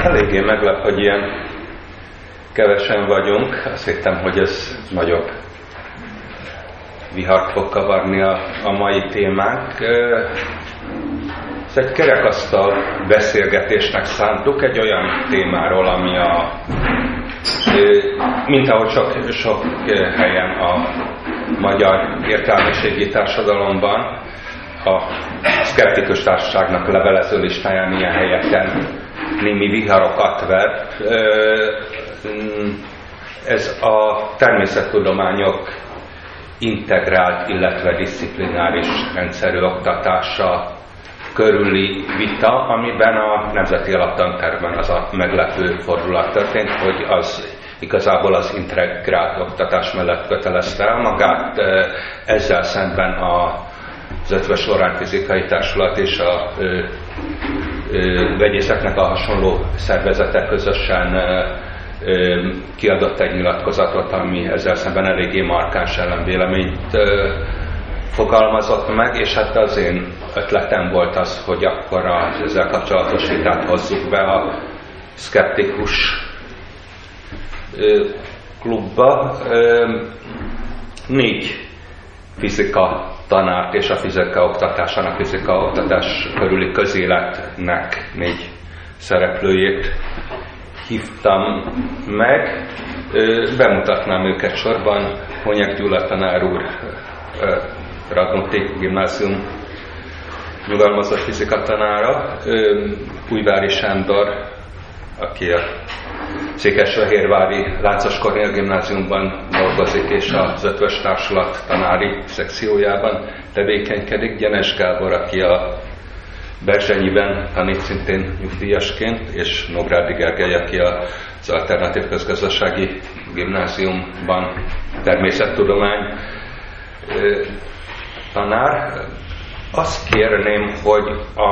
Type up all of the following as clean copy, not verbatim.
Eléggé meglep, hogy ilyen kevesen vagyunk. Azt hittem, hogy ez nagyobb vihart fog kavarni a mai témánk. Ez egy kerekasztal beszélgetésnek szántuk egy olyan témáról, ami mint ahogy sok helyen a magyar értelmiségi társadalomban, a szkeptikus társaságnak levelező listáján ilyen helyeken némi viharokat vett. Ez a természettudományok integrált, illetve diszciplináris rendszerű oktatása körüli vita, amiben a Nemzeti Alaptantervben az a meglepő fordulat történt, hogy az igazából az integrált oktatás mellett kötelezte el magát, ezzel szemben az Eötvös Loránd Fizikai Társulat és a vegyészeknek a hasonló szervezetek közösen kiadott egy nyilatkozatot, ami ezzel szemben eléggé markáns ellenvéleményt fogalmazott meg, és hát az én ötletem volt az, hogy akkor az ezzel kapcsolatos vitát hozzuk be a szkeptikus klubba. 4 fizika tanárt és a fizika oktatásának, fizika oktatás körüli közéletnek 4 szereplőjét hívtam meg. Bemutatnám őket sorban. Honyek Gyula tanár úr, Radnóti Gimnázium nyugalmazott fizika tanára, Újvári Sándor, aki a Székesfehérvári Láncos Kornél Gimnáziumban dolgozik, és az Eötvös Társulat tanári szekciójában tevékenykedik, Gyenes Gábor, aki a Berzsenyiben tanít szintén nyugdíjasként, és Nógrádi Gergely, aki az Alternatív Közgazdasági Gimnáziumban természettudomány tanár. Azt kérném, hogy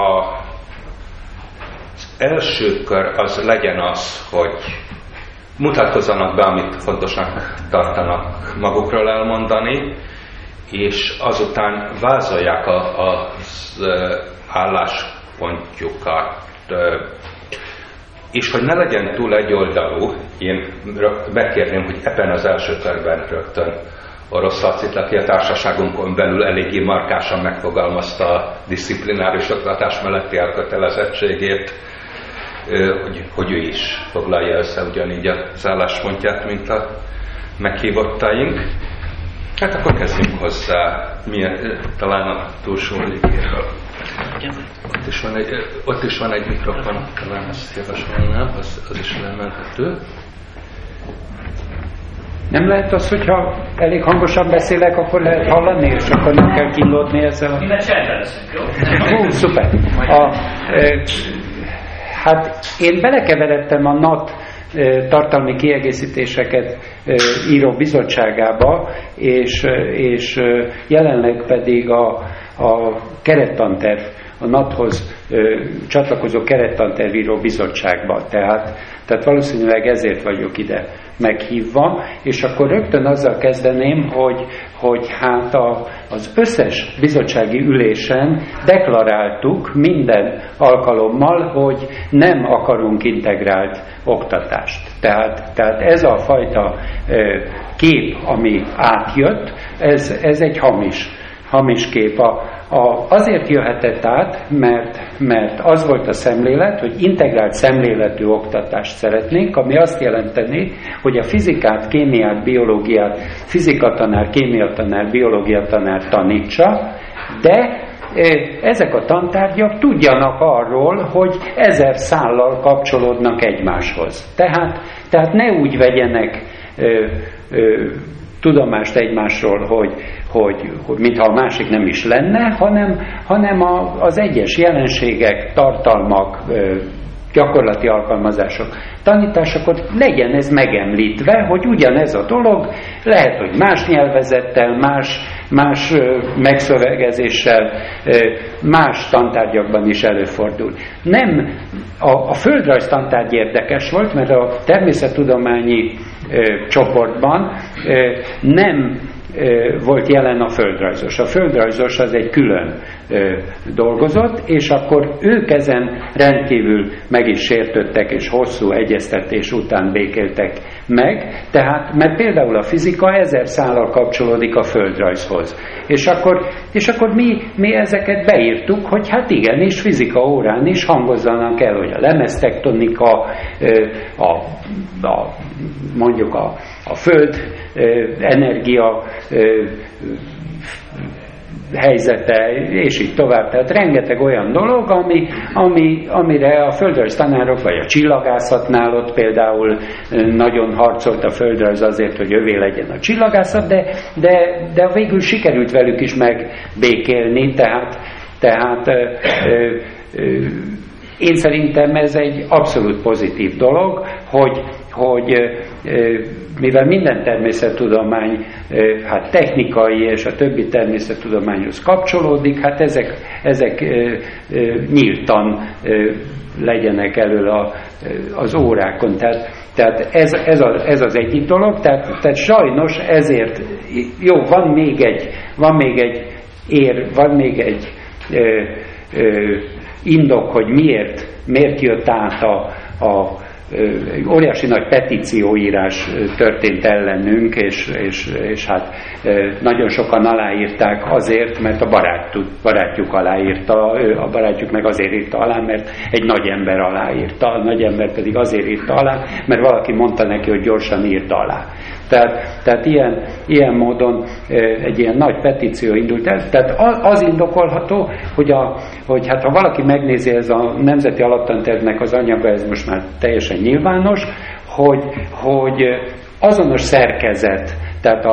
az első kör az legyen az, hogy mutatkozzanak be, amit fontosnak tartanak magukról elmondani, és azután vázolják az álláspontjukat. És hogy ne legyen túl egyoldalú, én bekérném, hogy ebben az első körben rögtön Orosz Lacit, aki a társaságunkon belül eléggé markásan megfogalmazta a diszciplináris oktatás melletti elkötelezettségét, hogy ő is foglalja össze ugyanígy az álláspontját, mint a meghívottaink. Hát akkor kezdjünk hozzá. Talán a túlsó végéről. Ott is van egy mikrofon, talán azt javasolnám, az is lemenhető. Nem lehet az, hogyha elég hangosan beszélek, akkor lehet hallani, és akkor nem kell kínlódni ezzel a... Minden csendben leszünk, jó? Szuper. Hát én belekeveredtem a NAT tartalmi kiegészítéseket író bizottságába, és jelenleg pedig a kerettanterv, a NAT-hoz csatlakozó kerettantervíró bizottságban. Tehát valószínűleg ezért vagyok ide meghívva, és akkor rögtön azzal kezdeném, hogy hát az összes bizottsági ülésen deklaráltuk minden alkalommal, hogy nem akarunk integrált oktatást. Tehát ez a fajta kép, ami átjött, ez egy hamis kép. Azért jöhetett át, mert az volt a szemlélet, hogy integrált szemléletű oktatást szeretnénk, ami azt jelenteni, hogy a fizikát, kémiát, biológiát fizikatanár, kémiatanár, biológiatanár tanítsa, de ezek a tantárgyak tudjanak arról, hogy 1000 szállal kapcsolódnak egymáshoz. Tehát ne úgy vegyenek tudomást egymásról, hogy mintha a másik nem is lenne, hanem az egyes jelenségek, tartalmak, gyakorlati alkalmazások, tanításokor legyen ez megemlítve, hogy ugyanez a dolog lehet, hogy más nyelvezettel, más megszövegezéssel, más tantárgyakban is előfordul. Nem, a földrajz tantárgy érdekes volt, mert a természettudományi csoportban nem volt jelen a földrajzos. A földrajzos az egy külön dolgozott, és akkor ők ezen rendkívül meg is sértődtek, és hosszú egyeztetés után békéltek meg, tehát, mert például a fizika 1000 szállal kapcsolódik a földrajzhoz. És akkor mi ezeket beírtuk, hogy hát igenis fizika órán is hangozzanak el, hogy a lemeztektonika, mondjuk a föld energia helyzete, és így tovább. Tehát rengeteg olyan dolog, amire a földrajz tanárok, vagy a csillagászatnál ott például nagyon harcolt a földrajz azért, hogy övé legyen a csillagászat, de végül sikerült velük is megbékélni, tehát én szerintem ez egy abszolút pozitív dolog, hogy mivel minden természettudomány hát technikai és a többi természettudományhoz kapcsolódik, hát ezek nyíltan legyenek elől az órákon. Tehát ez az egyik dolog, tehát sajnos ezért, jó, van még egy indok, hogy miért jött át a óriási nagy petícióírás történt ellenünk, és hát nagyon sokan aláírták azért, mert a barátjuk aláírta, a barátjuk meg azért írta alá, mert egy nagy ember aláírta, a nagy ember pedig azért írta alá, mert valaki mondta neki, hogy gyorsan írta alá. Tehát ilyen módon egy ilyen nagy petíció indult el. Tehát az indokolható, hogy hát ha valaki megnézi, ez a Nemzeti Alaptantervnek az anyaga, ez most már teljesen nyilvános, hogy azonos szerkezet, tehát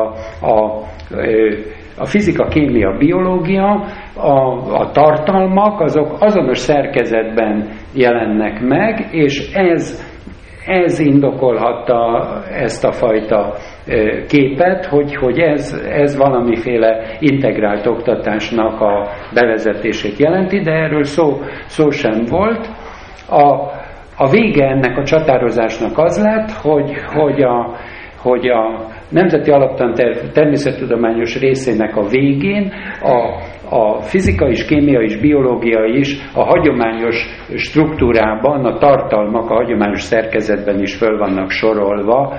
a fizika, kémia, biológia, a tartalmak, azok azonos szerkezetben jelennek meg, és ez indokolhatta ezt a fajta képet, hogy ez valamiféle integrált oktatásnak a bevezetését jelenti, de erről szó sem volt. A vége ennek a csatározásnak az lett, hogy a Nemzeti Alaptanterv természettudományos részének a végén a fizika is, kémia is, biológia is a hagyományos struktúrában, a tartalmak a hagyományos szerkezetben is föl vannak sorolva.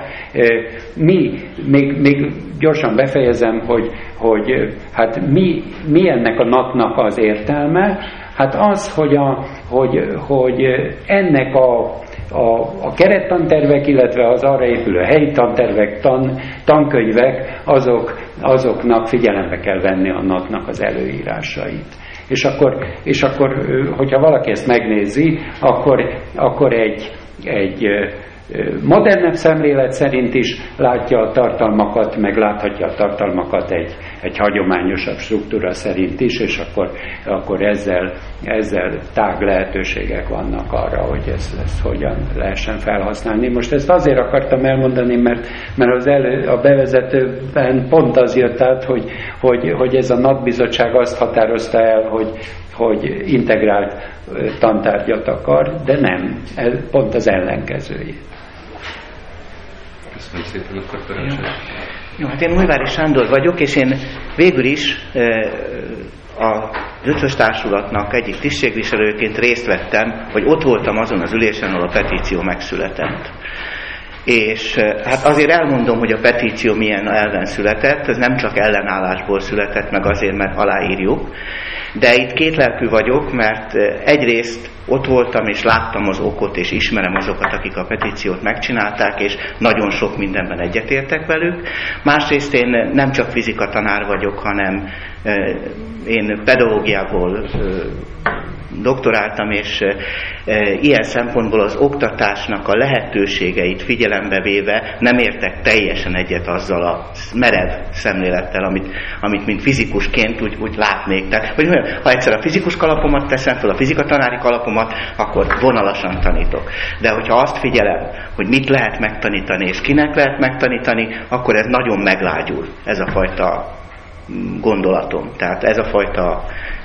Még gyorsan befejezem, hogy hát mi ennek a NAT-nak az értelme? Hát az, hogy ennek a kerettantervek, illetve az arra épülő helyi tantervek, tankönyvek, azoknak figyelembe kell venni a NAT-nak az előírásait. És akkor, hogyha valaki ezt megnézi, akkor egy modernebb szemlélet szerint is látja a tartalmakat, meg láthatja a tartalmakat egy hagyományosabb struktúra szerint is, és akkor ezzel tág lehetőségek vannak arra, hogy ezt hogyan lehessen felhasználni. Most ezt azért akartam elmondani, mert a bevezetőben pont az jött át, hogy ez a NAT bizottság azt határozta el, hogy integrált tantárgyat akar, de nem, pont az ellenkezőjét. Köszönöm szépen, akkor parancsolj. Jó, hát én Újvári Sándor vagyok, és én végül is az Ötvös Társulatnak egyik tisztségviselőként részt vettem, hogy ott voltam azon az ülésen, ahol a petíció megszületett. És hát azért elmondom, hogy a petíció milyen elven született, ez nem csak ellenállásból született, meg azért, mert aláírjuk, de itt kétlelkű vagyok, mert egyrészt ott voltam, és láttam az okot, és ismerem azokat, akik a petíciót megcsinálták, és nagyon sok mindenben egyetértek velük. Másrészt én nem csak fizika tanár vagyok, hanem én pedagógiából doktoráltam, és ilyen szempontból az oktatásnak a lehetőségeit figyelembe véve nem értek teljesen egyet azzal a merev szemlélettel, amit mint fizikusként úgy látnék. Tehát, hogy ha egyszer a fizikus kalapomat teszem fel, a fizikatanári kalapomat, akkor vonalasan tanítok. De hogyha azt figyelem, hogy mit lehet megtanítani, és kinek lehet megtanítani, akkor ez nagyon meglágyul, ez a fajta gondolatom, tehát ez a fajta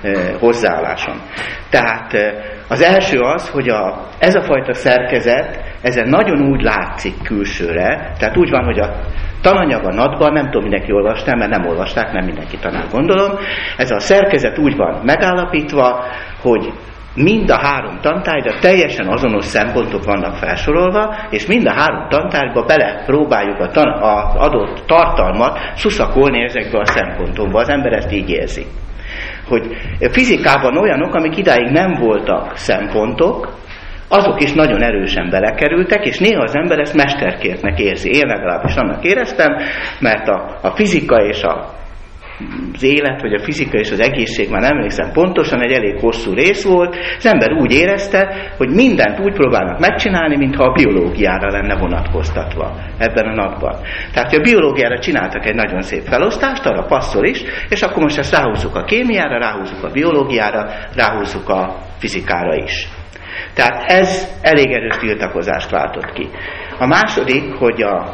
hozzáállásom. Tehát az első az, hogy ez a fajta szerkezet ezen nagyon úgy látszik külsőre, tehát úgy van, hogy a tananyag a NAT-ban, nem tudom, mindenki olvasta, mert nem olvasták, nem mindenki tanár, gondolom. Ez a szerkezet úgy van megállapítva, hogy mind a 3 tantárgyra teljesen azonos szempontok vannak felsorolva, és mind a 3 tantárgyba belepróbáljuk az adott tartalmat szuszakolni ezekbe a szempontokba. Az ember ezt így érzi. Hogy fizikában olyanok, amik idáig nem voltak szempontok, azok is nagyon erősen belekerültek, és néha az ember ezt mesterkértnek érzi. Én legalábbis annak éreztem, mert a fizika és az élet, vagy a fizika és az egészség, már nem emlékszem pontosan, egy elég hosszú rész volt, az ember úgy érezte, hogy mindent úgy próbálnak megcsinálni, mintha a biológiára lenne vonatkoztatva ebben a napban. Tehát, hogy a biológiára csináltak egy nagyon szép felosztást, arra passzol is, és akkor most ezt ráhúzzuk a kémiára, ráhúzzuk a biológiára, ráhúzzuk a fizikára is. Tehát ez elég erős tiltakozást váltott ki. A második, hogy a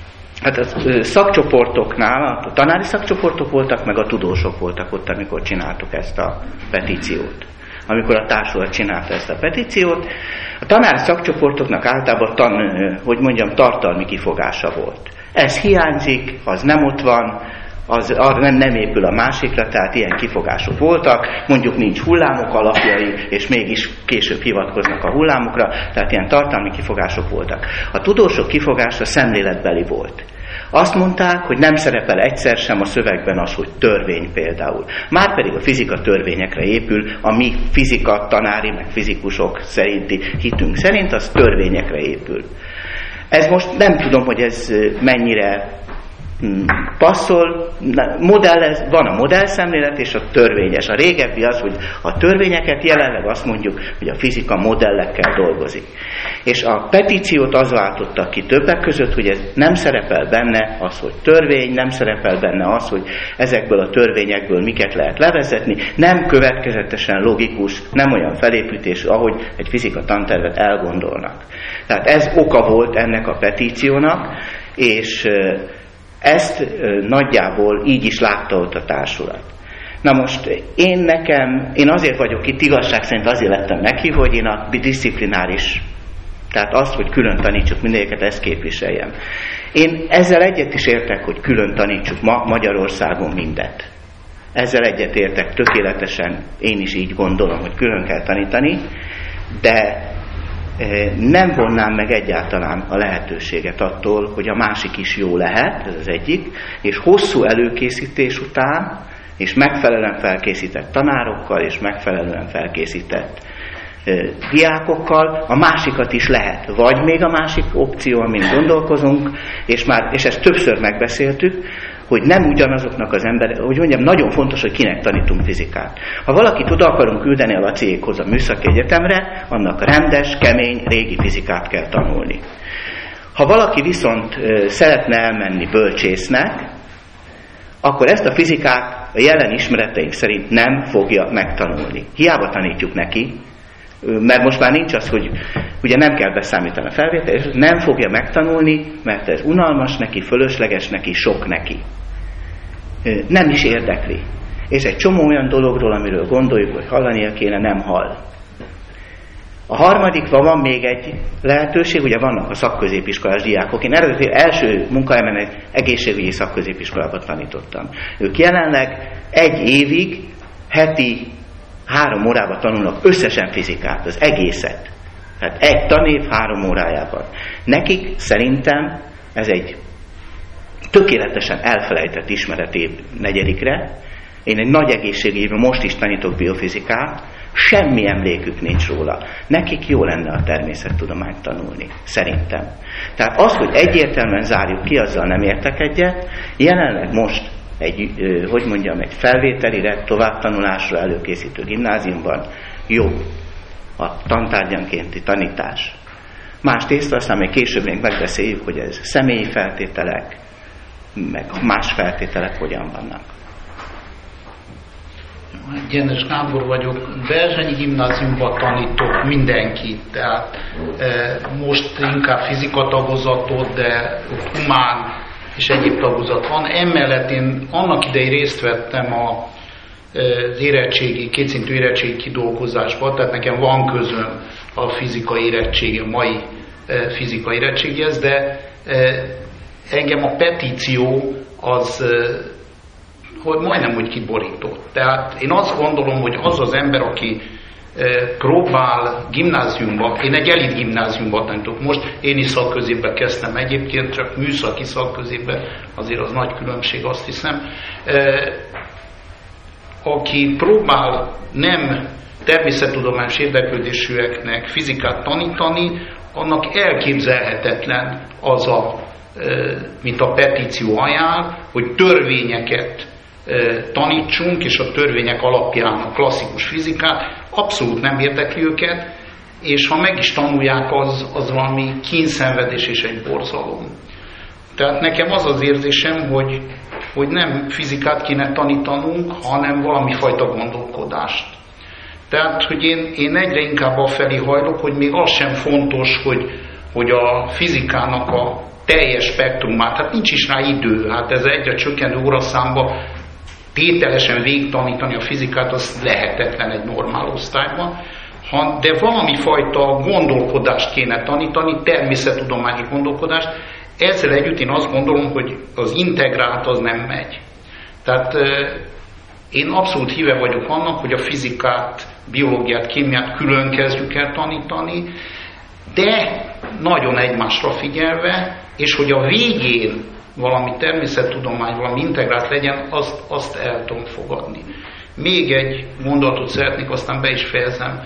szakcsoportoknál, a tanári szakcsoportok voltak, meg a tudósok voltak ott, amikor csináltuk ezt a petíciót. Amikor a társulat csinálta ezt a petíciót, a tanári szakcsoportoknak általában tartalmi kifogása volt. Ez hiányzik, az nem ott van, az arra nem épül a másikra, tehát ilyen kifogások voltak, mondjuk nincs hullámok alapjai, és mégis később hivatkoznak a hullámokra, tehát ilyen tartalmi kifogások voltak. A tudósok kifogása szemléletbeli volt. Azt mondták, hogy nem szerepel egyszer sem a szövegben az, hogy törvény például. Márpedig a fizika törvényekre épül, a mi fizika tanári, meg fizikusok szerinti hitünk szerint, az törvényekre épül. Ez most nem tudom, hogy ez mennyire passzol, van a modellszemlélet és a törvényes. A régebbi az, hogy a törvényeket, jelenleg azt mondjuk, hogy a fizika modellekkel dolgozik. És a petíciót az váltotta ki többek között, hogy ez nem szerepel benne az, hogy törvény, nem szerepel benne az, hogy ezekből a törvényekből miket lehet levezetni, nem következetesen logikus, nem olyan felépítésű, ahogy egy fizika tantervet elgondolnak. Tehát ez oka volt ennek a petíciónak, és ezt nagyjából így is látta ott a társulat. Na most én azért vagyok itt, igazság szerint azért lettem meghívva, hogy én a disziplináris, tehát azt, hogy külön tanítsuk mindegyeket, ezt képviseljem. Én ezzel egyet is értek, hogy külön tanítsuk ma Magyarországon mindet. Ezzel egyet értek tökéletesen, én is így gondolom, hogy külön kell tanítani, de nem vonnám meg egyáltalán a lehetőséget attól, hogy a másik is jó lehet, ez az egyik, és hosszú előkészítés után, és megfelelően felkészített tanárokkal, és megfelelően felkészített diákokkal, a másikat is lehet. Vagy még a másik opció, amin gondolkozunk, és ezt többször megbeszéltük, hogy nem ugyanazoknak az emberek, hogy mondjam, nagyon fontos, hogy kinek tanítunk fizikát. Ha valakit oda akarunk küldeni a Laciékhoz a műszaki egyetemre, annak rendes, kemény, régi fizikát kell tanulni. Ha valaki viszont szeretne elmenni bölcsésznek, akkor ezt a fizikát a jelen ismereteink szerint nem fogja megtanulni. Hiába tanítjuk neki, mert most már nincs az, hogy ugye nem kell beszámítani a felvétel, és nem fogja megtanulni, mert ez unalmas neki, fölösleges neki, sok neki. Nem is érdekli. És egy csomó olyan dologról, amiről gondoljuk, hogy hallania kéne, nem hall. A harmadikban van még egy lehetőség, ugye vannak a szakközépiskolás diákok. Én eredetileg első munkahelyemen egy egészségügyi szakközépiskolában tanítottam. Ők jelenleg 1 évig heti 3 órában tanulnak összesen fizikát, az egészet. Tehát 1 tanév 3 órájában. Nekik szerintem ez egy tökéletesen elfelejtett ismeretév 4-re. Én egy nagy egészségügyben most is tanítok biofizikát, semmi emlékük nincs róla. Nekik jó lenne a természettudományt tanulni, szerintem. Tehát az, hogy egyértelműen zárjuk ki, azzal nem értek egyet. Jelenleg most egy felvételire, továbbtanulásra előkészítő gimnáziumban jó a tantárgyankénti tanítás. Másrészt aztán még később még megbeszéljük, hogy ez személyi feltételek, meg más feltételek hogyan vannak. Gyenes Gábor vagyok, Berzsenyi gimnáziumban tanítok mindenkit, tehát most inkább fizika tagozatot, de humán és egyéb tagozat van. Emellett én annak idején részt vettem az érettségi, kétszintű érettségi kidolgozásban, tehát nekem van közöm a fizika érettségi, mai fizika érettségéhez, de engem a petíció az hogy majdnem úgy kiborított. Tehát én azt gondolom, hogy az az ember, aki próbál gimnáziumba, én egy elit gimnáziumban tanítok most, én is szakközépbe kezdtem egyébként, csak műszaki szakközépbe, azért az nagy különbség, azt hiszem. Aki próbál nem természettudományos érdeklődésűeknek fizikát tanítani, annak elképzelhetetlen az mint a petíció ajánl, hogy törvényeket tanítsunk, és a törvények alapján a klasszikus fizikát, abszolút nem érdekli őket, és ha meg is tanulják, az valami kínszenvedés és egy borzalom. Tehát nekem az az érzésem, hogy nem fizikát kéne tanítanunk, hanem valami fajta gondolkodást. Tehát, hogy én egyre inkább afelé hajlok, hogy még az sem fontos, hogy a fizikának a teljes spektrumát, hát nincs is rá idő, hát ez egyre csökkenő óraszámba tételesen végigtanítani a fizikát, az lehetetlen egy normál osztályban, de valami fajta gondolkodást kéne tanítani, természettudományi gondolkodást. Ezzel együtt én azt gondolom, hogy az integrált az nem megy. Tehát én abszolút híve vagyok annak, hogy a fizikát, biológiát, kémiát külön kezdjük el tanítani, de nagyon egymásra figyelve, és hogy a végén valami természettudomány, valami integrált legyen, azt el tudom fogadni. Még egy mondatot szeretnék, aztán be is fejezem,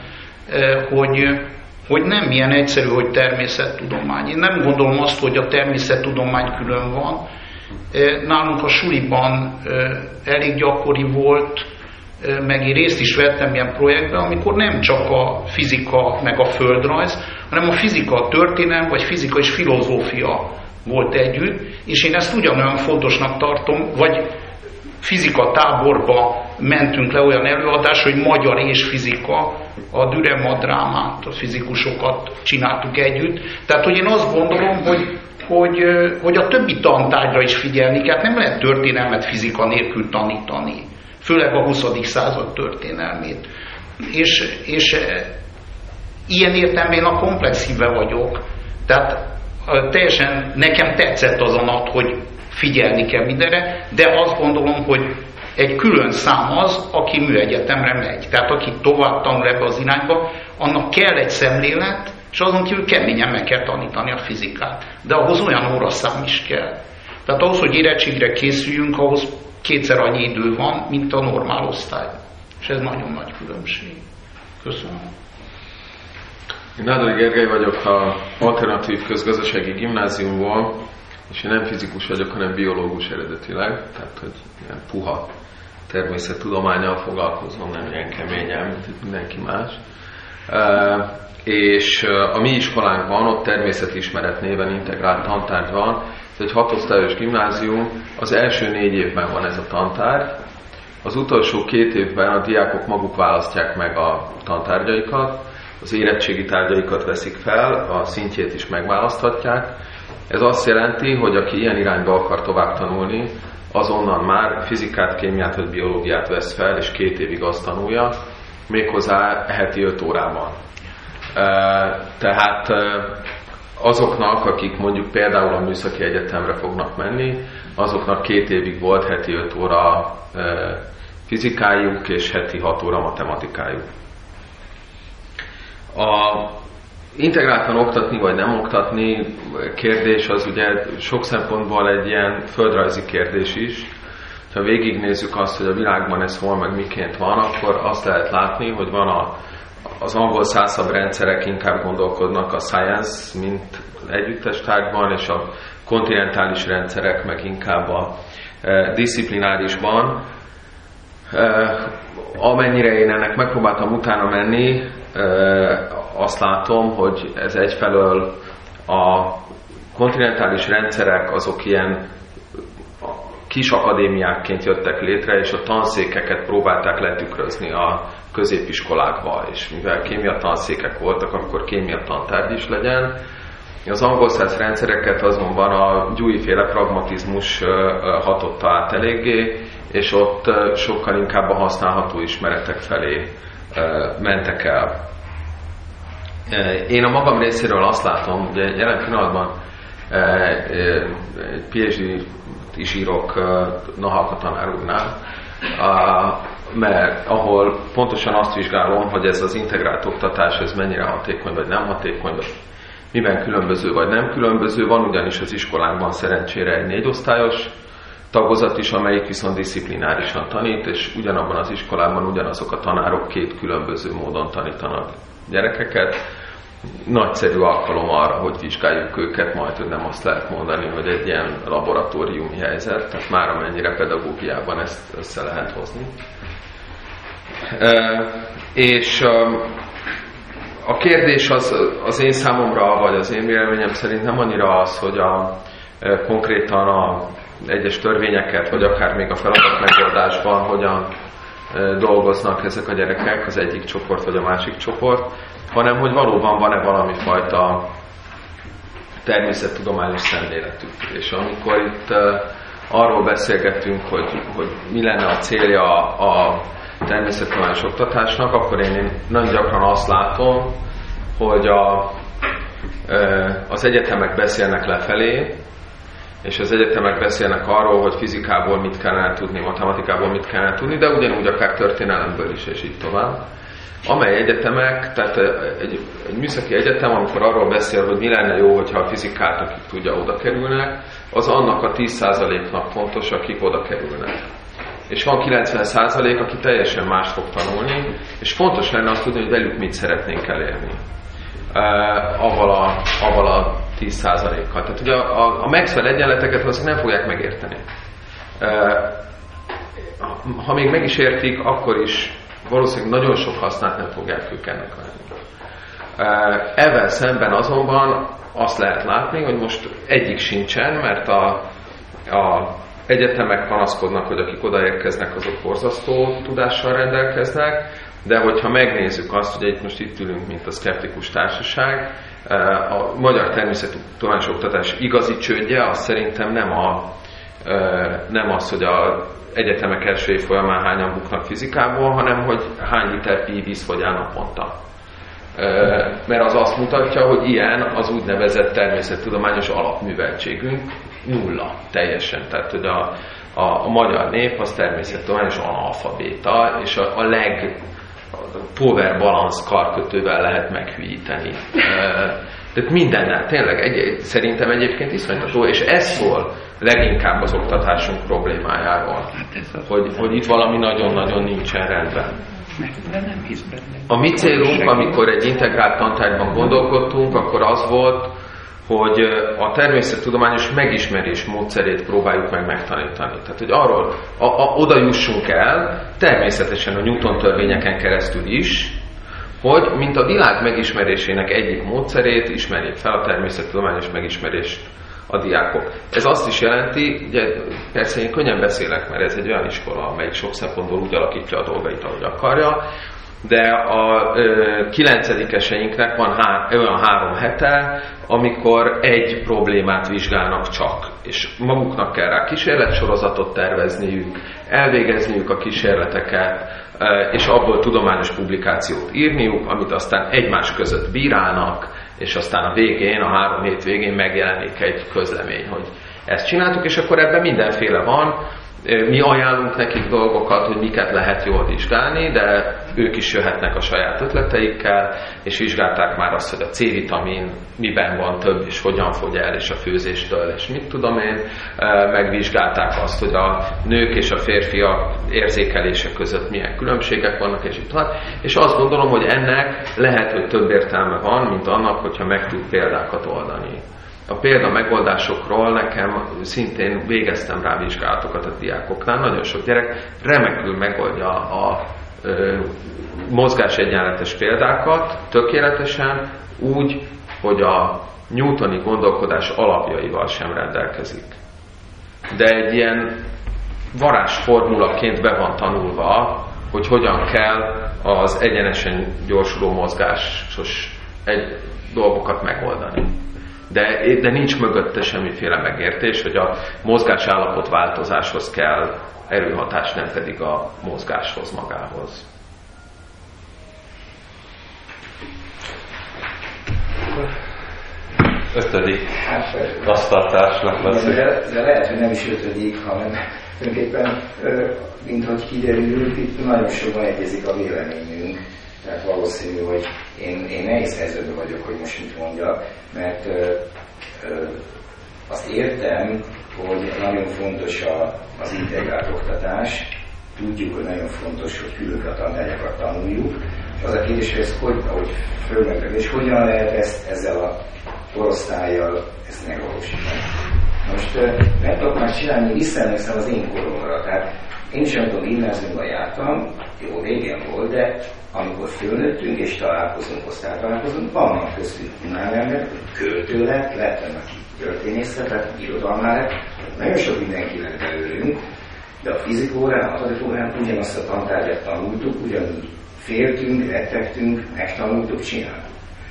hogy nem ilyen egyszerű, hogy természettudomány. Én nem gondolom azt, hogy a természettudomány külön van. Nálunk a suliban elég gyakori volt, meg én részt is vettem ilyen projektben, amikor nem csak a fizika meg a földrajz, hanem a fizika, a történelem, vagy fizika és filozófia volt együtt, és én ezt ugyanolyan fontosnak tartom, vagy fizika táborba mentünk le olyan előadás, hogy magyar és fizika, a Dürrenmatt drámát, a fizikusokat csináltuk együtt. Tehát, hogy én azt gondolom, hogy a többi tantárgyra is figyelni kell, nem lehet történelmet fizika nélkül tanítani, főleg a 20. század történelmét. És ilyen értelemben én a komplex híve vagyok. Tehát teljesen nekem tetszett az a nap, hogy figyelni kell mindenre, de azt gondolom, hogy egy külön szám az, aki műegyetemre megy. Tehát aki tovább tanul ebbe az irányba, annak kell egy szemlélet, és azon kívül keményen meg kell tanítani a fizikát. De ahhoz olyan óraszám is kell. Tehát ahhoz, hogy érettségre készüljünk, ahhoz kétszer annyi idő van, mint a normál osztály. És ez nagyon nagy különbség. Köszönöm. Én Nádori Gergely vagyok a Alternatív Közgazdasági Gimnáziumból, és én nem fizikus vagyok, hanem biológus eredetileg, tehát hogy ilyen puha természettudománnyal foglalkozom, nem ilyen keményen, mint mindenki más. És a mi iskolánkban, ott természetismeret néven integrált tantárgy van, ez egy 6 osztályos gimnázium, az első 4 évben van ez a tantárgy, az utolsó 2 évben a diákok maguk választják meg a tantárgyaikat, az érettségi tárgyaikat veszik fel, a szintjét is megválaszthatják. Ez azt jelenti, hogy aki ilyen irányba akar tovább tanulni, azonnan már fizikát, kémiát vagy biológiát vesz fel, és 2 évig azt tanulja, méghozzá heti 5 órában. Tehát azoknak, akik mondjuk például a műszaki egyetemre fognak menni, azoknak 2 évig volt heti 5 óra fizikájuk, és heti 6 óra matematikájuk. A integráltan oktatni vagy nem oktatni kérdés az ugye sok szempontból egy ilyen földrajzi kérdés is. Ha végignézzük azt, hogy a világban ez hol meg miként van, akkor azt lehet látni, hogy van az angol százszab rendszerek inkább gondolkodnak a science, mint együttes tárgyban, és a kontinentális rendszerek meg inkább a diszciplinárisban. Amennyire én ennek megpróbáltam utána menni, azt látom, hogy ez egyfelől a kontinentális rendszerek azok ilyen kis akadémiákként jöttek létre, és a tanszékeket próbálták letükrözni a középiskolákba, és mivel kémia tanszékek voltak, akkor kémia tantárgy is legyen. Az angol száz rendszereket azonban a Dewey-féle pragmatizmus hatotta át eléggé, és ott sokkal inkább a használható ismeretek felé mentek el. Én a magam részéről azt látom, hogy jelen pillanatban PhD-t is írok Nahalka tanár úrnál, mert ahol pontosan azt vizsgálom, hogy ez az integrált oktatás, ez mennyire hatékony, vagy nem hatékony, vagy miben különböző, vagy nem különböző. Van ugyanis az iskolánkban szerencsére egy 4 osztályos tagozat is, amelyik viszont diszciplinárisan tanít, és ugyanabban az iskolában ugyanazok a tanárok 2 különböző módon tanítanak gyerekeket. Nagyszerű alkalom arra, hogy vizsgáljuk őket, majd hogy nem azt lehet mondani, hogy egy ilyen laboratóriumi helyzet, tehát már amennyire pedagógiában ezt össze lehet hozni. És a kérdés az én számomra, vagy az én véleményem szerint nem annyira az, hogy konkrétan a egyes törvényeket, vagy akár még a feladat megoldásban hogyan dolgoznak ezek a gyerekek, az egyik csoport vagy a másik csoport, hanem hogy valóban van-e valami fajta természettudományos szemléletük. És amikor itt arról beszélgettünk, hogy mi lenne a célja a természettudományos oktatásnak, akkor én nagyon gyakran azt látom, hogy az egyetemek beszélnek lefelé, és az egyetemek beszélnek arról, hogy fizikából mit kellene tudni, matematikából mit kellene tudni, de ugyanúgy akár történelemből is, és így tovább. Amely egyetemek, tehát egy műszaki egyetem, amikor arról beszél, hogy mi lenne jó, hogyha a fizikát, akik tudja, oda kerülnek, az annak a 10%-nak fontos, akik oda kerülnek. És van 90%, aki teljesen más fog tanulni, és fontos lenne azt tudni, hogy velük mit szeretnénk elérni. Avval a 10%-kal. Tehát ugye a Maxwell egyenleteket valószínűleg nem fogják megérteni. Ha még meg is értik, akkor is valószínűleg nagyon sok hasznát nem fogják ők ennek venni. Ezzel szemben azonban azt lehet látni, hogy most egyik sincsen, mert a egyetemek panaszkodnak, hogy akik odaérkeznek, azok borzasztó tudással rendelkeznek, de hogyha megnézzük azt, hogy most itt ülünk, mint a szkeptikus társaság, a magyar természettudományos oktatás igazi csődje, az szerintem nem az, hogy az egyetemek első év folyamán hányan buknak fizikából, hanem hogy hány liter pi víz fogy el naponta. Mert az azt mutatja, hogy ilyen az úgynevezett természettudományos alapműveltségünk nulla teljesen. Tehát, hogy a magyar nép az természettudományos analfabéta, és a power balance karkötővel lehet meghűíteni. Tehát mindennel, tényleg szerintem egyébként iszonyató, és ez szól leginkább az oktatásunk problémájáról, hogy itt valami nagyon-nagyon nincsen rendben. A mi célunk, amikor egy integrált tantárgyban gondolkodtunk, akkor az volt, hogy a természettudományos megismerés módszerét próbáljuk meg megtanítani. Tehát, hogy arról oda jussunk el, természetesen a Newton törvényeken keresztül is, hogy mint a világ megismerésének egyik módszerét ismerjék fel a természettudományos megismerést a diákok. Ez azt is jelenti, ugye persze én könnyen beszélek, mert ez egy olyan iskola, amelyik sok szempontból úgy alakítja a dolgait, ahogy akarja, de a 9-eseinknek van olyan 3 hete, amikor egy problémát vizsgálnak csak, és maguknak kell rá kísérletsorozatot tervezniük, elvégezniük a kísérleteket, és abból tudományos publikációt írniuk, amit aztán egymás között bírálnak, és aztán a végén, a 3 hét végén megjelenik egy közlemény, hogy ezt csináltuk, és akkor ebben mindenféle van. Mi ajánlunk nekik dolgokat, hogy miket lehet jól vizsgálni, de ők is jöhetnek a saját ötleteikkel, és vizsgálták már azt, hogy a C-vitamin miben van több, és hogyan fogy el, és a főzéstől, és mit tudom én. Megvizsgálták azt, hogy a nők és a férfiak érzékelése között milyen különbségek vannak, és itt van. És azt gondolom, hogy ennek lehet, hogy több értelme van, mint annak, hogyha meg tud példákat oldani. A példa megoldásokról nekem szintén végeztem rá vizsgálatokat a diákoknál. Nagyon sok gyerek remekül megoldja a mozgásegyenletes példákat tökéletesen úgy, hogy a newtoni gondolkodás alapjaival sem rendelkezik. De egy ilyen varázsformulaként be van tanulva, hogy hogyan kell az egyenesen gyorsuló mozgásos dolgokat megoldani. De nincs mögötte semmiféle megértés, hogy a mozgás állapot változáshoz kell erőhatás, nem pedig a mozgáshoz magához. 5. asztaltársnak lesz. De lehet, hogy nem is 5., hanem tulajdonképpen, mint hogy kiderül, itt nagyon sokan egyezik a véleményünk. Tehát valószínű, hogy én nehéz helyzetben vagyok, hogy most mit mondjak, mert azt értem, hogy nagyon fontos az integrált oktatás. Tudjuk, hogy nagyon fontos, hogy különböző tantárgyakat tanuljuk. Az a kérdés, hogy fölmerül, és hogyan lehet ezzel a korosztállyal ezt megvalósítani. Most nem tudok már csinálni, visszaemlékszem az én koromra. Tehát én sem tudom, gimnáziumban jártam, jó, régen volt, de amikor fölnőttünk és találkozunk, osztálytalálkozunk, vannak köztünk humán ember, költő lett, aki történész lett, irodalmár lett, nagyon sok mindenki lett belőlünk, de a fizikórán, a 6. órán ugyanazt a tantárgyat tanultuk, ugyanúgy féltünk, rettegtünk, megtanultuk, csináltuk.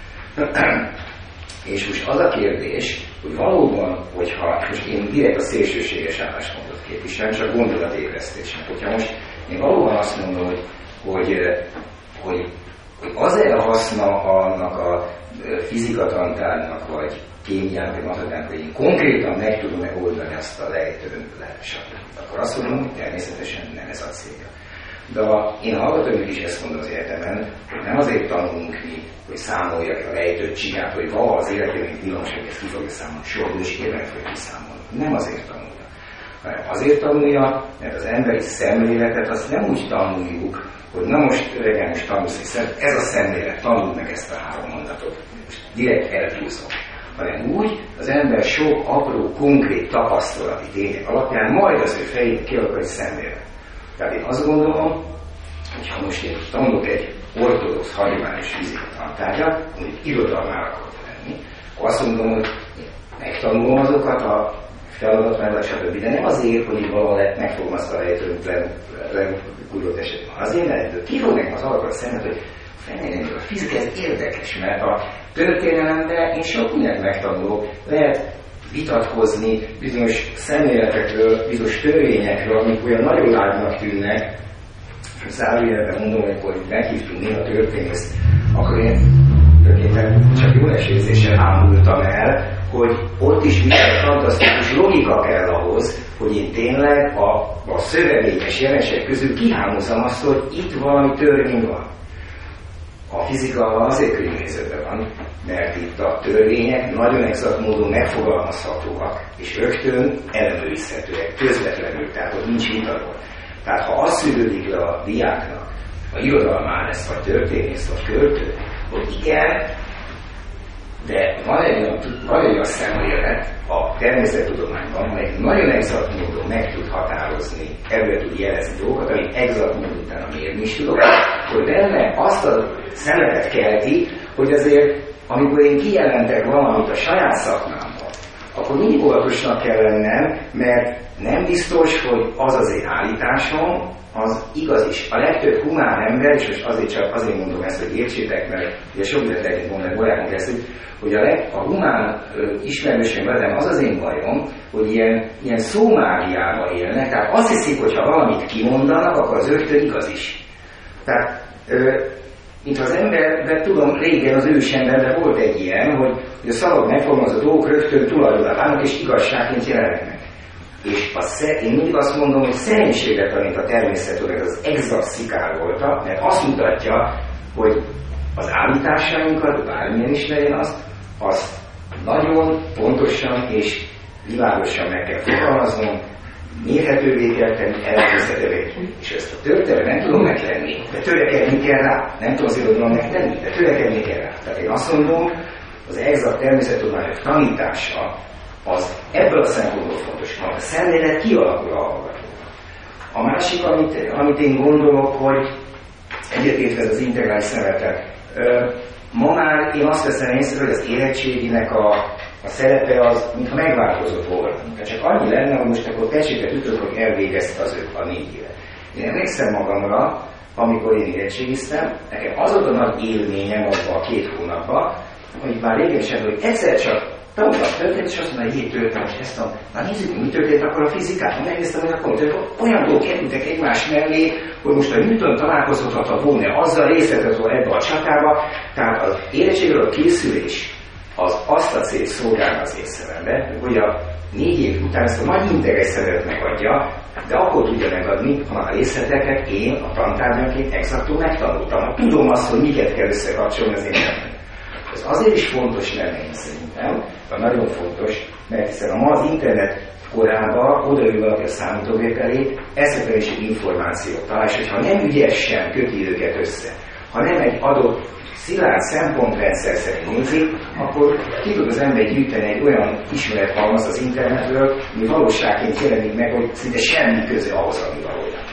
És most az a kérdés, hogy valóban, hogyha most én direkt a szélsőséges álláspontot képviselem, csak gondolatébresztésnek, hogyha most én valóban azt mondom, hogy az-e a haszna annak a fizikatantárnak, vagy kémiának, vagy matematikák, hogy én konkrétan meg tudom megoldani azt a lejtőn, akkor azt mondom, hogy természetesen nem ez a célja. De én hallgatóimnak is ezt mondom az egyetemen, hogy nem azért tanulunk mi, hogy számoljak a lejtőt, csinálni, hogy vala az életében, mint villamos, hogy ezt ki fogja számolni, sorból is érdemet fogja kiszámolni. Nem azért tanulja. Hanem azért tanulja, mert az emberi szemléletet azt nem úgy tanuljuk, hogy na most öregen, most tanulsz, hiszen ez a szemlélet, tanuld meg ezt a 3 mondatot. Most direkt elhúzom. Hanem úgy, az ember sok apró, konkrét tapasztalati tények alapján majd az ő fejét kialakul egy szemlélet. Tehát én azt gondolom, hogy ha most én tanulok egy ortodox, hagyományos fizikatantárgyat, mondjuk irodalmár akarok lenni, akkor azt mondom, hogy megtanulom azokat a feladatmenetet, stb. De nem azért, hogy valahol megfogom azt a lejtőt legújult esetben. Azért, mert ki fog nekem az alapra szemet, hogy a fizika ez érdekes, mert a történelemben én sok mindent megtanulok, lehet vitatkozni bizonyos szemléletekről, bizonyos törvényekről, amik olyan nagyon lágynak tűnnek. Zárójelben mondom, hogy akkor meghívtunk néha történészt, akkor én tulajdonképpen csak jól esélyzéssel ámultam el, hogy ott is minden fantasztikus logika kell ahhoz, hogy én tényleg a szövevényes jelenségek közül kihámozom azt, hogy itt valami törvény van. A fizika azért könyvnézőben van, mert itt a törvények nagyon exakt módon megfogalmazhatóak, és rögtön ellenőrizhetőek, közvetlenül, tehát ott nincs vitaról. Tehát ha azt szűrődik le a diáknak, a irodalmár lesz, vagy történész, vagy költő, hogy igen, de van egy olyan szemlélet a természettudományban, amely nagyon exakt módon meg tud határozni, előre tud jelezni dolgokat, amit exakt módon utána mérni is tudok, hogy benne azt a szemletet kelti, hogy azért, amikor én kijelentek valamit a saját szakmámban, akkor mindig óvatosnak kell lennem, mert nem biztos, hogy az az én állításom, az igaz is. A legtöbb humán ember, és most azért mondom ezt, hogy értsétek, mert ugye sok mindent lehetünk mondani, bolyákon keresztül, hogy a humán ismerősöm velem az az én bajom, hogy ilyen szómágiában élnek, tehát azt hiszik, hogy ha valamit kimondanak, akkor az rögtön igaz is. Tehát, mintha az emberben, tudom, régen az ősemberben volt egy ilyen, hogy a szabad megfogalmazott dolgok rögtön tulajdonát állnak, és igazságként jelennek. És én mindig azt mondom, hogy szerénységre tanít a természettudomány, az exakt szikár volta, mert azt mutatja, hogy az állításainkat, bármilyen is legyen azt nagyon pontosan és világosan meg kell fogalmaznom, mérhetővé kell tenni, ellenőrizhetővé. És ezt a történetet nem tudom megtenni, de törekedni kell rá. Nem tudom az irodalom megtenni, de törekedni kell rá. Tehát én azt mondom, az exakt természettudományok tanítása az ebből a szempontból fontos, mert a szemlélet kialakul a hallgatóval. A másik, amit én gondolok, hogy egyetértve az integrális szemletet, ma már én azt veszem észre, hogy az érettséginek a szerepe az, mintha megváltozott volna. Tehát csak annyi lenne, hogy most akkor pecsétet ütök, hogy elvégezte a 4 évet. Én emlékszem magamra, amikor én érettségiztem, nekem az volt a nagy élményem abban a 2 hónapban, hogy már régen sem, hogy egyszer csak tanultam történet, és azt mondja, hogy történt most ezt na nézzük, mi történt akkor a fizikát, megnéztem, hogy akkor olyan dolgok kerültek egymás mellé, hogy most a Newton találkozhatott volna azzal részletet ebbe a csatába, tehát az érettségről a készülés azt a célt szolgálna az észrelembe, hogy a 4 év után ezt a nagy interjeszeret megadja, de akkor tudja megadni, ha a részleteket én a tantárgyaként exaktól megtanultam. Tudom azt, hogy miket kell összekapcsolni az interneten. Ez azért is fontos lenne én szerintem, de nagyon fontos, mert hiszen ma az internet korában odaül valaki a számítógép elé, ezekben is egy információt talál, és hogyha nem ügyesen köti őket össze, ha nem egy adott szilárd szempontrendszer szerint nézik, akkor ki tud az ember gyűjteni egy olyan ismerethalmaz az internetről, ami valóságként jelenik meg, hogy szinte semmi köze ahhoz, ami valójában.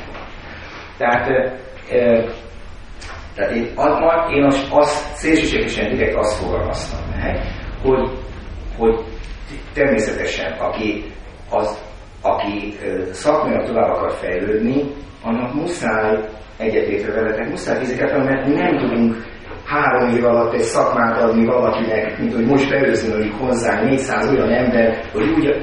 Tehát én azt szélsőségesen direkt azt fogalmaztam meg, hogy természetesen aki szakmailag tovább akar fejlődni, annak muszáj egyetértve veletek, muszáj fizikát, mert nem tudunk 3 év alatt egy szakmát adni valakinek, mint hogy most beőzünk hozzánk 400 olyan ember, hogy úgy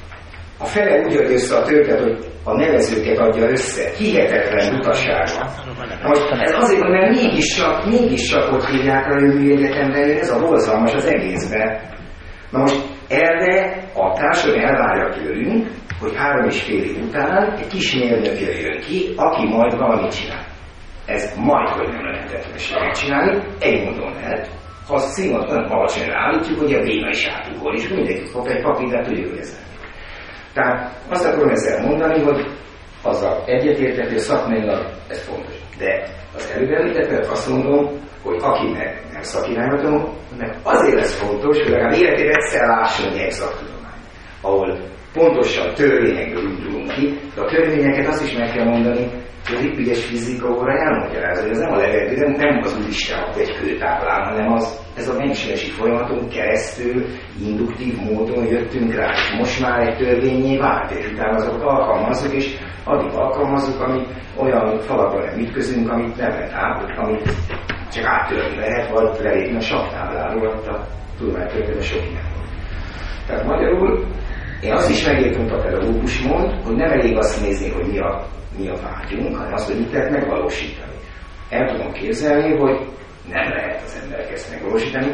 a fele úgy adja össze a tőket, hogy a nevezőket adja össze. Hihetetlen utasága. Most ez azért, mert mégiscsak hogy hívják a műegyetemben, ez a borzalmas az egészben. Na most erre a társadalom elvárja tőlünk, hogy 3,5 év után egy kis mérnök jöjjön ki, aki majd valamit csinál. Ez majdhogy nem lehetetlenség megcsinálni, egy módon lehet. Ha azt színvonalat alacsonyra állítjuk, hogy a véna is átugol, és mindenki fog egy papírt, tudjuk, hogy ez. Tehát azt akarom ezzel mondani, hogy azzal egyetértek, hogy szakmailag ez fontos. De az előbb említettem, azt mondom, hogy akinek nem szakirányzatom, meg azért ez fontos, hogy legalább életében egyszer lásson egy exakt tudomány, ahol pontosan törvényekből indulunk ki, de a törvényeket azt is meg kell mondani, hogy az ügyes fizika óra elmagyarázza, hogy ez nem a levegő, nem az Úristen egy kőtáblán, hanem ez a megismerési folyamaton keresztül induktív módon jöttünk rá, és most már egy törvényé vált, és utána azokat alkalmazzuk, és addig alkalmazzuk, amit olyan falakban nem ütközünk, amit nem lehet át, amit csak áttörni lehet, vagy lelépni a saktábláról, ott a tudománytörténetben sok ilyen. Tehát magyarul én azt is megértem, a pedagógus mond, hogy nem elég azt nézni, hogy mi a vágyunk, hanem azt, hogy mit lehet megvalósítani. El tudom képzelni, hogy nem lehet az emberek ezt megvalósítani,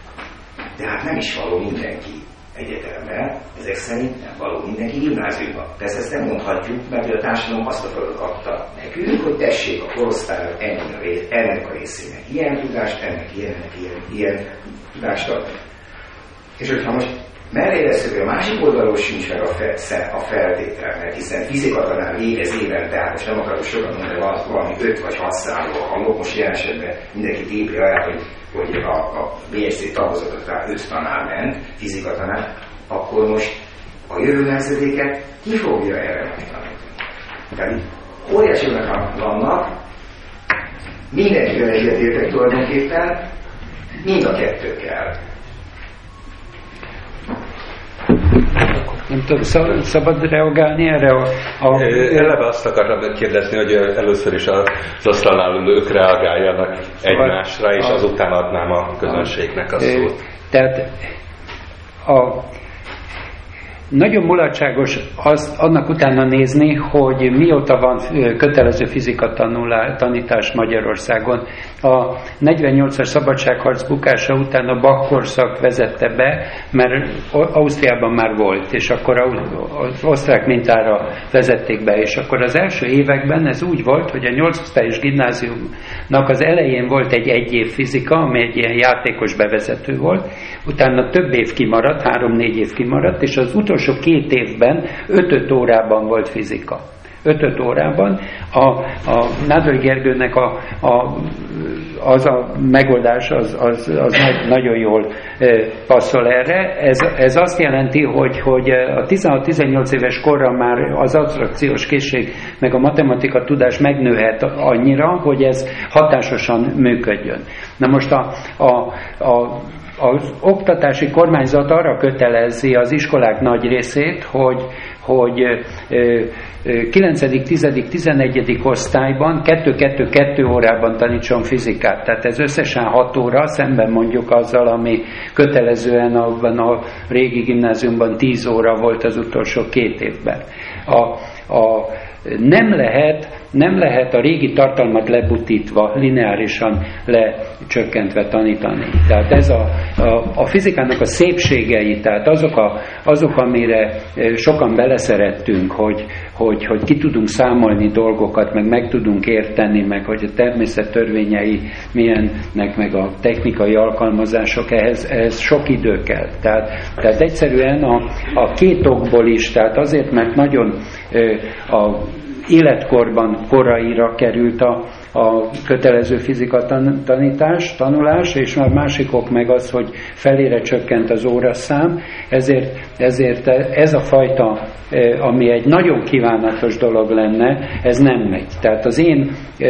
de hát nem is való mindenki egyetemben, ezek szerint nem való mindenki gimnáziumban. Persze ezt nem mondhatjuk, mert a társadalom azt a feladatot adta nekünk, hogy tessék a korosztályok ennek a részének ilyen tudást, ennek ilyen tudást adni. És hogyha most mellé veszünk, hogy a másik oldalról sincs meg a feltétel, mert hiszen fizikatanár végez évente, tehát most nem akarok sokat mondani, valami 5 vagy 6 számról hallok, most jelen esetben mindenki tépi rá, hogy a BSC tagozatot rá 5 tanár ment, fizikatanár, akkor most a jövő nemzedéket ki fogja erre megtanítani? Tehát itt óriási vannak, mindenkivel egyetértek tulajdonképpen, mind a kettő kell. Nem tudom, szabad reagálni erre? Eleve azt akartam kérdezni, hogy először is az asztalnál ülők reagáljanak egymásra, és azután adnám a közönségnek a szót. Tehát nagyon mulatságos annak utána nézni, hogy mióta van kötelező fizikatanítás Magyarországon. A 48-as szabadságharc bukása után a Bach korszak vezette be, mert Ausztriában már volt, és akkor az osztrák mintára vezették be, és akkor az első években ez úgy volt, hogy a 8 osztályos gimnáziumnak az elején volt egy év fizika, ami egy ilyen játékos bevezető volt, utána több év kimaradt, 3-4 év kimaradt, és az utolsó 2 évben 5 órában volt fizika. 5 órában. A Nádor Gergőnek az a megoldás az nagyon jól passzol erre. Ez azt jelenti, hogy a 16-18 éves korra már az absztrakciós készség meg a matematika tudás megnőhet annyira, hogy ez hatásosan működjön. Na most az oktatási kormányzat arra kötelezi az iskolák nagy részét, hogy 9., 10., 11. osztályban 2 órában tanítson fizikát. Tehát ez összesen 6 óra, szemben mondjuk azzal, ami kötelezően abban a régi gimnáziumban 10 óra volt az utolsó 2 évben. nem lehet a régi tartalmat lebutítva, lineárisan lecsökkentve tanítani. Tehát ez a fizikának a szépségei, tehát azok amire sokan beleszerettünk, hogy ki tudunk számolni dolgokat, meg tudunk érteni, meg hogy a természet törvényei milyennek, meg a technikai alkalmazások, ehhez sok idő kell. Tehát egyszerűen a két okból is, tehát azért, mert nagyon a életkorban koraira került a kötelező fizika tanulás, és a másik ok meg az, hogy felére csökkent az óraszám, ezért ez a fajta, ami egy nagyon kívánatos dolog lenne, ez nem megy. Tehát az én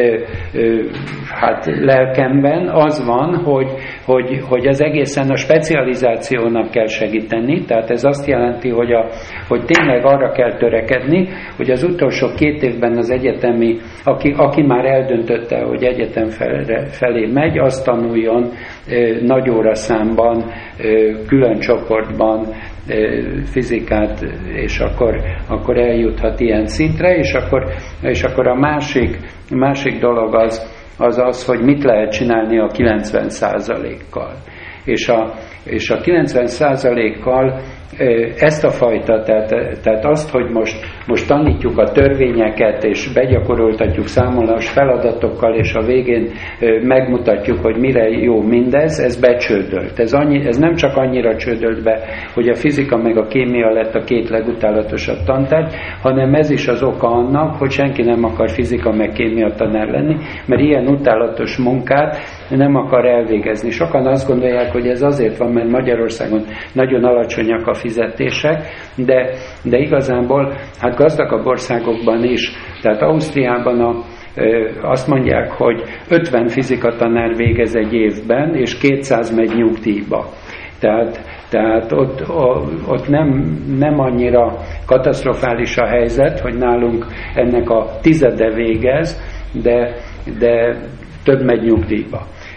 lelkemben az van, hogy az egészen a specializációnak kell segíteni, tehát ez azt jelenti, hogy tényleg arra kell törekedni, hogy az utolsó 2 évben az egyetemi, aki már eldöntötte, hogy egyetem felé megy, azt tanuljon nagy óraszámban, külön csoportban fizikát, és akkor eljuthat ilyen szintre, és akkor a másik dolog az, hogy mit lehet csinálni a 90%-kal. És a 90%-kal ezt a fajta, tehát azt, hogy most tanítjuk a törvényeket, és begyakoroltatjuk számolás feladatokkal, és a végén megmutatjuk, hogy mire jó mindez, ez becsődölt. Ez nem csak annyira csődölt be, hogy a fizika meg a kémia lett a 2 legutálatosabb tantárgy, hanem ez is az oka annak, hogy senki nem akar fizika meg kémia tanár lenni, mert ilyen utálatos munkát nem akar elvégezni. Sokan azt gondolják, hogy ez azért van, mert Magyarországon nagyon alacsonyak a fizetések, de igazából hát gazdagabb országokban is, tehát Ausztriában azt mondják, hogy 50 fizikatanár végez egy évben, és 200 megy nyugdíjba. Tehát ott nem annyira katasztrofális a helyzet, hogy nálunk ennek a 10 végez, de több megy nyugdíjba.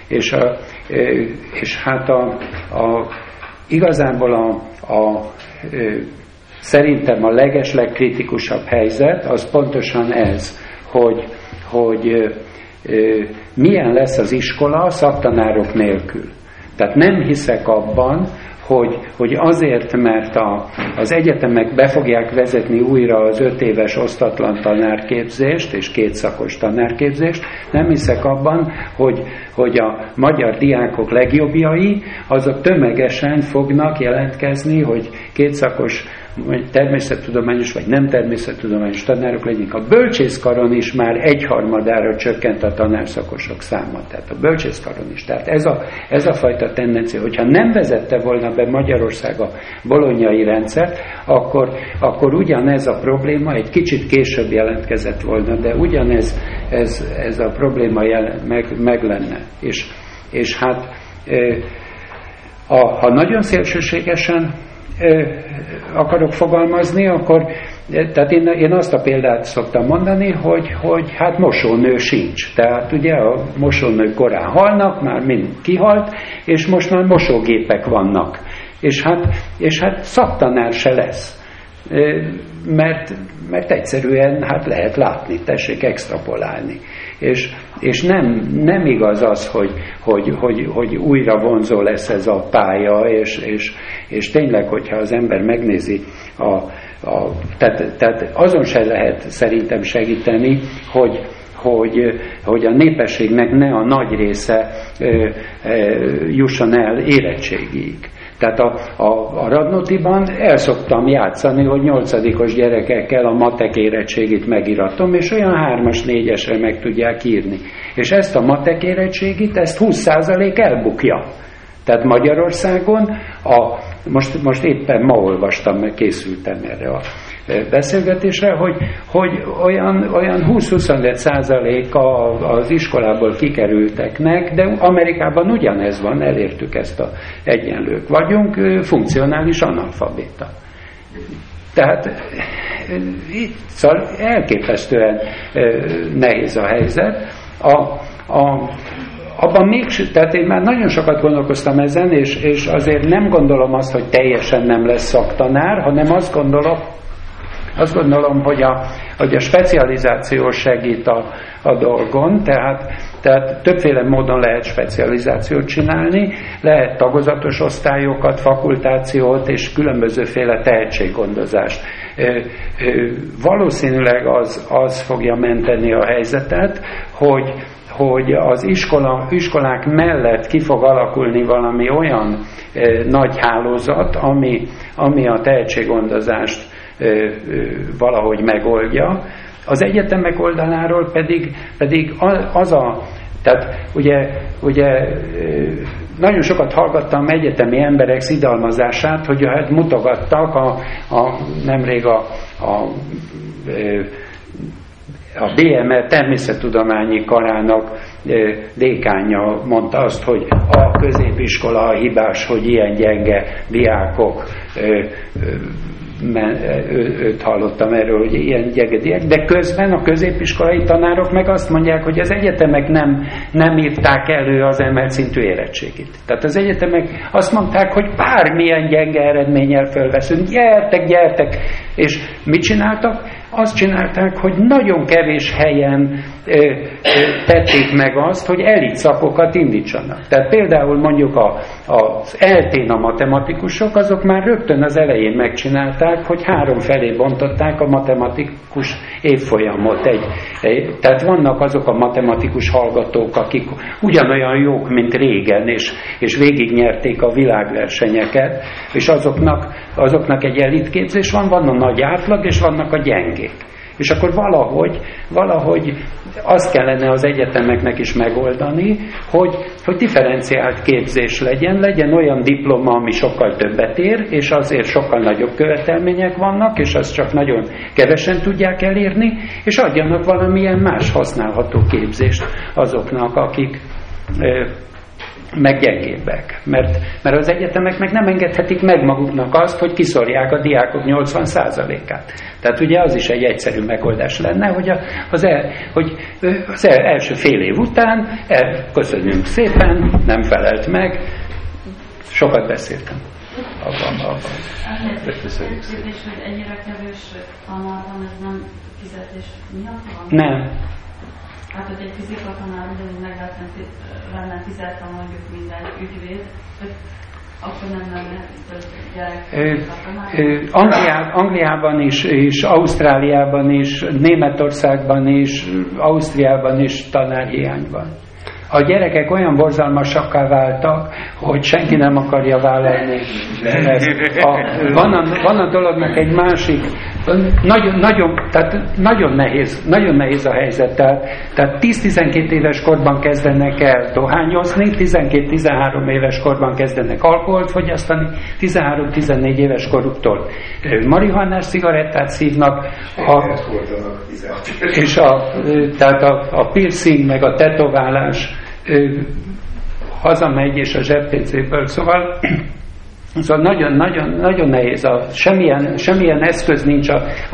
És hát igazából szerintem a legkritikusabb helyzet az pontosan ez, hogy milyen lesz az iskola szaktanárok nélkül. Tehát nem hiszek abban, hogy azért, mert az egyetemek be fogják vezetni újra az 5 éves osztatlan tanárképzést és 2 szakos tanárképzést, nem hiszek abban, hogy a magyar diákok legjobbjai, azok tömegesen fognak jelentkezni, hogy 2 szakos természettudományos vagy nem természettudományos tanárok legyenek. A bölcsészkaron is már 1/3 csökkent a tanárszakosok száma, tehát a bölcsészkaron is. Tehát ez a fajta tendencia, hogyha nem vezette volna be Magyarország a bolonyai rendszert, akkor ugyanez a probléma egy kicsit később jelentkezett volna, de ugyanez ez a probléma meg lenne. És hát ha nagyon szélsőségesen akarok fogalmazni, akkor tehát én azt a példát szoktam mondani, hogy hát mosónő sincs. Tehát ugye a mosónők korán halnak, már mind kihalt, és most már mosógépek vannak. És hát szaktanár se lesz. Mert egyszerűen hát lehet látni, tessék extrapolálni. És nem igaz az, hogy újra vonzó lesz ez a pálya, és tényleg, hogyha az ember megnézi, tehát azon se lehet szerintem segíteni, hogy a népességnek ne a nagy része jusson el érettségig. Tehát a Radnótiban el szoktam játszani, hogy 8-os gyerekekkel a matek érettségit megiratom, és olyan 3-as, 4-esre meg tudják írni. És ezt a matek érettségit, ezt 20% elbukja. Tehát Magyarországon, most éppen ma olvastam, meg készültem erre a beszélgetésre, hogy olyan 20-25% az iskolából kikerülteknek, de Amerikában ugyanez van, elértük ezt a egyenlők vagyunk, funkcionális analfabéta. Tehát szóval elképesztően nehéz a helyzet. Abban mégsem, tehát én már nagyon sokat gondolkoztam ezen, és azért nem gondolom azt, hogy teljesen nem lesz szaktanár, hanem azt gondolom, azt gondolom, hogy a specializáció segít a dolgon, tehát többféle módon lehet specializációt csinálni, lehet tagozatos osztályokat, fakultációt és különbözőféle tehetséggondozást. Valószínűleg az fogja menteni a helyzetet, hogy az iskolák mellett ki fog alakulni valami olyan nagy hálózat, ami a tehetséggondozást valahogy megoldja. Az egyetemek oldaláról pedig tehát ugye nagyon sokat hallgattam egyetemi emberek szidalmazását, hogy hát mutogattak nemrég a BME természettudományi karának dékánja mondta azt, hogy a középiskola hibás, hogy ilyen gyenge diákok, őt hallottam erről, hogy ilyen gyenge diák, de közben a középiskolai tanárok meg azt mondják, hogy az egyetemek nem írták elő az emelt szintű érettségit. Tehát az egyetemek azt mondták, hogy bármilyen gyenge eredménnyel fölveszünk, gyertek, és mit csináltak? Azt csinálták, hogy nagyon kevés helyen tették meg azt, hogy elit szakokat indítsanak. Tehát például mondjuk az eltén a matematikusok, azok már rögtön az elején megcsinálták, hogy 3 felé bontották a matematikus évfolyamot. Tehát vannak azok a matematikus hallgatók, akik ugyanolyan jók, mint régen, és végignyerték a világversenyeket, és azoknak egy elitképzés van a nagy átlag, és vannak a gyengék. És akkor valahogy azt kellene az egyetemeknek is megoldani, hogy differenciált képzés legyen olyan diploma, ami sokkal többet ér, és azért sokkal nagyobb követelmények vannak, és azt csak nagyon kevesen tudják elérni, és adjanak valamilyen más használható képzést azoknak, akik meg gyengébbek. Mert az egyetemek meg nem engedhetik meg maguknak azt, hogy kiszorják a diákok 80%-át. Tehát ugye az is egy egyszerű megoldás lenne, hogy az első fél év után köszönjünk szépen, nem felelt meg, sokat beszéltem. Abban. Köszönjük szépen. Hogy ennyire kevés tanár van, ez nem fizetés miatt van? Nem. Hát, hogy egy fizikatanár ugyanúgy meg lenne fizetve mondjuk minden ügyvéd, akkor nem lenne gyerek. Angliában is, és Ausztráliában is, Németországban is, Ausztriában is tanárhiány van. A gyerekek olyan borzalmasakká váltak, hogy senki nem akarja vállalni. Van a dolognak egy másik, nagyon nehéz a helyzet. Tehát 10-12 éves korban kezdenek el dohányozni, 12-13 éves korban kezdenek alkoholt fogyasztani, 13-14 éves koruktól marihuánás cigarettát szívnak, és tehát a piercing meg a tetoválás hazamegy és a zsebpénzéből. Szóval nagyon nehéz. Semmilyen eszköz nincs.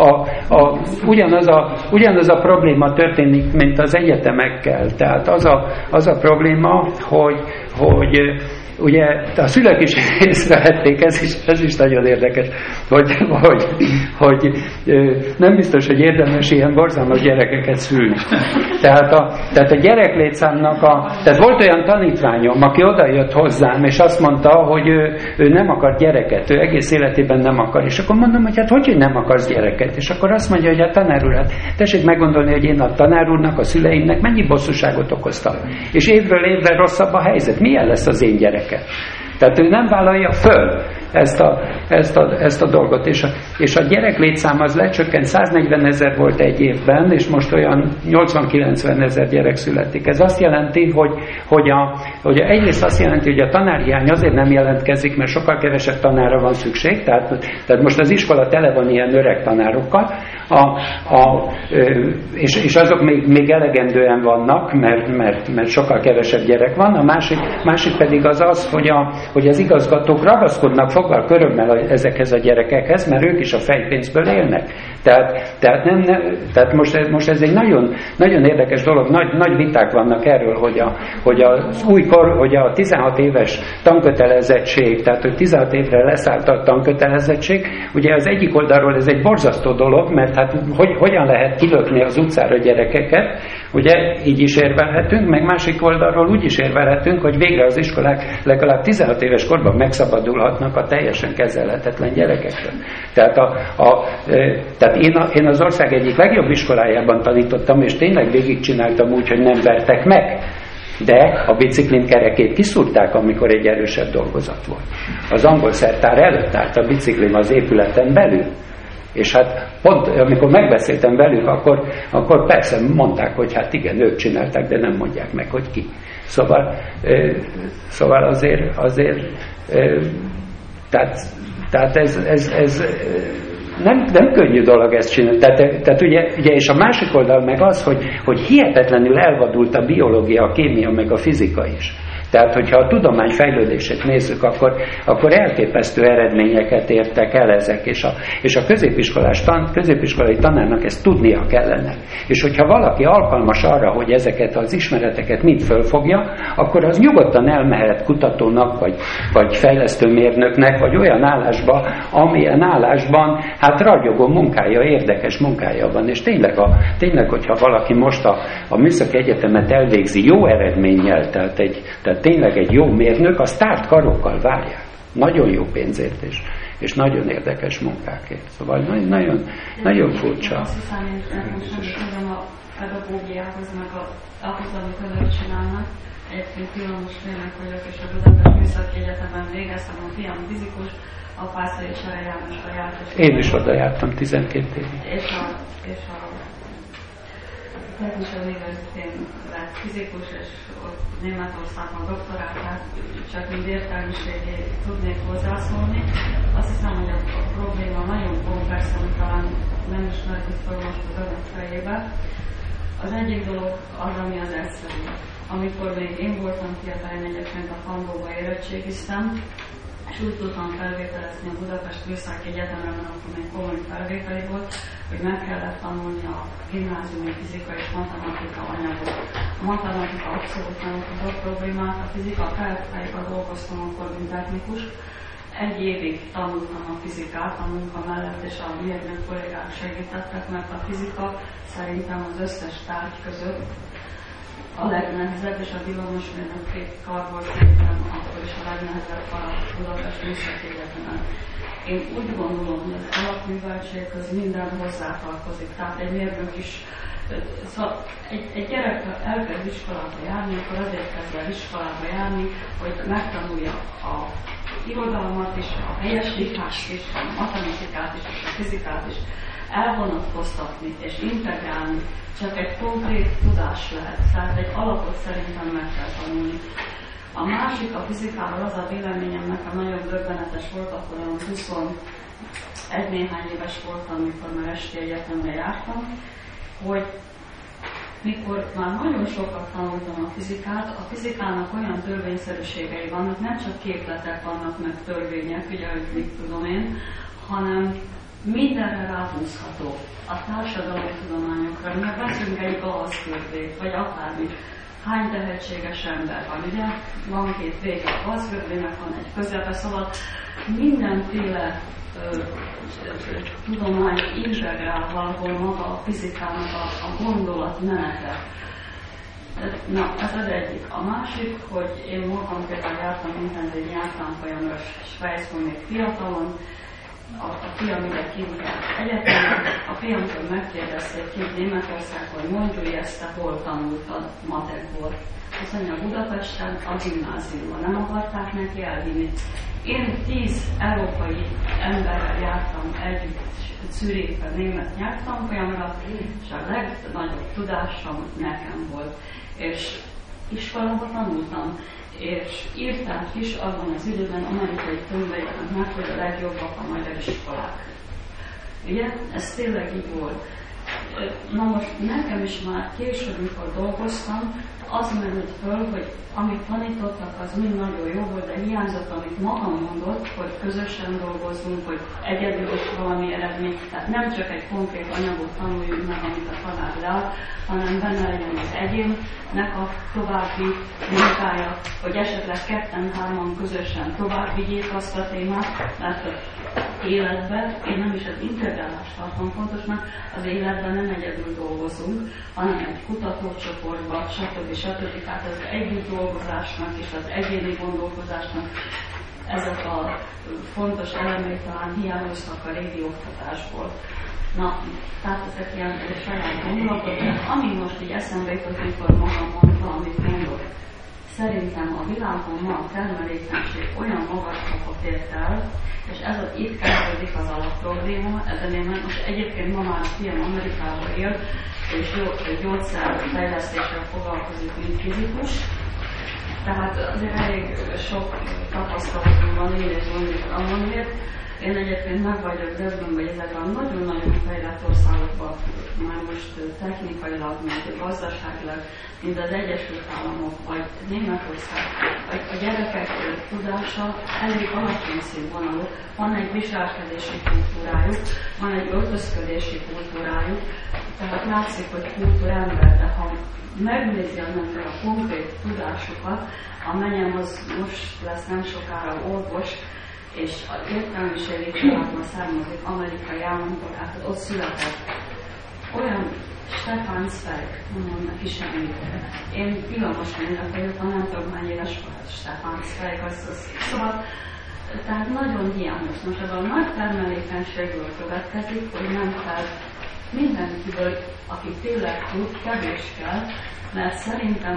Ugyanaz a probléma történik, mint az egyetemekkel. Tehát az a probléma, hogy ugye a szülők is észrevették, ez is nagyon érdekes, hogy nem biztos, hogy érdemes ilyen borzalmas gyerekeket szülni. Tehát a gyereklétszámnak tehát volt olyan tanítványom, aki odajött hozzám, és azt mondta, hogy ő nem akar gyereket, ő egész életében nem akar. És akkor mondom, hogy hát hogy nem akarsz gyereket? És akkor azt mondja, hogy a tanár úr, hát tessék meggondolni, hogy én a tanár úrnak, a szüleimnek mennyi bosszúságot okoztam. És évről évre rosszabb a helyzet. Milyen lesz az én gyerek? Tehát ő nem vállalja föl ezt a dolgot, és a gyereklétszám az lecsökkent, 140 000 volt egy évben, és most olyan 80-90 000 gyerek születik. Ez azt jelenti, hogy egyrészt azt jelenti, hogy a tanárhiány azért nem jelentkezik, mert sokkal kevesebb tanára van szükség, tehát most az iskola tele van ilyen öreg tanárokkal, és azok még elegendően vannak, mert sokkal kevesebb gyerek van. A másik pedig az, hogy az igazgatók ragaszkodnak, foggal körömmel ezekhez a gyerekekhez, mert ők is a fejpénzből élnek. Tehát most ez egy nagyon, nagyon érdekes dolog, nagy viták vannak erről, hogy a 16 éves tankötelezettség, tehát hogy 16 évre leszállt a tankötelezettség, ugye az egyik oldalról ez egy borzasztó dolog, mert hát hogyan lehet kilökni az utcára gyerekeket, ugye így is érvelhetünk, meg másik oldalról úgy is érvelhetünk, hogy végre az iskolák legalább 16 éves korban megszabadulhatnak a teljesen kezelhetetlen gyerekektől. Tehát én az ország egyik legjobb iskolájában tanítottam, és tényleg végigcsináltam úgy, hogy nem vertek meg. De a biciklin kerekét kiszúrták, amikor egy erősebb dolgozat volt. Az angol szertár előtt állt a biciklin az épületen belül. És hát pont amikor megbeszéltem velük, akkor persze mondták, hogy hát igen, ők csinálták, de nem mondják meg, hogy ki. Szóval azért tehát ez nem könnyű dolog ezt csinálni. Tehát ugye, és a másik oldal meg az, hogy hihetetlenül elvadult a biológia, a kémia, meg a fizika is. Tehát, hogyha a tudomány fejlődését nézzük, akkor elképesztő eredményeket értek el ezek, és a középiskolai tanárnak ezt tudnia kellene. És hogyha valaki alkalmas arra, hogy ezeket az ismereteket mind fölfogja, akkor az nyugodtan elmehet kutatónak, vagy fejlesztőmérnöknek, vagy olyan állásba, amilyen állásban hát ragyogó munkája, érdekes munkája van. És tényleg hogyha valaki most a Műszaki Egyetemet elvégzi jó eredménnyel, tehát tényleg egy jó mérnök, azt tárt karokkal várják. Nagyon jó pénzért és nagyon érdekes munkákért. Szóval nagyon furcsa. Azt hiszem, én nem a pedagógiához, meg ahhoz, amit önök csinálnak. Egyébként Vilmos mérnök vagyok, és a Budapest Műszaki Egyetemen végeztem, a fiam fizikus, a Pászai Csere Jánosra járt. Én is oda jártam 12 évig. És a technikai univerzitén lett fizikus, és ott Németországban doktoráltát, csak mind értelmiségé tudnék hozzászólni. Azt hiszem, hogy a probléma nagyon komplex, amit talán nem ismertük fel most az önök fejébe. Az egyik dolog az, ami az egyszerű. Amikor még én voltam fiatal, én egyébként a Kambóba érettségiztem, és úgy tudtam felvételezni a Budapest Műszaki Egyetemre, mert akkor még komoly felvételi volt, hogy meg kellett tanulni a gimnáziumi fizika és matematika anyagot. A matematika abszolút nem okozott problémát, a fizika felfejével dolgoztam akkor, mint technikus. Egy évig tanultam a fizikát a munka mellett, és a mérnök kollégák segítettek, mert a fizika szerintem az összes tárgy között a legnehezebb, és a villamosmérnöki karból szerintem akkor is a legnehezebb a Budapest Műszaki Egyetemen. Én úgy gondolom, hogy az alapműveltséghez minden hozzátartozik, tehát egy mérnök is, szóval egy gyerek elkezd iskolába járni, akkor azért kezd el iskolába járni, hogy megtanulja a irodalmat is, a helyesítást is, a matematikát is, és a fizikát is, elvonatkoztatni és integrálni csak egy konkrét tudás lehet. Tehát egy alapot szerintem meg kell tanulni. A másik a fizikáról az a véleményem, nekem nagyon döbbenetes volt, akkor 21 néhány éves voltam, mikor már esti egyetemre jártam, hogy mikor már nagyon sokat tanultam a fizikát, a fizikának olyan törvényszerűségei vannak, nem csak képletek vannak, meg törvények, ugye, hogy mit tudom én, hanem mindenre ráhúzható. A társadalmi tudományokra, mert veszünk egy gazkörbét, vagy akármi. Hány tehetséges ember van, ugye? Van két vége a gazkörbének, van egy közepe, szóval mindenféle tudomány integrál valahol maga a fizikának a gondolatmenete. Na, ez az egyik. A másik, hogy én magam például jártam intenzív nyelvtanfolyamra Svájcban még fiatalon, a fiam ide kint járt egyetemen, a fiamtól megkérdezték kint Németországban, hogy mondja, hogy ezt te hol tanultad matekból. Azt mondja, Budapesten, a gimnáziumban. Nem akarták neki elvinni. Én 10 európai emberrel jártam együtt Zürichben német nyelvtanfolyamra, és a legnagyobb tudásom nekem volt. És iskolában tanultam. És írták is abban az időben amerikai könyveiben meg, hogy a legjobbak a magyar iskolák. Ugye? Ez tényleg így volt. Na most nekem is már később, mikor dolgoztam, az merült föl, hogy amit tanítottak, az mind nagyon jó volt, de hiányzott, amit magam mondott, hogy közösen dolgozzunk, hogy egyedül is valami eredmény. Tehát nem csak egy konkrét anyagot tanuljunk meg, amit a tanár lead, hanem benne legyen az egyénnek a további munkája, hogy esetleg ketten-hárman közösen tovább vigyék azt a témát, mert életben, én nem is az integrálást tartom fontosnak, az életben nem egyedül dolgozunk, hanem egy kutatócsoportban, stb. Tehát az együtt dolgozásnak és az egyéni gondolkozásnak ezek a fontos elemei talán hiányoztak a régi oktatásból. Na, tehát ezek ilyen saját gondolatok, de ami most így eszembe jutott, amikor magam mondta, amit mondok, szerintem a világon ma a termelékenység olyan magas fokot ért el, és ez az itt kezdődik az alapprobléma, ezen én most egyébként ma már a fiam Amerikában él, és gyógyszerfejlesztéssel foglalkozik, mint fizikus. Tehát azért elég sok tapasztalatom van, én és mondjuk ammonért. Én egyébként meg vagyok döbbenve, hogy ezekben a nagyon-nagyon fejlett országokban már most technikailag, meg gazdaságilag, mint az Egyesült Államok, vagy Németország, a gyerekek tudása elég alacsony színvonalú. Van egy viselkedési kultúrájuk, van egy öltözködési kultúrájuk, tehát látszik, hogy kultúrember, de ha megnézi az ember a konkrét tudásukat, a menyem az most lesz nem sokára orvos, és az értelmiségi családban származik amerikai állampolgár, ott született. Olyan Stefan Zweig, nem mond neki semmit. Én villamos mérnök vagyok, ha nem tudom, hány éves volt Stefan Zweig, szóval, tehát nagyon hiányos. Most az a nagy termelékenységből következik, hogy nem kell mindenkiből, aki tényleg tud, kevés kell, mert szerintem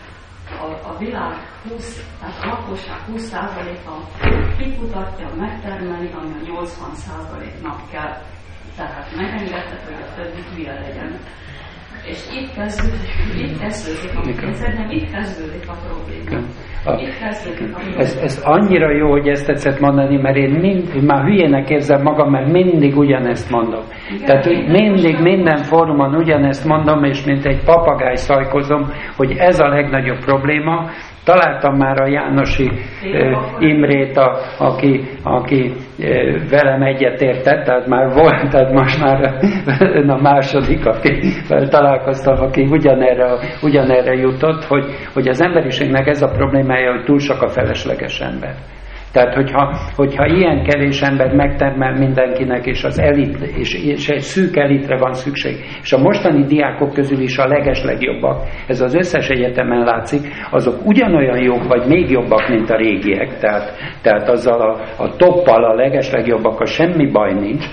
a világ 20, tehát a lakosság 20%-a kikutatja, megtermeli, ami a 80%-nak kell. Tehát megengedhet, hogy a többi hülye legyen. És itt kezdődik a probléma. Ez annyira jó, hogy ezt tetszett mondani, mert én már hülyének érzem magam, mert mindig ugyanezt mondom. Tehát mindig minden fórumon ugyanezt mondom, és mint egy papagáj szajkozom, hogy ez a legnagyobb probléma. Találtam már a Jánosi Imrét, aki velem egyetértett, tehát már volt, tehát most már a második, aki találkoztam, aki ugyanerre jutott, hogy az emberiségnek ez a problémája, hogy túl sok a felesleges ember. Tehát, hogyha ilyen kevés ember megtermel mindenkinek, és az elit, és egy szűk elitre van szükség, és a mostani diákok közül is a legeslegjobbak, ez az összes egyetemen látszik, azok ugyanolyan jók, vagy még jobbak, mint a régiek, tehát azzal a toppal a legeslegjobbakkal semmi baj nincs.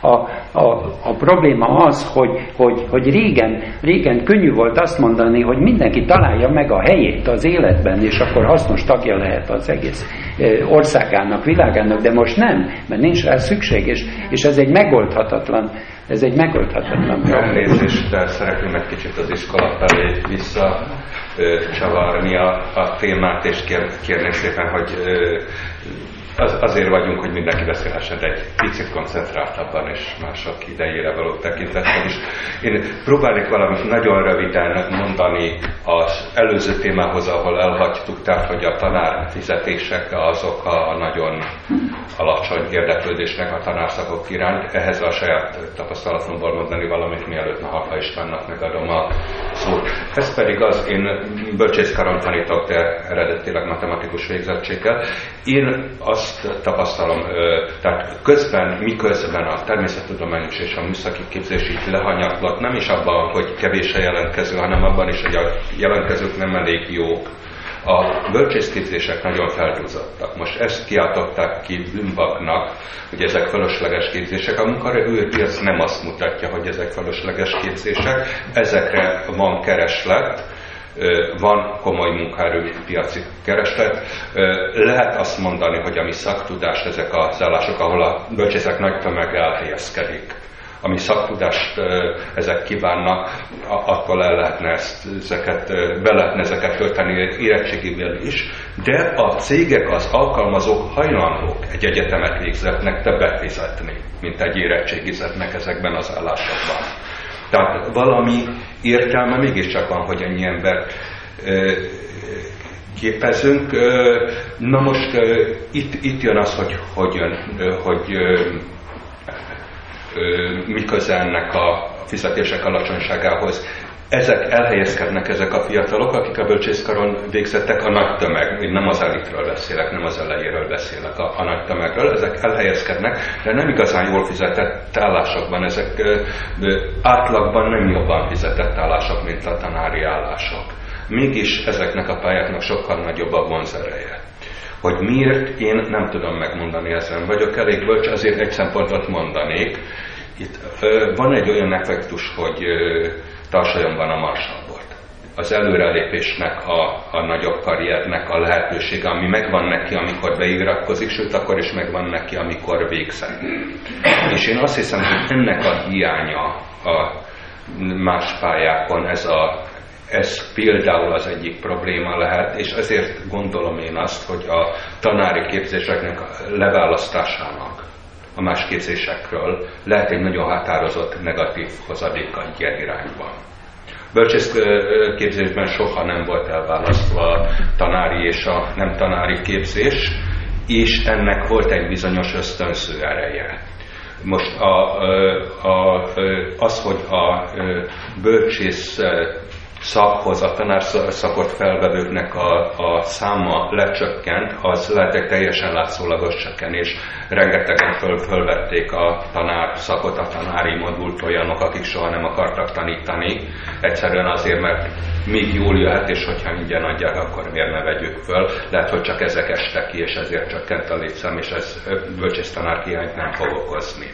A probléma az, hogy régen könnyű volt azt mondani, hogy mindenki találja meg a helyét az életben, és akkor hasznos tagja lehet az egész országának, világának, de most nem, mert nincs rá szükség, és ez egy megoldhatatlan Elnézést, de szeretném egy kicsit az iskola felé visszacsavarni a témát, és kérnék szépen, hogy azért vagyunk, hogy mindenki beszélhessen, de egy picit koncentráltabban és mások idejére való tekintetben is. Én próbálnék valamit nagyon röviden mondani az előző témához, ahol elhagytuk, tehát hogy a tanár fizetések azok a nagyon alacsony érdeklődésnek a tanárszakok iránt. Ehhez a saját tapasztalatomból mondani valamit, mielőtt Naharka Istvánnak megadom a szót. Ez pedig az, én bölcsészkaron tanítok, de eredetileg matematikus végzettséggel. Én azt tapasztalom, tehát miközben a természettudományos és a műszaki képzés így lehanyatlott, nem is abban, hogy kevés a jelentkező, hanem abban is, hogy a jelentkezők nem elég jók. A bölcsészképzések nagyon felhúzottak. Most ezt kiáltották ki bűnbaknak, hogy ezek fölösleges képzések. A munkaerőpiac nem azt mutatja, hogy ezek fölösleges képzések, ezekre van kereslet, van komoly munkaerőpiaci kereslet. Lehet azt mondani, hogy a mi szaktudás, ezek az állások, ahol a bölcsészek nagy tömeg elhelyezkedik, ami szaktudást ezek kívánnak, attól el lehetne be lehetne ezeket tölteni érettségiből is, de a cégek, az alkalmazók hajlandók egy egyetemet végzettnek többet fizetni, mint egy érettségizetnek ezekben az állásokban. Tehát valami értelme mégiscsak van, hogy ennyi ember képezünk. Na most itt jön az, hogy mi köze ennek a fizetések alacsonyságához. Elhelyezkednek ezek a fiatalok, akik a bölcsészkaron végzettek, a nagy tömeg, én nem az elitről beszélek, nem az elejéről beszélek, a nagy tömegről, ezek elhelyezkednek, de nem igazán jól fizetett állásokban, ezek átlagban nem jobban fizetett állások, mint a tanári állások. Mégis ezeknek a pályáknak sokkal nagyobb a vonzereje. Hogy miért, én nem tudom megmondani, ezen vagyok elég bölcs, azért egy szempontot mondanék. Itt van egy olyan effektus, hogy Tarsolyonban a Marshall-bort. Az előrelépésnek, a nagyobb karriernek a lehetősége, ami megvan neki, amikor beiratkozik, sőt, akkor is megvan neki, amikor végzett. És én azt hiszem, hogy ennek a hiánya a más pályákon, ez például az egyik probléma lehet, és ezért gondolom én azt, hogy a tanári képzéseknek a leválasztásának a más képzésekről lehet egy nagyon határozott negatív hozadéka ilyen irányban. Bölcsész képzésben soha nem volt elválasztva a tanári és a nem tanári képzés, és ennek volt egy bizonyos ösztönző ereje. Most az, hogy a bölcsész szakhoz, a tanárszakot felvevőknek a száma lecsökkent, az lehet egy teljesen látszólagos csökkenés. Rengetegen fölvették a tanárszakot, a tanári modult olyanok, akik soha nem akartak tanítani. Egyszerűen azért, mert még jól jöhet, és hogyha ingyen adják, akkor miért ne vegyük föl. Lehet, hogy csak ezek estek ki, és ezért csökkent a létszám, és ez bölcsésztanár hiányt nem fog okozni.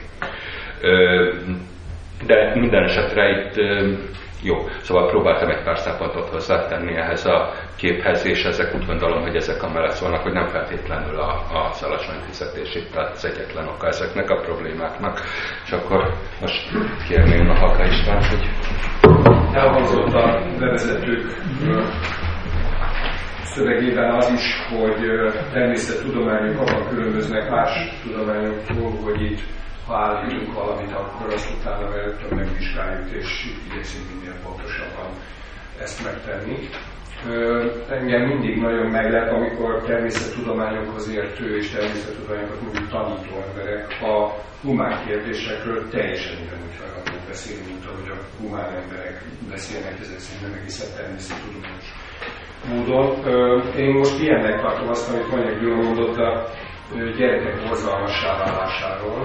De minden esetre itt jó, szóval próbáltam egy pár szempontot hozzátenni ehhez a képhez, és ezek úgy gondolom, hogy ezek amellett szólnak, hogy nem feltétlenül az alacsony fizetés itt az egyetlen oka ezeknek a problémáknak. És akkor most kérném a Haka Istvánt, hogy... Elhangzott a bevezetők szövegében az is, hogy természettudományok abban különböznek más tudományoktól, hogy itt ha állítunk valamit, akkor azt utána rögtön megvizsgáljuk, és igyekszünk minél pontosabban ezt megtenni. Engem mindig nagyon meglep, amikor természettudományokhoz értő és természettudományokat mondjuk tanító emberek a humán kérdésekről teljesen ugyanúgy hajlandók beszélni, mint ahogy a humán emberek beszélnek, ezek szerint nem egészen természettudományos módon. Én most ilyennek tartom azt, amit Manyag Gyula mondott a gyerekek borzalmassá válásáról.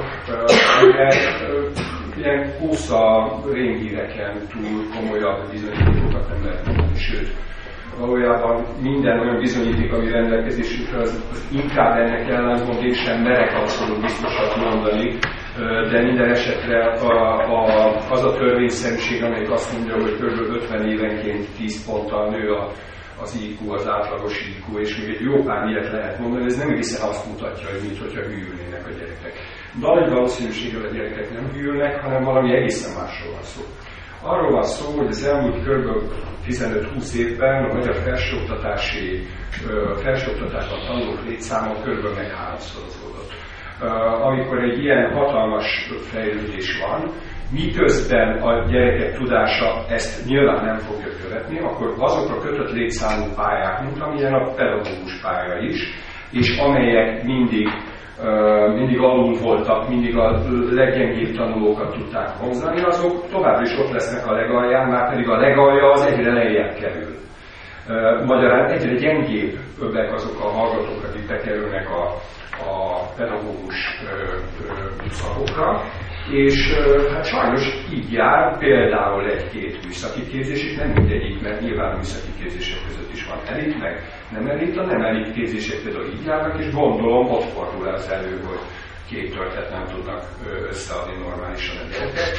Ilyen kósza rémhíreken túl komolyabb bizonyítékokat nem lehet mondani, sőt, valójában minden olyan bizonyíték, ami rendelkezésünkre, az inkább ennek ellentmond, én sem merek abszolút biztosat mondani, de minden esetre az a törvényszerűség, amelyik azt mondja, hogy kb. 50 évenként 10 ponttal nő az IQ, az átlagos IQ, és még egy jó pár ilyet lehet mondani, ez nem egészen azt mutatja, hogy mintha hűlnének a gyerekek. De nagy valószínűséggel a gyerekek nem hűlnek, hanem valami egészen másról van szó. Arról van szó, hogy az elmúlt kb. 15-20 évben a magyar felsőoktatásban tanulók létszáma kb. Megháromszorozódott. Amikor egy ilyen hatalmas fejlődés van, miközben a gyerekek tudása ezt nyilván nem fogja követni, akkor azokra kötött létszámú pályák, mint amilyen a pedagógus pálya is, és amelyek mindig alul voltak, mindig a leggyengébb tanulókat tudták vonzani, azok továbbra is ott lesznek a legalján, már pedig a legalja az egyre lejjebb kerül. Magyarán egyre gyengébbek azok a hallgatók, akik bekerülnek a pedagógus szakokra, és hát sajnos így jár például egy-két műszaki képzés, és nem mindegyik, mert nyilván a műszaki képzések között is van elit, meg nem elit, a nem elit képzések például így járnak, és gondolom ott fordul az elő, hogy két töltet nem tudnak összeadni normálisan a gyerekek.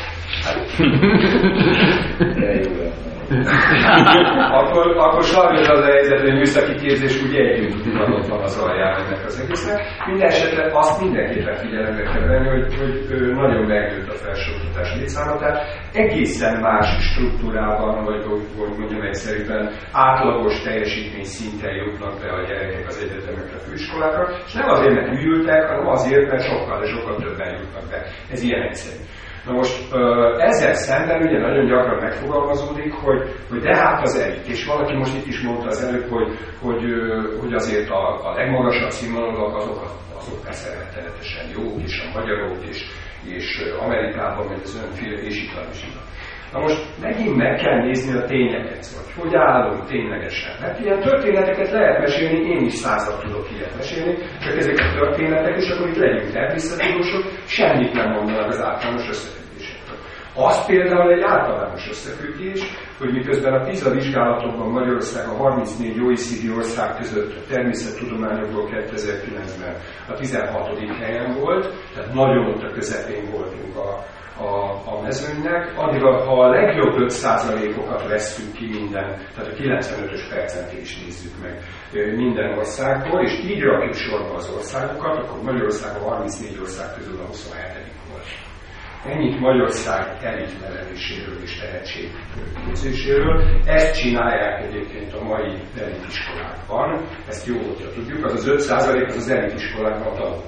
Akkor sajnos az a helyzet, hogy a műszaki képzés ugye együtt ott van az alján ennek az egésznek. Minden esetre azt mindenképpen figyelembe kell venni, hogy nagyon megnőtt a felsőoktatás létszáma, tehát egészen más struktúrában, vagy hogy mondjam egyszerűen átlagos teljesítmény szinten jutnak be a gyerekek az egyetemekre, főiskolákra, és nem azért, mert hűltek, hanem azért, mert sokkal többen jutnak be. Ez ilyen egyszerű. Na most ezzel szemben ugye nagyon gyakran megfogalmazódik, hogy de hát az elit, és valaki most itt is mondta az előbb, hogy azért a legmagasabb színvonalak azok persze rettenetesen jók, és a magyarok, és Amerikában, meg az önféle, és itt van. Na most megint meg kell nézni a tényeket, hogy állunk ténylegesen. Mert ilyen történeteket lehet mesélni, én is 100-at tudok ilyet mesélni, csak ezek a történetek, és akkor itt legyünk természetudósok, semmit nem mondanak az általános összefüggésekről. Az például egy általános összefüggés, hogy miközben a PISA vizsgálatokban Magyarország a 34 OECD ország között a természettudományokból 2009-ben a 16. helyen volt, tehát nagyon ott a közepén voltunk a mezőnynek, addig ha a legjobb 5%-okat vesszük ki minden, tehát a 95-ös percentig is nézzük meg minden országból, és így rakjuk sorba az országokat, akkor Magyarország a 34 ország közül a 27. volt. Ennyit Magyarország elitneveléséről és tehetségképzéséről. Ezt csinálják egyébként a mai elitiskolákban, ezt jó, hogyha tudjuk, az 5% az elitiskolákban tanul.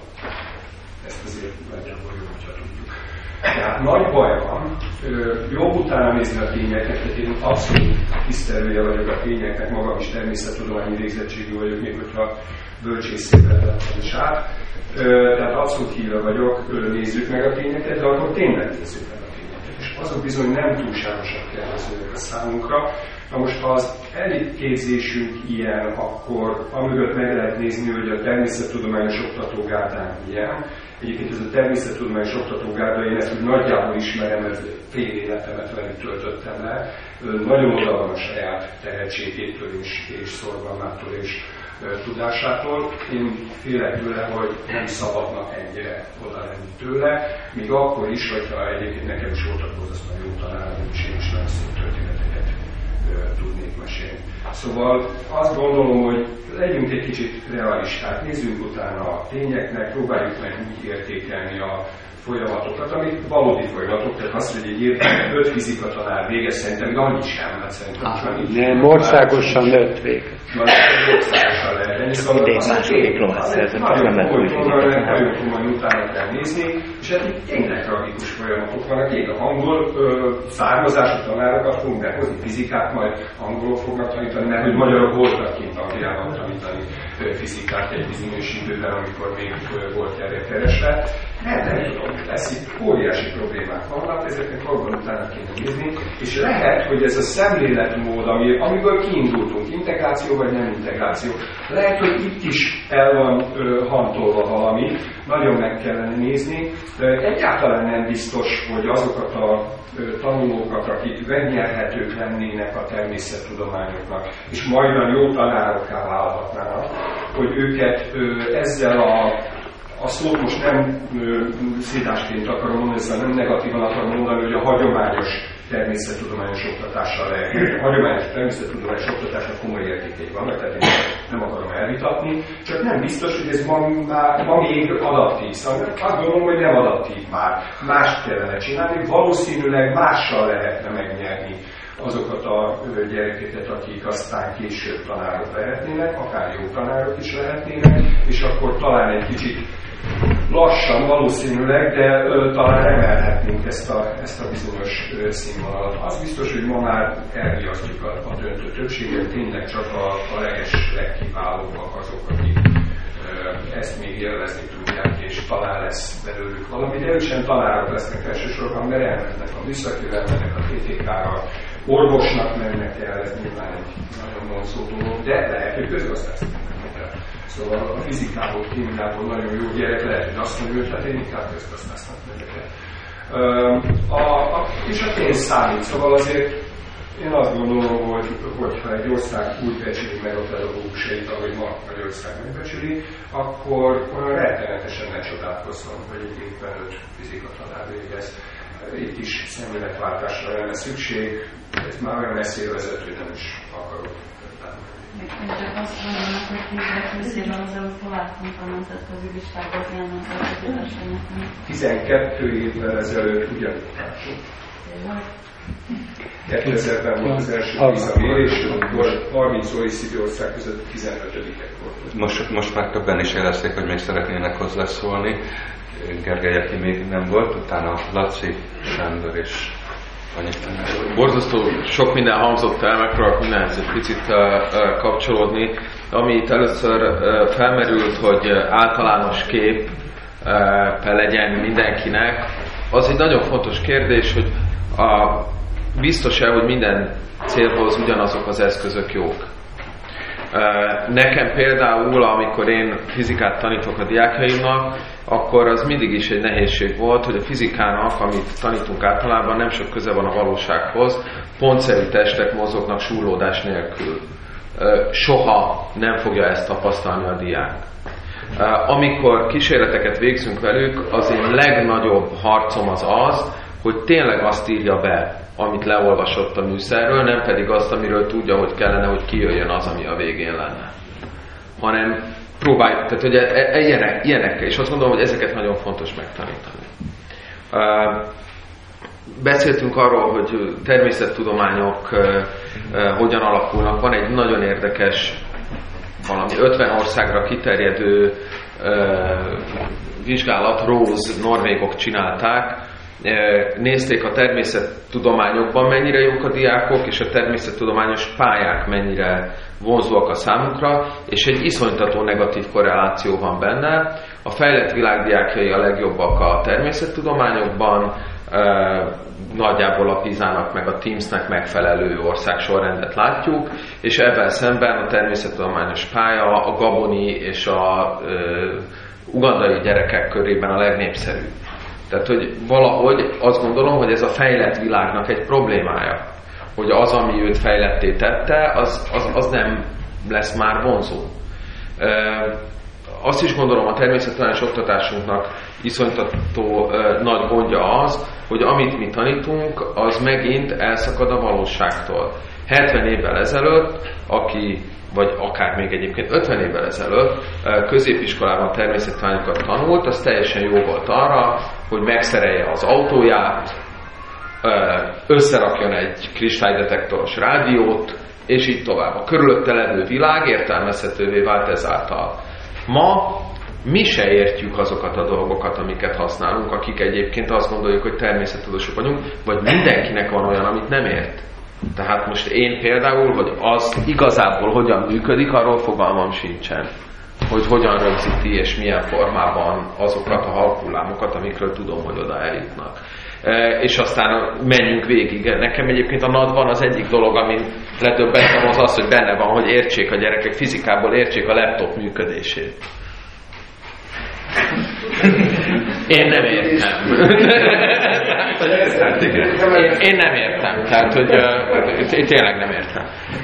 Ezt azért nagyjából jó, hogyha tudjuk. Tehát nagy baj van, jobb utána nézni a tényeket, tehát én abszolút tisztelője vagyok a tényeknek, magam is természettudományi végzettségű vagyok, még hogyha bölcsészében lettem is át. Tehát abszolút híve vagyok, nézzük meg a tényeket, de akkor tényleg nézzük meg a tényeket. És azok bizony nem túlságosan kérdezőek a számunkra. Na most, ha az elitképzésünk ilyen, akkor amögött meg lehet nézni, hogy a természettudományos oktatógárdánk ilyen. Egyébként ez a természettudományos oktatógárda, én ezt úgy nagyjából ismerem, mert fél életemet velük töltöttem le. Nagyon oda van a saját tehetségétől és szorgalmától és tudásától. Én félek tőle, hogy nem szabadna ennyire oda lenni tőle, még akkor is, hogyha egyébként nekem is voltak borzasztóan jó tanárom, és én is nagyon szép történeteket tudnék mesélni. Szóval azt gondolom, hogy legyünk egy kicsit realisták, nézzünk utána a tényeknek, próbáljuk meg úgy értékelni a folyamatokat, amik valódi folyamatok, tehát az, hogy egy évben 5 fizika tanár végez, szerintem annyi sem, mert szerintem nem, országosan 5 végez. Országosan lehet lenni, szóval nagyon komoly utána kell nézni, és hát itt tényleg tragikus folyamatok vannak, így a angol származású tanárokat fogunk behozni, fizikát majd angolul fognak tanítani, mert hogy magyarok voltak kint Angliában tanítani fizikát egy bizonyos időben, amikor még volt erre keresve. Nem tudom, hogy lesz itt óriási problémák vannak, ezeknek valóban utána kéne nézni, és lehet, hogy ez a szemléletmód, amiből kiindultunk, integráció vagy nem integráció, lehet, hogy itt is el van hantolva valami, nagyon meg kellene nézni. Egyáltalán nem biztos, hogy azokat a tanulókat, akik megnyerhetők lennének a természettudományoknak, és majdan jó tanárokká válhatnának, hogy őket ezzel a szót most nem szédásként akarom mondani, ezzel nem negatívan akarom mondani, hogy a hagyományos természettudományos oktatással lehet. A hagyományos természettudományos oktatásnak komoly értékei vannak, tehát én nem akarom elvitatni, csak nem biztos, hogy ez ma még adaptív. Szóval azt gondolom, hogy nem adaptív már. Mást kellene csinálni, valószínűleg mással lehetne megnyerni azokat a gyerekeket, akik aztán később tanárok lehetnének, akár jó tanárok is lehetnének, és akkor talán egy kicsit lassan valószínűleg, de talán emelhetnénk ezt a bizonyos színvonalat. Az biztos, hogy ma már elriasztjuk a döntő többséget, tényleg csak a legkiválóbbak azok, akik ezt még élvezni tudják, és talán lesz belőlük valami, de ők sem tanárok lesznek elsősorban, mert elmennek a műszakira, elmennek a TTK-ra, orvosnak mennek el, ez nyilván egy nagyon vonzó dolog, de lehet, hogy közgazdásznak. Szóval a fizikából, kémiából nagyon jó gyerek lehet, hogy azt mondja, hogy hát én inkább közgazdásznak megyek el. És a pénz számít, szóval azért én azt gondolom, hogy ha egy ország úgy becsüli meg a pedagógusait, ahogy ma Magyarország megbecsüli, akkor rettenetesen ne csodálkozzon, hogy egy évben 5 fizika tanár végez. Itt is szemléletváltásra lenne szükség, ez már olyan messzire vezet, hogy nem is akarok. Csak azt mondanak, hogy 10-20 az EU találtunk a nemzetközi listába az ilyen nemzetközi versenyeknek. 12 évvel ezelőtt ugyanúgy társadalmat. 2000-ben volt az első PISA mérés, akkor 30 OECD ország között 15-ek volt. Most már többen is jelezték, hogy még szeretnének hozzászólni. Gergely, aki még nem volt, utána Laci, Sándor és Borzasztó sok minden hangzott el, megpróbálok mindenhez egy picit kapcsolódni. Ami itt először felmerült, hogy általános kép legyen mindenkinek, az egy nagyon fontos kérdés, hogy biztos-e, hogy minden célhoz ugyanazok az eszközök jók. Nekem például, amikor én fizikát tanítok a diákjaimnak, akkor az mindig is egy nehézség volt, hogy a fizikának, amit tanítunk általában, nem sok köze van a valósághoz, pontszerű testek mozognak súrlódás nélkül. Soha nem fogja ezt tapasztalni a diák. Amikor kísérleteket végzünk velük, az én legnagyobb harcom az, hogy tényleg azt írja be, amit leolvasott a műszerről, nem pedig azt, amiről tudja, hogy kellene, hogy kijöjjön az, ami a végén lenne. Hanem próbáljuk, tehát hogy ilyenekkel, és azt gondolom, hogy ezeket nagyon fontos megtanítani. Beszéltünk arról, hogy természettudományok hogyan alakulnak. Van egy nagyon érdekes, valami 50 országra kiterjedő vizsgálat, Rose norvégok csinálták, nézték a természettudományokban mennyire jók a diákok, és a természettudományos pályák mennyire vonzóak a számukra, és egy iszonytató negatív korreláció van benne. A fejlett világ diákjai a legjobbak a természettudományokban, nagyjából a PISA-nak meg a TIMSZ-nek megfelelő országsorrendet látjuk, és ebben szemben a természettudományos pálya a gaboni és a ugandai gyerekek körében a legnépszerűbb. Tehát, hogy valahogy azt gondolom, hogy ez a fejlett világnak egy problémája, hogy az, ami őt fejletté tette, az nem lesz már vonzó. Azt is gondolom, a természettudományos oktatásunknak iszonytató nagy gondja az, hogy amit mi tanítunk, az megint elszakad a valóságtól. 70 évvel ezelőtt, vagy akár még egyébként 50 évvel ezelőtt középiskolában természettudományokat tanult, az teljesen jó volt arra, hogy megszerelje az autóját, összerakjon egy kristálydetektoros rádiót, és így tovább. A körülötte levő világ értelmezhetővé vált ezáltal. Ma mi se értjük azokat a dolgokat, amiket használunk, akik egyébként azt gondoljuk, hogy természettudósok vagyunk, vagy mindenkinek van olyan, amit nem ért. Tehát most én például, hogy az igazából hogyan működik, arról fogalmam sincsen. Hogy hogyan rögzíti és milyen formában azokat a halkullámokat, amikről tudom, hogy oda eljutnak. És aztán menjünk végig. Nekem egyébként a NAD-ban az egyik dolog, amin ledöbbentem, az, hogy benne van, hogy értsék a gyerekek, fizikából értsék a laptop működését. Én nem értem. Én nem értem. Tehát, hogy én tényleg nem értem.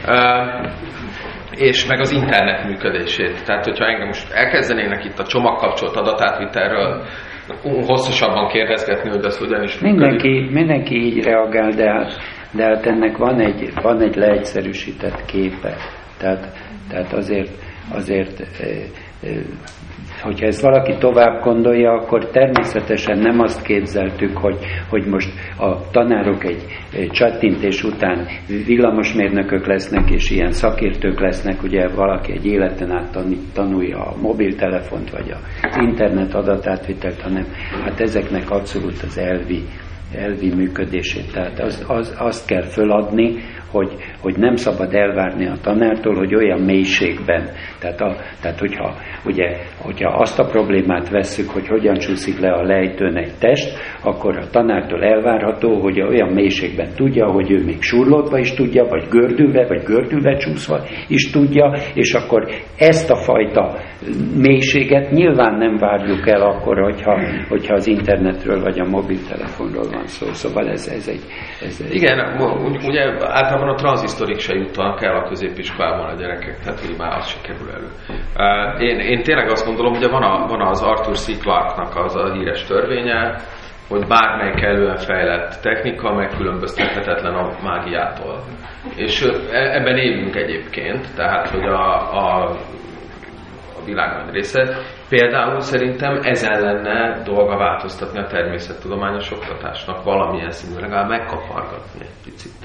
És meg az internet működését. Tehát, hogyha engem most elkezdenének itt a csomagkapcsolt adatátvitelről hosszasabban kérdezgetni, hogy ez hogyan is működik. Mindenki így reagál, de hát ennek van egy leegyszerűsített képe. Tehát azért hogyha ezt valaki tovább gondolja, akkor természetesen nem azt képzeltük, hogy most a tanárok egy csattintés után villamosmérnökök lesznek, és ilyen szakértők lesznek, ugye valaki egy életen át tanulja a mobiltelefont, vagy az internet adatátvitelt, hanem hát ezeknek abszolút az elvi működését. Tehát azt kell föladni, hogy nem szabad elvárni a tanártól, hogy olyan mélységben, tehát hogyha azt a problémát vesszük, hogy hogyan csúszik le a lejtőn egy test, akkor a tanártól elvárható, hogy olyan mélységben tudja, hogy ő még surlódva is tudja, vagy gördülve csúszva is tudja, és akkor ezt a fajta mélységet nyilván nem várjuk el akkor, hogyha az internetről vagy a mobiltelefonról van szó. Szóval ez egy... Igen, ugye általában a tranzisztorik se jutnak el a középiskolában a gyerekek, tehát hogy már az se kerül elő. Én tényleg azt gondolom, hogy van az Arthur C. Clarke-nak az a híres törvénye, hogy bármely kellően fejlett technika megkülönböztethetetlen a mágiától. És ebben élünk egyébként, tehát hogy a világ nagy része. Például szerintem ezen lenne dolga változtatni a természettudományos oktatásnak valamilyen színű, legalább megkapargatni egy picit.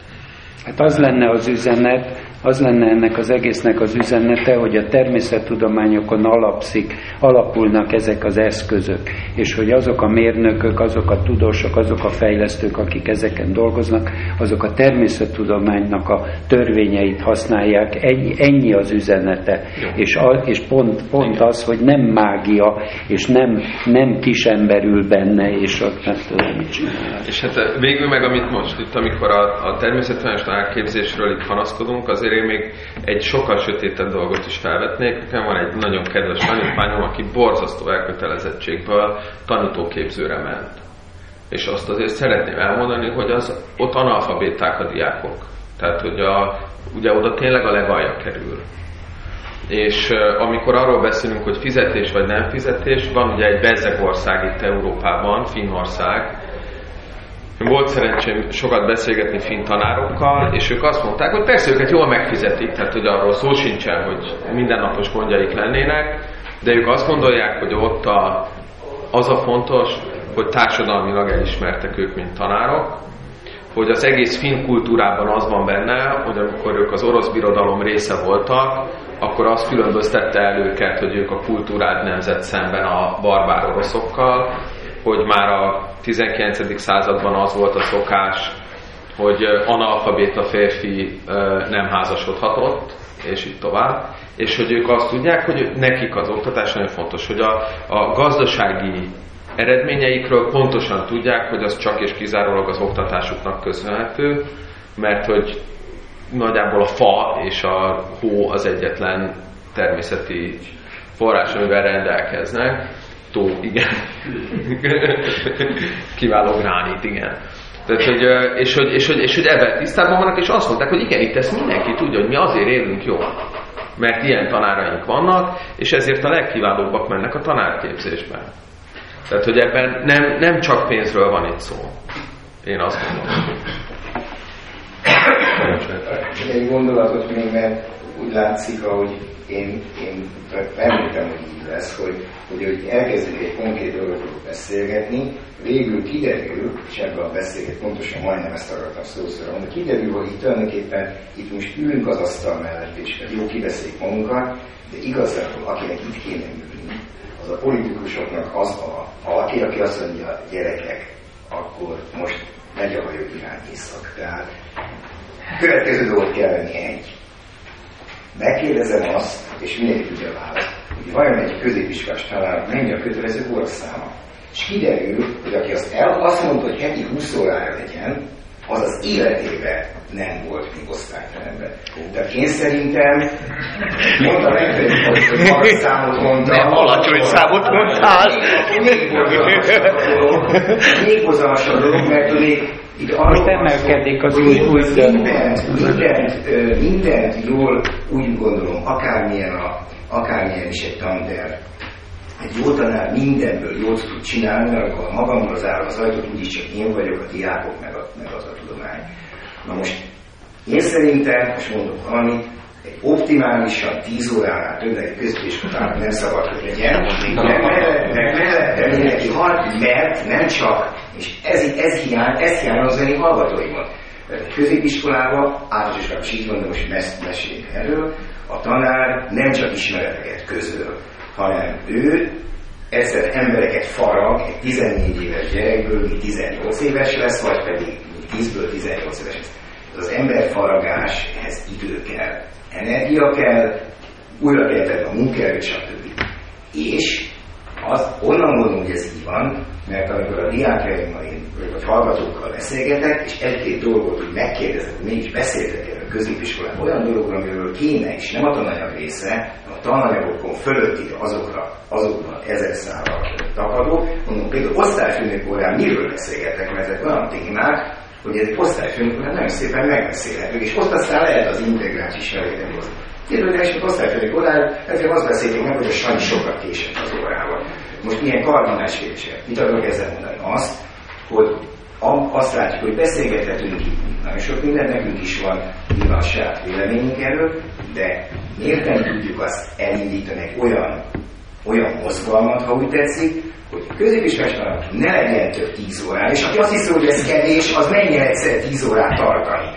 Hát az lenne az üzenet, az lenne ennek az egésznek az üzenete, hogy a természettudományokon alapulnak ezek az eszközök, és hogy azok a mérnökök, azok a tudósok, azok a fejlesztők, akik ezeken dolgoznak, azok a természettudománynak a törvényeit használják, ennyi az üzenete. És pont az, hogy nem mágia, és nem kisember ül benne, és ott nem tudom, mit csinál. És hát végül meg, amit most itt, amikor a természettudományos tanárképzésről itt panaszkodunk, azért én még egy sokkal sötétebb dolgot is felvetnék. Nekem van egy nagyon kedves tanítványom, aki borzasztó elkötelezettségből tanítóképzőre ment. És azt azért szeretném elmondani, hogy ott analfabéták a diákok. Tehát, hogy ugye oda tényleg a legalja kerül. És amikor arról beszélünk, hogy fizetés vagy nem fizetés, van ugye egy bezzeg ország itt Európában, Finnország. Volt szerencsém sokat beszélgetni finn tanárokkal, és ők azt mondták, hogy persze őket jól megfizetik, tehát hogy arról szó sincsen, hogy mindennapos gondjaik lennének, de ők azt gondolják, hogy ott az a fontos, hogy társadalmilag elismertek ők, mint tanárok, hogy az egész finn kultúrában az van benne, hogy amikor ők az orosz birodalom része voltak, akkor az különböztette el őket, hogy ők a kultúrált nemzet szemben a barbár oroszokkal, hogy már a 19. században az volt a szokás, hogy analfabéta férfi nem házasodhatott, és így tovább, és hogy ők azt tudják, hogy nekik az oktatás nagyon fontos, hogy a gazdasági eredményeikről pontosan tudják, hogy az csak és kizárólag az oktatásuknak köszönhető, mert hogy nagyjából a fa és a hó az egyetlen természeti forrás, amivel rendelkeznek. Tó, igen. Kiváló gránit, igen. Tehát, és hogy ebben tisztában vannak, és azt mondták, hogy igen, itt ezt mindenki tudja, hogy mi azért élünk jól. Mert ilyen tanáraink vannak, és ezért a legkiválóbbak mennek a tanárképzésben. Tehát, hogy ebben nem csak pénzről van itt szó. Én azt gondolom. Egy gondolatot még, mert úgy látszik, ahogy én reméltem, hogy így lesz, hogy elkezdünk egy konkrét dologról beszélgetni, végül kiderül, és ebben a beszélget pontosan majdnem ezt akartam szószorra mondani, kiderül, hogy itt tulajdonképpen itt most ülünk az asztal mellett, és jó kibeszéljük magunkat, de igazából akinek itt kéne ülni, az a politikusoknak az ha aki azt mondja, gyerekek, akkor most megy a hajó irány észak. Tehát következő dolgot kell lenni egy. Megkérdezem azt, és mindenki tudja a választ, hogy vajon egy középiskolás tanár mennyi a kötelező óraszáma. És kiderül, hogy aki azt mondta, hogy heti 20 órára legyen, az életében nem volt még osztályteremben. Tehát én szerintem mondtam nektek, hogy magas számot mondtam. Nem alacsony számot mondtál. Még hozzámasabb dolog, mert itt most emelkedik az új mindent jól úgy gondolom, akármilyen is egy tanterv. Egy jó tanár mindenből jót tud csinálni, mert akkor magamról zárva az ajtót, úgyis csak én vagyok, a diákok, meg az a tudomány. Na most én szerintem, most mondok valamit, egy optimálisan 10 óránál többnek középiskolában nem szabad, hogy legyen, mert mindenki mert nem csak, és ez hiányozani hallgatóimon. A középiskolában, általánosiskolában is így van, de most meséljünk erről, a tanár nem csak ismereteket közöl, hanem ő egyszer embereket farag egy 14 éves gyerekből, mi 18 éves lesz, vagy pedig 10-ből 18 éves lesz. Az emberfaragáshez idő kell, energia kell, újra kell tenni a munkaerőt, stb. És onnan mondom, hogy ez így van, mert amikor a diákjaimmal vagy hallgatókkal beszélgetek, és egy-két dolgot úgy megkérdezek, hogy mégis beszéltek erről a középiskolában olyan dologról, amiről kéne, és nem a tananyag része, a tananyagokon fölötti azokban 1000 szálal tapadó, mondom, például osztályfőnök órán miről beszélgetek, mert ezek olyan témák, hogy ezek osztályfőnök órán nagyon szépen megbeszélhetők, és ott aztán lehet az integráns ismeretet hozni. Kérdőleges, hogy osztályfőnök órán, ezért azt beszéltünk meg, hogy a Sanyi sokat késett az órával. Most milyen kardinális kérdések? Mit akarok ezzel mondani? Azt, hogy azt látjuk, hogy beszélgethetünk itt. Nagyon sok minden nekünk is van, nyilván a saját véleményünk erről, de miért nem tudjuk azt elindítani egy olyan mozgalmat, ha úgy tetszik, hogy középiskolásnak ne legyen több 10 órán, és aki azt hiszi, hogy ez kevés, az menjen egyszer 10 órát tartani.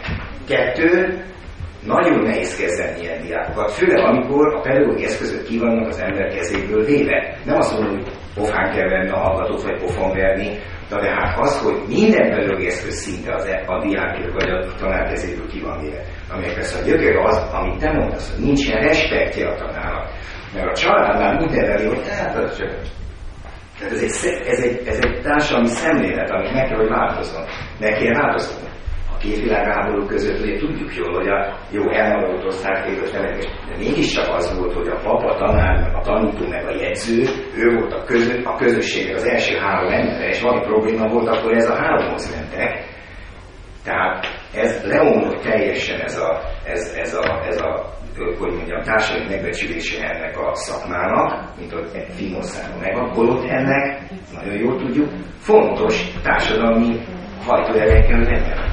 2, nagyon nehéz kezelni ilyen diákokat, főleg amikor a pedagógiai eszközök ki vannak az ember kezéből véve. Nem azt mondom, hogy pofán kell venni a hallgatót, vagy pofon verni, de hát az, hogy minden pedagógiai eszköz szinte a diákért vagy a tanár kezéből ki van véve. Aminek persze a gyökere az, amit te mondasz, hogy nincsen respektje a tanárnak. Mert a családnál úgy neveli, hogy csak... Tehát ez egy társadalmi szemlélet, amit meg kell, hogy változzon. Meg kell változni. A két világháború között ugye tudjuk jól, hogy a jó elmaradott osztályfőzős nevelés, de mégiscsak az volt, hogy a papa, a tanár, a tanító, meg a jegyző, ő volt a közösségnek az első 3 ember, és valami probléma volt, akkor ez a 3-hoz mentek. Tehát ez leomlott teljesen ez a hogy mondjam, társadalmi megbecsülése ennek a szakmának, mint hogy Finországban megakkolott ennek, nagyon jól tudjuk, fontos társadalmi hajtójelekkel lenni.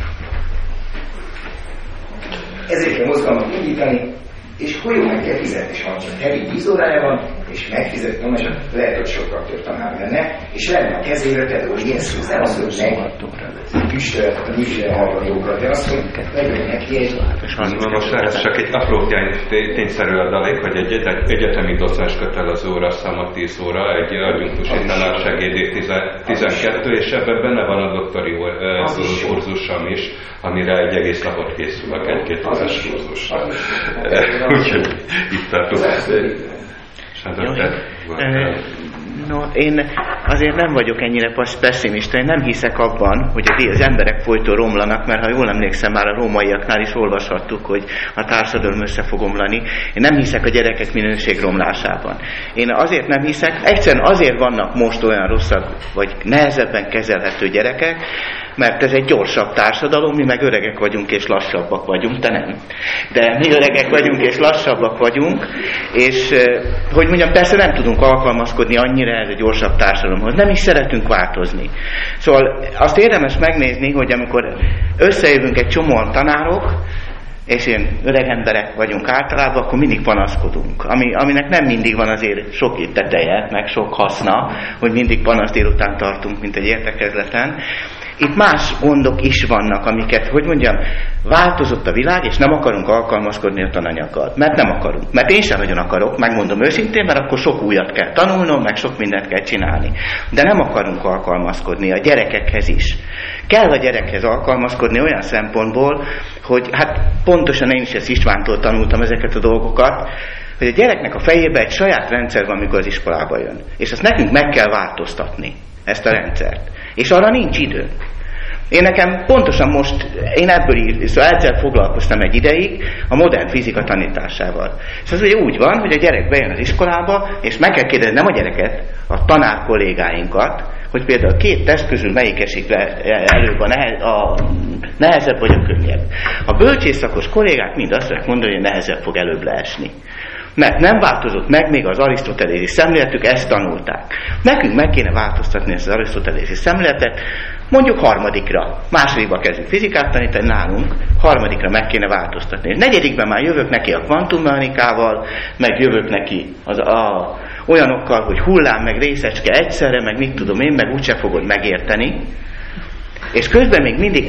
Ezért kell mozgalmat indítani, és hogy meg kell fizetni, és ha csak hevi 10 órája van, és megfizetem, és lehet, hogy sokkal több tanár lenne, és lenne a kezére pedagógiai eszköz, nem az, hogy a műsor hallgatókat, de azt, hogy legyen neki egy... Most ez csak egy apró tényszerű adalék, hogy egy egyetemi docens kötelező óraszáma 10 óra, egy adjunktusi tanársegédé 12, és ebben benne van a doktori kurzusom is, amire egy egész napot készülök, 1-2 órás kurzussal. Úgyhogy itt tartunk. No, én azért nem vagyok ennyire pessimista, én nem hiszek abban, hogy az emberek folyton romlanak, mert ha jól emlékszem, már a rómaiaknál is olvashattuk, hogy a társadalom össze fog omlani. Én nem hiszek a gyerekek minőségromlásában. Én azért nem hiszek, egyszerűen azért vannak most olyan rosszak, vagy nehezebben kezelhető gyerekek, mert ez egy gyorsabb társadalom, mi meg öregek vagyunk és lassabbak vagyunk, te nem. De mi öregek vagyunk és lassabbak vagyunk, és hogy mondjam, persze nem tudunk alkalmazkodni annyira ez a gyorsabb társadalomhoz, nem is szeretünk változni. Szóval azt érdemes megnézni, hogy amikor összejövünk egy csomóan tanárok, és ilyen öreg emberek vagyunk általában, akkor mindig panaszkodunk. Aminek nem mindig van azért sok teteje, meg sok haszna, hogy mindig panasz délután tartunk, mint egy értekezleten. Itt más gondok is vannak, amiket, hogy mondjam, változott a világ, és nem akarunk alkalmazkodni a tananyaggal. Mert nem akarunk. Mert én sem nagyon akarok, megmondom őszintén, mert akkor sok újat kell tanulnom, meg sok mindent kell csinálni. De nem akarunk alkalmazkodni a gyerekekhez is. Kell a gyerekhez alkalmazkodni olyan szempontból, hogy hát pontosan én is ezt Istvántól tanultam ezeket a dolgokat, hogy a gyereknek a fejében egy saját rendszer van, amikor az iskolába jön. És ezt nekünk meg kell változtatni, ezt a rendszert. És arra nincs idő. Én nekem pontosan most, szóval ezzel foglalkoztam egy ideig a modern fizika tanításával. És az ugye úgy van, hogy a gyerek bejön az iskolába, és meg kell kérdezni nem a gyereket, a tanár kollégáinkat, hogy például 2 teszt közül melyik esik előbb a nehezebb vagy a könnyebb. A bölcsészszakos kollégák mind azt fogják mondani, hogy nehezebb fog előbb leesni. Mert nem változott meg még az arisztotelési szemléletük, ezt tanulták. Nekünk meg kéne változtatni ezt az arisztotelési szemléletet, mondjuk 3-ra. 2-ba kezdünk fizikát tanítani, nálunk 3-ra meg kéne változtatni. És 4-ben már jövök neki a kvantummechanikával, meg jövök neki olyanokkal, hogy hullám, meg részecske egyszerre, meg mit tudom én, meg úgyse fogod megérteni. És közben még mindig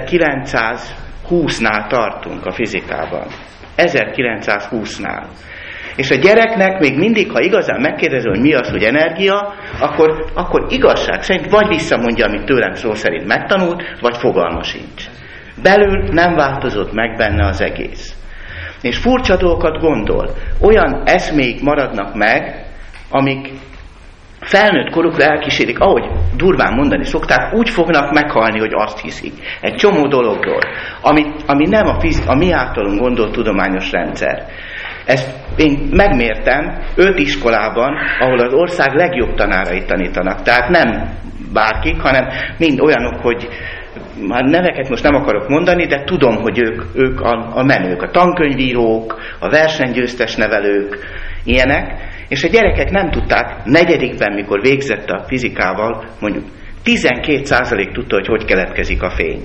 1920-nál tartunk a fizikában. 1920-nál. És a gyereknek még mindig, ha igazán megkérdezi, hogy mi az, hogy energia, akkor igazság szerint vagy visszamondja, amit tőlem szó szerint megtanult, vagy fogalma sincs. Belül nem változott meg benne az egész. És furcsa dolgokat gondol. Olyan eszméik maradnak meg, amik felnőtt korukra elkísérik, ahogy durván mondani szokták, úgy fognak meghalni, hogy azt hiszik. Egy csomó dologról, ami nem a mi általunk gondolt tudományos rendszer. Ezt én megmértem 5 iskolában, ahol az ország legjobb tanárai tanítanak. Tehát nem bárkik, hanem mind olyanok, hogy már neveket most nem akarok mondani, de tudom, hogy ők a menők, a tankönyvírók, a versenygyőztes nevelők, ilyenek, és a gyerekek nem tudták, 4-ben, mikor végzett a fizikával, mondjuk 12% tudta, hogy keletkezik a fény.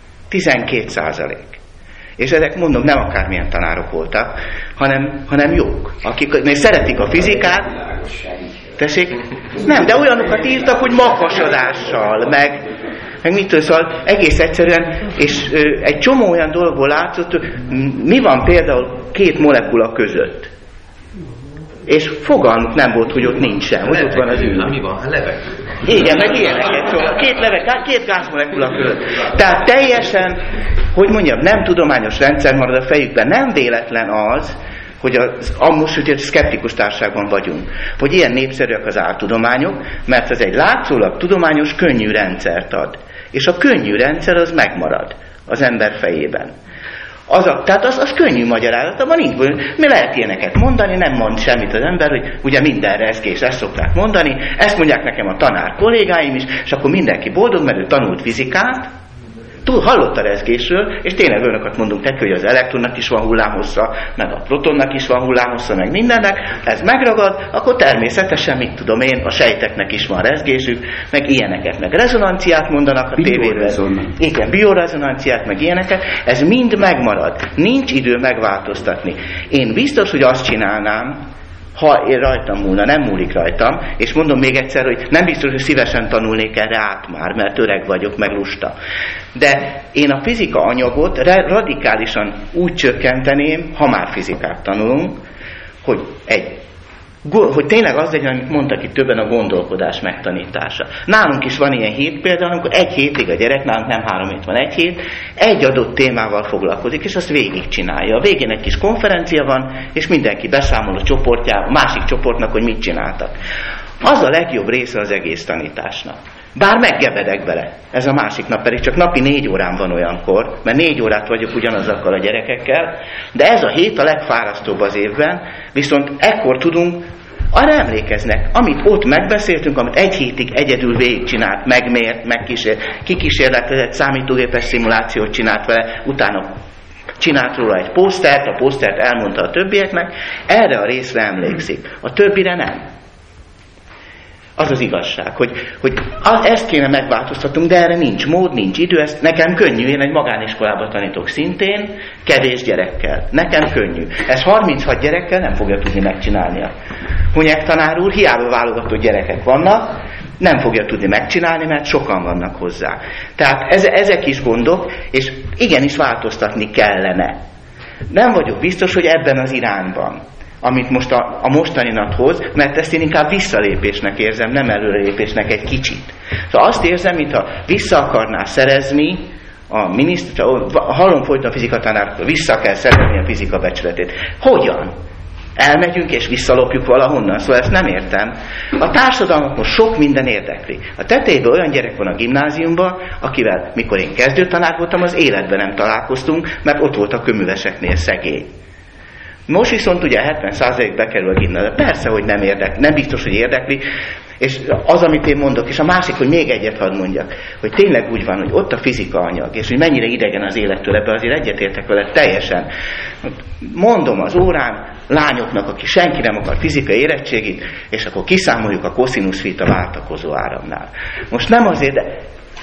12%. És ezek, mondom, nem akármilyen tanárok voltak, hanem jók, akik szeretik a fizikát. Tessék? Nem, de olyanokat írtak, hogy makasodással, meg mitől, szóval egész egyszerűen, és egy csomó olyan dologból látszott, mi van például két molekula között. És fogalmuk nem volt, hogy ott nincsen, hogy ott van az űr. Mi van? Levegő. Igen, meg ilyeneket, szóval két gázmolekula között. Tehát teljesen, hogy mondjam, nem tudományos rendszer marad a fejükben. Nem véletlen az, hogy most ugye szkeptikus társaságban vagyunk, hogy ilyen népszerűek az áltudományok, mert ez egy látszólag tudományos, könnyű rendszert ad. És a könnyű rendszer az megmarad az ember fejében. Tehát az könnyű magyarázatban nincs. Mi lehet ilyeneket mondani, nem mond semmit az ember, hogy ugye minden rezgés, ezt szokták mondani, ezt mondják nekem a tanár kollégáim is, és akkor mindenki boldog, mert ő tanult fizikát, hallott a rezgésről, és tényleg olyanokat mondunk neki, hogy az elektronnak is van hullámhossza, meg a protonnak is van hullámhossza, meg mindennek, ez megragad, akkor természetesen, mit tudom én, a sejteknek is van rezgésük, meg ilyeneket, meg rezonanciát mondanak a tévében. Igen, biorezonanciát, meg ilyeneket, ez mind megmarad. Nincs idő megváltoztatni. Én biztos, hogy azt csinálnám, ha én rajtam múlna, nem múlik rajtam, és mondom még egyszer, hogy nem biztos, hogy szívesen tanulnék erre át már, mert öreg vagyok, meg lusta. De én a fizika anyagot radikálisan úgy csökkenteném, ha már fizikát tanulunk, hogy tényleg az legyen, amit mondtak itt többen, a gondolkodás megtanítása. Nálunk is van ilyen hét például, amikor egy hétig a gyerek, nálunk nem 3 hét van, egy hét, egy adott témával foglalkozik, és azt végigcsinálja. A végén egy kis konferencia van, és mindenki beszámol a másik csoportnak, hogy mit csináltak. Az a legjobb része az egész tanításnak. Bár meggebedek bele. Ez a másik nap pedig csak napi 4 órán van olyankor, mert 4 órát vagyok ugyanazokkal a gyerekekkel, de ez a hét a legfárasztóbb az évben, viszont ekkor tudunk, arra emlékeznek, amit ott megbeszéltünk, amit egy hétig egyedül végigcsinált, megmért, kikísérletezett, számítógépes szimulációt csinált vele, utána csinált róla egy posztert, a posztert elmondta a többieknek, erre a részre emlékszik, a többire nem. Az az igazság, hogy ezt kéne megváltoztatnunk, de erre nincs mód, nincs idő, ezt nekem könnyű, én egy magániskolában tanítok szintén, kevés gyerekkel. Nekem könnyű. Ez 36 gyerekkel nem fogja tudni megcsinálni a Hunyák tanár úr, hiába válogatott gyerekek vannak, nem fogja tudni megcsinálni, mert sokan vannak hozzá. Tehát ezek is gondok, és igenis változtatni kellene. Nem vagyok biztos, hogy ebben az irányban, amit most a mostani nap hoz, mert ezt én inkább visszalépésnek érzem, nem előrelépésnek egy kicsit. Szóval azt érzem, mintha vissza akarná szerezni a miniszter, hallom folyton a fizikatanár, vissza kell szerezni a fizika becsületét. Hogyan? Elmegyünk és visszalopjuk valahonnan, szóval ezt nem értem. A társadalmat most sok minden érdekli. A tetejében olyan gyerek van a gimnáziumban, akivel, mikor én kezdőtanár voltam, az életben nem találkoztunk, mert ott volt a köműveseknél szegény. Most viszont ugye 70% bekerül a gimnáziumba. Persze, hogy nem érdekli, nem biztos, hogy érdekli, és az, amit én mondok, és a másik, hogy még egyet hadd mondjak, hogy tényleg úgy van, hogy ott a fizika anyag, és hogy mennyire idegen az élettől, ebben azért egyetértek vele teljesen. Mondom az órán lányoknak, aki senki nem akar fizikai érettségit, és akkor kiszámoljuk a koszinusz-fit a váltakozó áramnál. Most nem azért, de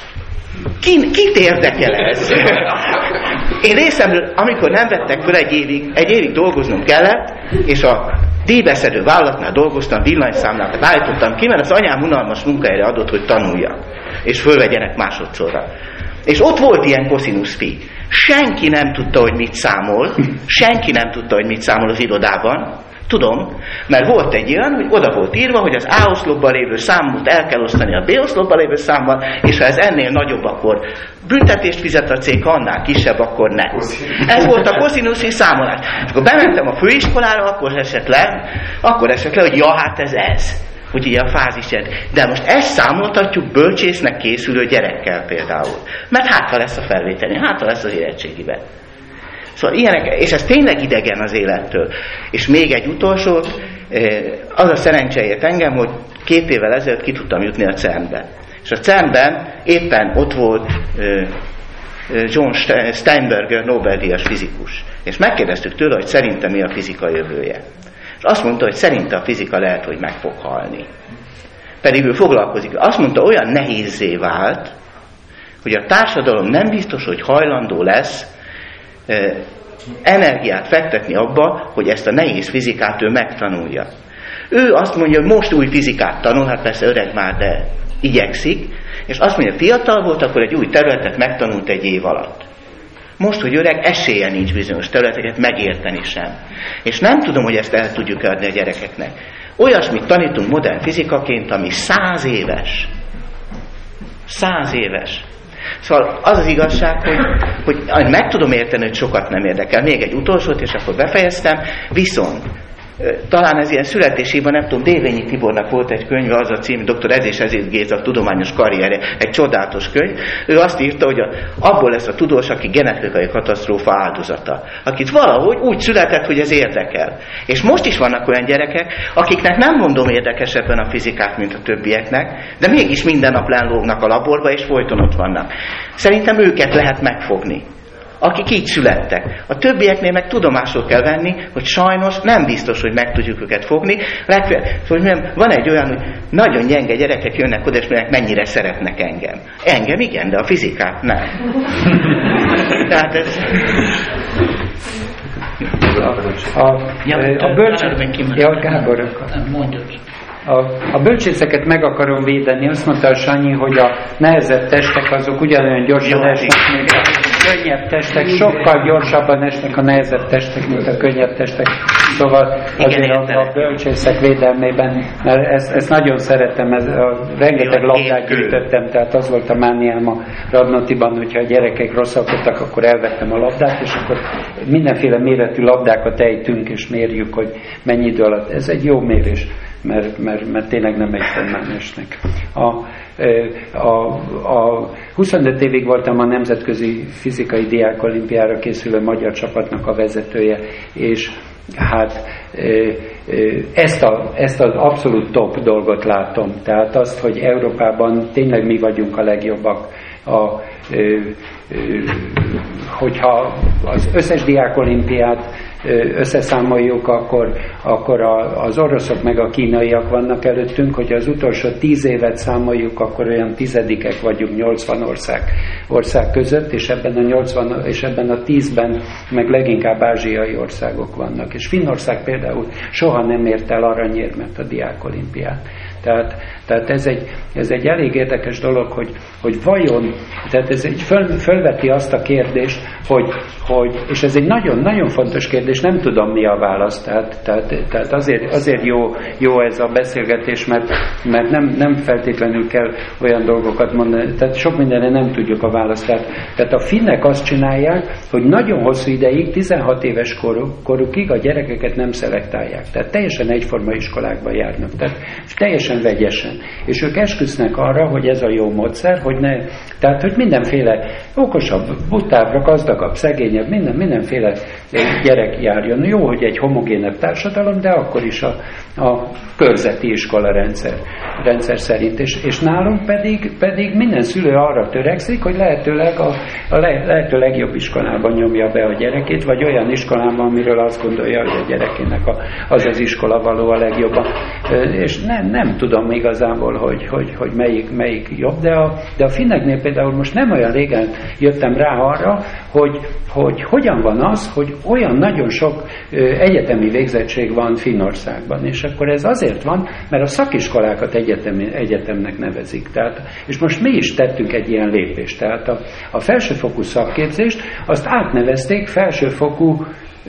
kit érdekel ez? Én részemről, amikor nem vettek fel egy évig dolgoznom kellett, és a díjbeszedő vállalatnál dolgoztam, villanyszámlákat állítottam ki, mert az anyám unalmas munkahelyre adott, hogy tanuljak, és fölvegyenek másodszorra. És ott volt ilyen koszinusz-fi. Senki nem tudta, hogy mit számol, senki nem tudta, hogy mit számol az irodában. Tudom, mert volt egy olyan, hogy oda volt írva, hogy az A oszlopban lévő számot el kell osztani a B oszlopban lévő számmal, és ha ez ennél nagyobb, akkor büntetést fizet a cég, ha annál kisebb, akkor ne. Ez volt a koszinuszi számolás. És akkor bementem a főiskolára, akkor esett le, hogy ja, hát ez. Hogy ugye a fázised. De most ezt számoltatjuk bölcsésznek készülő gyerekkel például. Mert hátra lesz a felvételi, hátra lesz az érettségiben. Szóval ilyenek, és ez tényleg idegen az élettől. És még egy utolsó, az a szerencse ért engem, hogy 2 évvel ezelőtt ki tudtam jutni a CERN-be. És a CERN-ben éppen ott volt John Steinberger, Nobel-díjas fizikus. És megkérdeztük tőle, hogy szerintem mi a fizika jövője. És azt mondta, hogy szerinte a fizika lehet, hogy meg fog halni. Pedig ő foglalkozik. Azt mondta, olyan nehézzé vált, hogy a társadalom nem biztos, hogy hajlandó lesz energiát fektetni abba, hogy ezt a nehéz fizikát ő megtanulja. Ő azt mondja, hogy most új fizikát tanul, hát persze öreg már, de igyekszik, és azt mondja, fiatal volt, akkor egy új területet megtanult egy év alatt. Most, hogy öreg, esélye nincs bizonyos területeket megérteni sem. És nem tudom, hogy ezt el tudjuk adni a gyerekeknek. Olyasmit tanítunk modern fizikaként, ami 100 éves. 100 éves. Szóval az az igazság, hogy meg tudom érteni, hogy sokat nem érdekel. Még egy utolsót, és akkor befejeztem. Viszont talán ez ilyen születésében, nem tudom, Dévényi Tibornak volt egy könyve, az a cím, Dr. Ez és Ezért Géza tudományos karrierje, egy csodálatos könyv. Ő azt írta, hogy abból lesz a tudós, aki genetikai katasztrófa áldozata. Akit valahogy úgy született, hogy ez érdekel. És most is vannak olyan gyerekek, akiknek nem mondom érdekesebben a fizikát, mint a többieknek, de mégis minden nap lelógnak a laborba, és folyton ott vannak. Szerintem őket lehet megfogni, akik így születtek. A többieknél meg tudomásul kell venni, hogy sajnos nem biztos, hogy meg tudjuk őket fogni. Van egy olyan, hogy nagyon gyenge gyerekek jönnek oda, és mennyire szeretnek engem. Engem igen, de a fizikát nem. Tehát ez... A bölcsészeket meg akarom védeni. Azt mondta a Sanyi, hogy a nehezebb testek azok ugyanolyan gyorsan esnek, mint a könnyebb testek. Sokkal gyorsabban esnek a nehezebb testek, mint a könnyebb testek. Szóval azért a bölcsészek védelmében, mert ezt nagyon szeretem, rengeteg labdát gyűjtöttem, tehát az volt a mániám a Radnotiban, hogyha a gyerekek rosszalkodtak, akkor elvettem a labdát, és akkor mindenféle méretű labdákat ejtünk, és mérjük, hogy mennyi idő alatt. Ez egy jó mérés. Mert tényleg nem egyformán esnek. 25 évig voltam a Nemzetközi Fizikai Diákolimpiára készülő magyar csapatnak a vezetője, és hát ezt az abszolút top dolgot látom. Tehát azt, hogy Európában tényleg mi vagyunk a legjobbak. Hogyha az összes diákolimpiát összeszámoljuk, akkor az oroszok meg a kínaiak vannak előttünk, hogyha az utolsó 10 évet számoljuk, akkor olyan tizedikek vagyunk 80 ország között, és ebben a 10-ben meg leginkább ázsiai országok vannak. És Finnország például soha nem ért el aranyérmet a diákolimpián. Tehát ez egy elég érdekes dolog, hogy vajon, tehát ez egy fölveti azt a kérdést, hogy és ez egy nagyon-nagyon fontos kérdés, nem tudom mi a válasz, tehát azért jó ez a beszélgetés, mert nem feltétlenül kell olyan dolgokat mondani, tehát sok mindenre nem tudjuk a választ. Tehát a finnek azt csinálják, hogy nagyon hosszú ideig, 16 éves korukig a gyerekeket nem szelektálják, tehát teljesen egyforma iskolákba járnak, tehát teljesen vegyesen. És ők esküsznek arra, hogy ez a jó módszer, tehát hogy mindenféle okosabb, butábbra, gazdagabb, szegényebb, mindenféle gyerek járjon. Jó, hogy egy homogénebb társadalom, de akkor is a körzeti iskola rendszer szerint. És nálunk pedig minden szülő arra törekszik, hogy lehetőleg a lehető legjobb iskolában nyomja be a gyerekét, vagy olyan iskolában, amiről azt gondolja, hogy a gyerekének az iskola való a legjobban. És nem tudom igazából, hogy melyik jobb, de a finneknél például most nem olyan régen jöttem rá arra, hogy hogyan van az, hogy olyan nagyon sok egyetemi végzettség van Finnországban, és akkor ez azért van, mert a szakiskolákat egyetemnek nevezik. Tehát, és most mi is tettünk egy ilyen lépést. Tehát a felsőfokú szakképzést azt átnevezték felsőfokú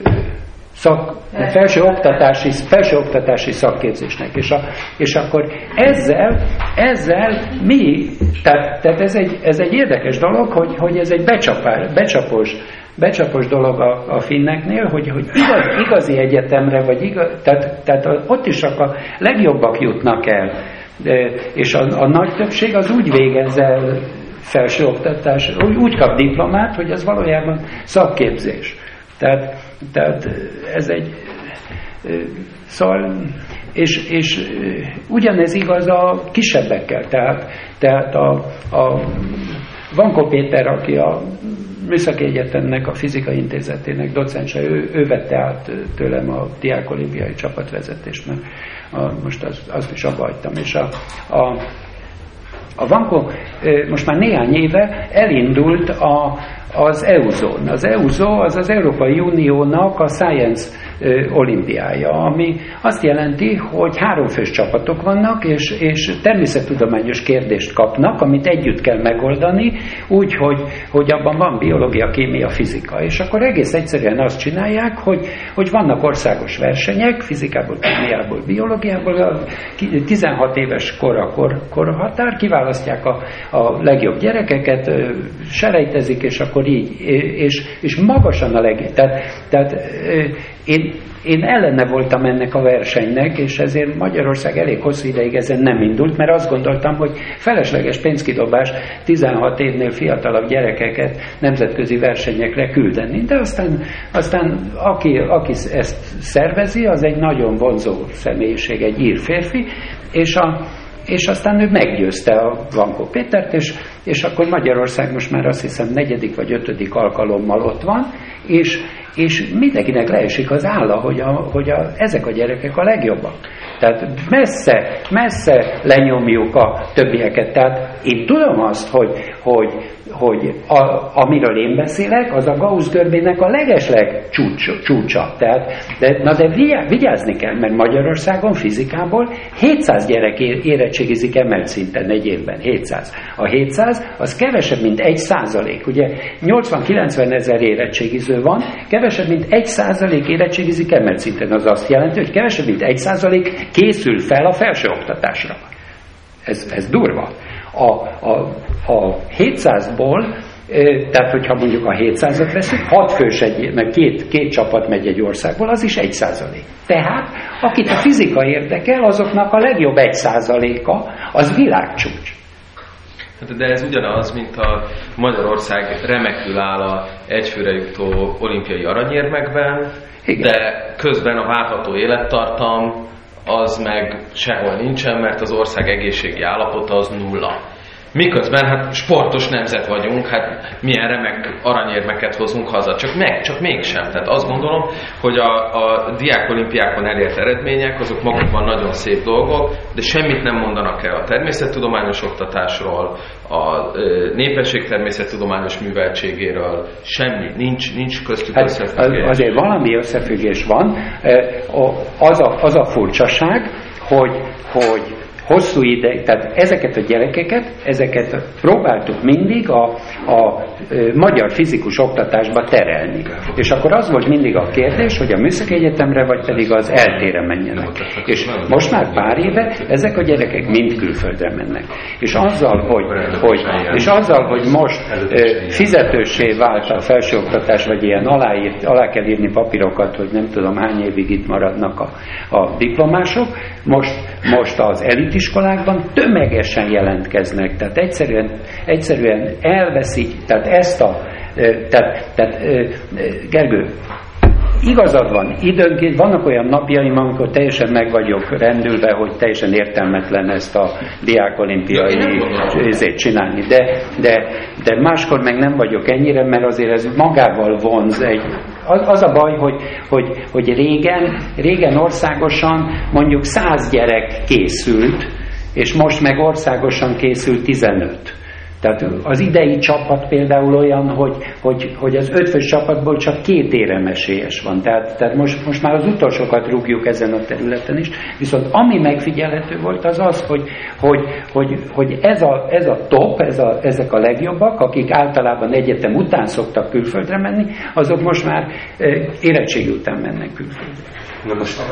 felsőoktatási szakképzésnek. És akkor ezzel mi, tehát ez egy érdekes dolog, hogy ez egy becsapós dolog a finneknél, hogy igazi egyetemre, tehát ott is csak a legjobbak jutnak el. És a nagy többség az úgy végez el felsőoktatás, úgy kap diplomát, hogy ez valójában szakképzés. Tehát ez egy... Szóval, és ugyanez igaz a kisebbekkel. Tehát a Vankó Péter, aki a Műszaki Egyetemnek, a Fizikai Intézetének docense, ő vette át tőlem a diákolimpiai csapatvezetést, mert most azt is abba hagytam. És a Vankó most már néhány éve elindult az EUZON. Az EUZO az az Európai Uniónak a Science olimpiája, ami azt jelenti, hogy 3 fős csapatok vannak, és természettudományos kérdést kapnak, amit együtt kell megoldani, úgy, hogy abban van biológia, kémia, fizika. És akkor egész egyszerűen azt csinálják, hogy vannak országos versenyek, fizikából, kémiából, biológiából, 16 éves korhatár, kiválasztják a legjobb gyerekeket, selejtezik, és akkor így, és magasan a legjobb. Tehát én ellene voltam ennek a versenynek, és ezért Magyarország elég hosszú ideig ezen nem indult, mert azt gondoltam, hogy felesleges pénzkidobás 16 évnél fiatalabb gyerekeket nemzetközi versenyekre küldeni. De aztán aki ezt szervezi, az egy nagyon vonzó személyiség, egy ír férfi, és aztán ő meggyőzte a Vankó Pétert, és akkor Magyarország most már azt hiszem 4. vagy 5. alkalommal ott van, és mindenkinek leesik az álla, hogy ezek a gyerekek a legjobbak. Tehát messze lenyomjuk a többieket. Tehát én tudom azt, hogy amiről én beszélek, az a Gauss-görbének a legesleg csúcsa. De vigyázni kell, mert Magyarországon fizikából 700 gyerek érettségizik emelt szinten egy évben. 700. A 700 az kevesebb, mint 1%. Ugye 80-90 ezer érettségiző van, kevesebb, mint 1% érettségizik emelt szinten. Az azt jelenti, hogy kevesebb, mint 1% készül fel a felsőoktatásra. Ez durva. A 700-ból, tehát hogyha mondjuk a 700-at veszünk, 6 fős meg két csapat megy egy országból, az is 1%. Tehát, akit a fizika érdekel, azoknak a legjobb 1%-a, az világcsúcs. De ez ugyanaz, mint a Magyarország remekül áll a egyfőre jutó olimpiai aranyérmekben, de közben a várható élettartam az meg sehol nincsen, mert az ország egészségi állapota az 0. Miközben hát sportos nemzet vagyunk, hát milyen remek aranyérmeket hozunk haza, csak mégsem. Tehát azt gondolom, hogy a diákolimpiákon elért eredmények, azok magukban nagyon szép dolgok, de semmit nem mondanak el a természettudományos oktatásról, a népesség természettudományos műveltségéről, semmi, nincs köztük összefüggés. Azért valami összefüggés van. Az a furcsaság, hogy hosszú ideig, tehát ezeket a gyerekeket, próbáltuk mindig a magyar fizikus oktatásba terelni. És akkor az volt mindig a kérdés, hogy a Műszaki Egyetemre, vagy pedig az ELTE-re menjenek. És most már pár éve ezek a gyerekek mind külföldre mennek. És azzal, hogy most fizetőssé vált a felsőoktatás, vagy ilyen alá kell írni papírokat, hogy nem tudom hány évig itt maradnak a diplomások, most az elitiskolákban tömegesen jelentkeznek, tehát egyszerűen elveszik, tehát Gergő, igazad van, időnként vannak olyan napjaim, amikor teljesen meg vagyok rendülve, hogy teljesen értelmetlen ezt a diákolimpiai ezért csinálni, de máskor meg nem vagyok ennyire, mert azért ez magával vonz az a baj, hogy régen országosan mondjuk 100 gyerek készült, és most meg országosan készült 15. Tehát az idei csapat például olyan, hogy az 5 fős csapatból csak 2 éremesélyes van. Tehát most már az utolsókat rúgjuk ezen a területen is. Viszont ami megfigyelhető volt az, hogy ez a top, ezek a legjobbak, akik általában egyetem után szoktak külföldre menni, azok most már érettségi után mennek külföldre. Na most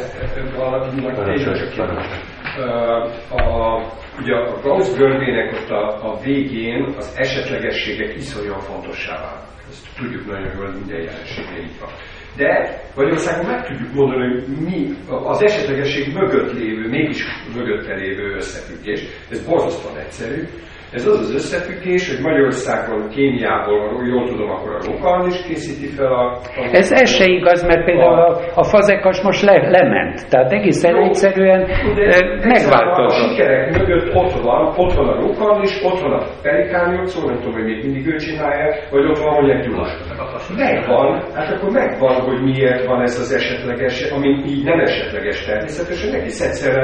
ugye a Gauss-görbének ott a végén az esetlegességek iszonyúan fontossá válnak. Ezt tudjuk nagyon jól, minden jelensége így van. De Magyarországon meg tudjuk mondani, hogy mi az esetlegesség mégis mögötte lévő összefüggés. Ez borzasztóan egyszerű. Ez az összefüggés, hogy Magyarországon kémiából, jól tudom, akkor a Lokan is készíti fel Ez se igaz, mert például a Fazekas most lement. Tehát egészen egyszerűen megváltozott. A sikerek mögött ott van a Lokan is, ott van a Pelikánjocó, nem tudom, hogy még mindig ő csinálja, vagy ott van Honyek Gyulás. Megvan, hát akkor megvan, hogy miért van ez az esetleges, ami így nem esetleges természetesen, egész egyszerűen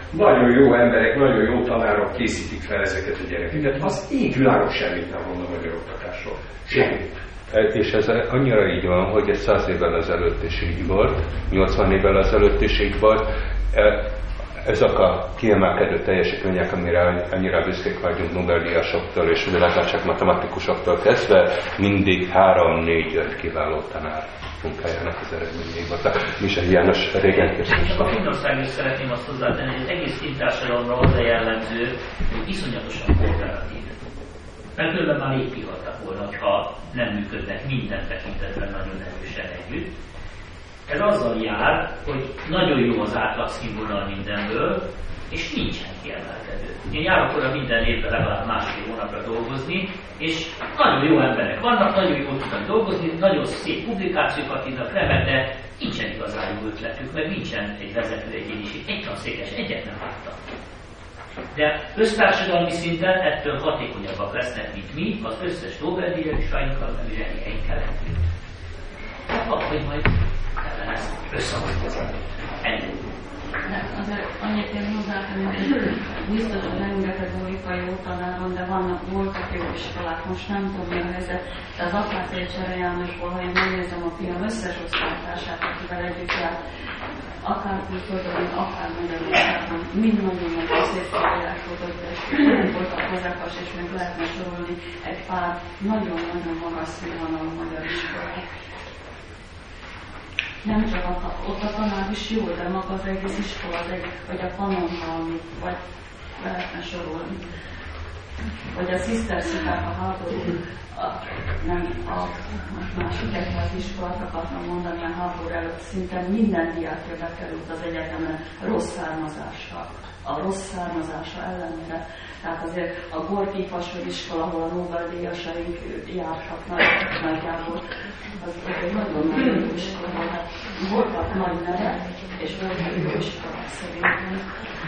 nagyon jó emberek, nagyon jó tanárok készítik fel ezeket a gyerekeket. Az így világos semmit nem mond a magyar oktatásról. Semmit. És ez annyira így van, hogy ez 100 évvel ezelőtt is így volt, 80 évvel ezelőtt is így volt. Ezek a kiemelkedő teljesítmények, amire annyira büszkék vagyunk Nobel-díjasoktól és világválság matematikusoktól kezdve, mindig 3-4-5 kiváló tanár munkájának az eredményei voltak. Mise János régen kérdés. Csak a Finnország is szeretném azt hozzátenni, hogy az egész társadalomra az a jellemző, hogy iszonyatosan kooperatív. Mert különben már rég kihaltak volna, ha nem működnek minden tekintetben nagyon erősen együtt. Ez azzal jár, hogy nagyon jó az átlagszínvonal mindenből, és nincsen kiemelkedő. Én járok oda minden évben legalább másfél hónapra dolgozni, és nagyon jó emberek vannak, nagyon jól tudnak dolgozni, nagyon szép publikációkat írnak, remek, de nincsen igazán jó ötletük, meg nincsen egy vezető egyéniség, egy tanszékes, egyet nem láttam. De össztársadalmi szinten ettől hatékonyabbak lesznek, mint mi, az összes Nobel-díjasainkkal, meg zsenieinkkel együtt. Tehát valahogy majd kellene ezt összehozni. Ennyi. Azért annyit én hozzátenni, hogy biztos, hogy rengeteg újka jó tanár van, de voltak jó iskolák, most nem tudom mi a helyzet, de az Akácécsere Jánosból, ha én megnézem a fiam összes osztálytársát, akivel együtt járt, akár külföldön, akár Magyarországon, mind nagyon-nagyon szép feljáródott, és voltak kozákas, és még lehetne sorolni egy pár nagyon-nagyon magas színvonalú magyar iskolák. Nem csak ott a tanár is jó, de maga az egész iskola, vagy a tanonhalmi, vagy lehetne sorolni. Vagy a sziszterszikák a háború, most már az iskolát akartam mondani a háború előtt, szinte minden diákja bekerült az egyetemre rossz származással. A rossz származása ellenére. Tehát azért a Gorki Fasoriskola, ahol a Nobel-díjasaink jártak nagyjából, az egy nagyon-nagyon jó iskola. Hát voltak nagy nevek, és voltak jó iskolák szerintem.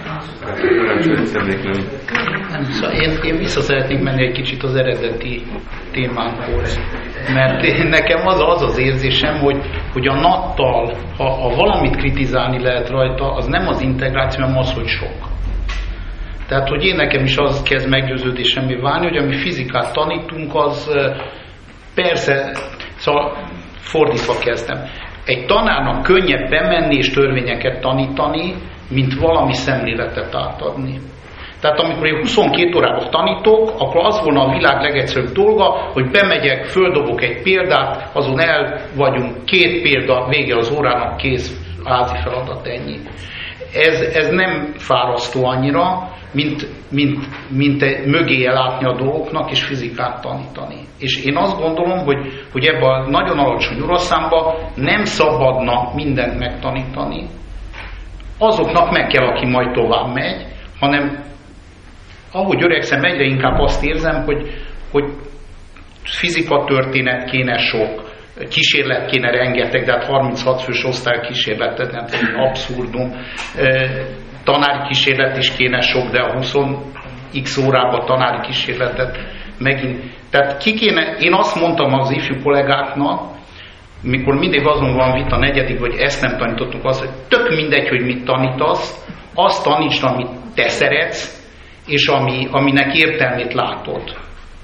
Én vissza szeretnék menni egy kicsit az eredeti témánkhoz, mert nekem az érzésem, hogy a NAT-tal, ha valamit kritizálni lehet rajta, az nem az integráció, hanem az, hogy sok. Tehát, hogy én nekem is az kezd meggyőződésemmé válni, hogy ami fizikát tanítunk, az persze, szóval fordítva kezdem. Egy tanárnak könnyebb bemenni és törvényeket tanítani, mint valami szemléletet átadni. Tehát amikor én 22 órában tanítok, akkor az volna a világ legegyszerűbb dolga, hogy bemegyek, földobok egy példát, azon el vagyunk, 2 példa, vége az órának, kész, házi feladat, ennyi. Ez nem fárasztó annyira, mint mögé elátni a dolgoknak és fizikát tanítani. És én azt gondolom, hogy ebben a nagyon alacsony óraszámban nem szabadna mindent megtanítani. Azoknak meg kell, aki majd tovább megy, hanem ahogy öregszem, egyre inkább azt érzem, hogy fizikatörténet kéne sok, kísérlet kéne rengeteg, de hát 36 fős osztály kísérletet, nem tudom, abszurdum. Tanári kísérlet is kéne sok, de a 20x órában tanári kísérletet megint. Tehát én azt mondtam az ifjú kollégáknak, mikor mindig azon van vita negyedik, hogy ezt nem tanítottuk, az, hogy tök mindegy, hogy mit tanítasz, azt tanítsd, amit te szeretsz, és aminek értelmét látod.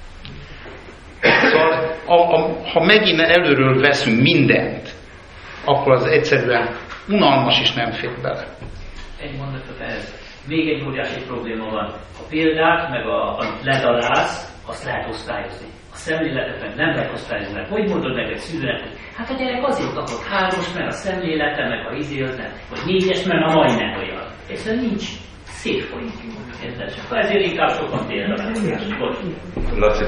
Szóval, ha megint előről veszünk mindent, akkor az egyszerűen unalmas és nem fér bele. Egy mondatot ehhez. Még egy óriási probléma van. A példát, meg a ledalász, azt lehet osztályozni. A szemléletet meg nem lehet osztályozni. Mert hogy mondod meg egy szülőnek, hogy hát a gyerek azért kapott 3-as, mert a szemlélete, meg a izé az nem, vagy 4-es, mert a majdnem olyan. Egyszerűen nincs szétfolyik. Érted? Ezért inkább sokan példálás. Laci,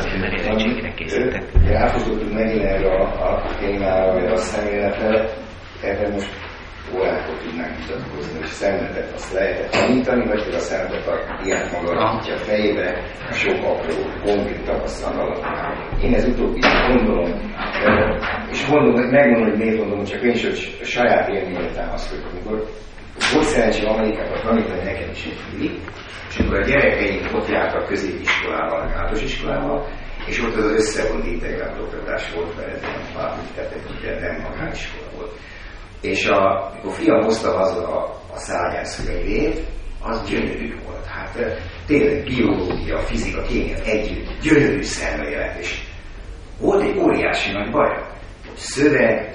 elfogottuk megint erre a témára, vagy a szemléletre, ebben most órákat tudnánk vitatkozni, és szemletet azt lehet tanítani, vagy a szemletet a diák maga alakítja a fejébe, sok apró, konkrét tapasztalat alapján. Én ez utóbbi gondolom, és megmondom, hogy miért mondom, csak én is, hogy saját élményre támaszkodok, amikor volt szerencsém Amerikában tanítani nekem is egy fiúig, és amikor a gyerekeink ott jártak középiskolával, általános iskolával, és ott az összevont integrált oktatás volt veled, tehát nem magániskola volt. És amikor fiam hozta haza a szárnyász könyvét, az gyönyörű volt. Hát tényleg biológia, fizika, kémia együtt, gyönyörű szemlélet, és volt egy óriási nagy baj. Szöveg.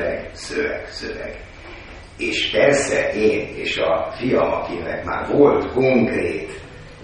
És persze én és a fiam, akinek már volt konkrét,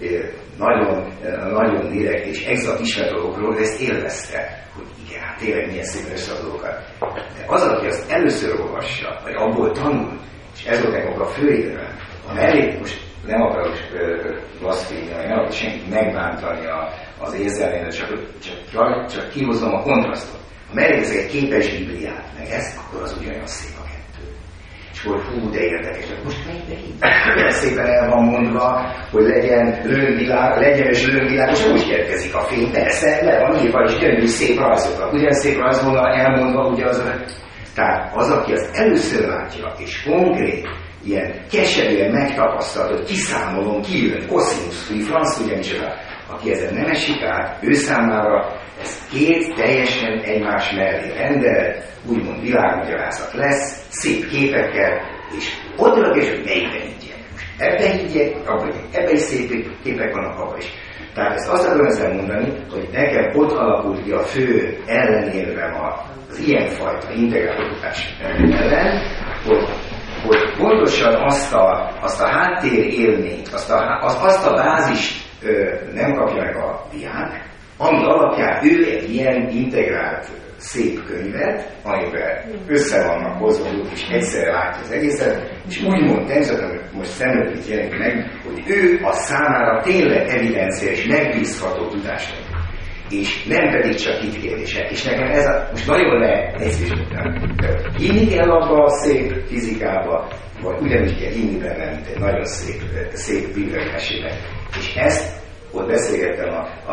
nagyon direkt és exakt ismeretolókról, de ezt élvezte, hogy igen, hát tényleg milyen szépen összeadókat. De az, aki azt először olvassa, vagy abból tanul, és ez volt nekem a főérve, a mellék, most nem akarok blaszfémia, nem akarok senkit megbántani az érzelmének, csak kihozom a kontrasztot. Ha megnézek egy képes bibliát, meg ezt, akkor az ugyanolyan szép a kettő. És akkor hú, de érdekes, most melyikbe hívják? Olyan szépen el van mondva, hogy legyen lőnvilág, és úgy érkezik a fény. Persze, le van írva, és gyönyörű szép rajzokat. Ugyan szép rajzolva elmondva, ugye az. Tehát az, aki az először látja, és konkrét, ilyen keserűen megtapasztalt, hogy kiszámolom, kijön, koszinusz, franc ugyanis, aki ezen nem esik át, ő számára ez két teljesen egymás mellé rendelt, úgymond világmagyarázat lesz, szép képekkel, és ott és hogy melyikben higgyek. Most ebben higgyek, abban ebben is szép képek vannak, abban is. Tehát ezt azt akarom ezzel mondani, hogy nekem ott alakult ki a fő ellenérvem az ilyenfajta integrált oktatás ellen, hogy pontosan azt a háttérélményt, azt a bázist nem kapja meg a diák, ami alapján ő egy ilyen integrált szép könyvet, amiben össze vannak hozva, és egyszerre látja az egészet, és úgymond természetesen most szemlélőt jelenik meg, hogy ő a számára tényleg evidencia és megbízható tudást ad. És nem pedig csak hitkérdések. És nekem ez most nagyon leegyszerűsítettem. Hinni kell abba a szép fizikába, vagy ugyanúgy kell hinni benne, mint egy nagyon szép bűnökmesébe. És ezt ott beszélgettem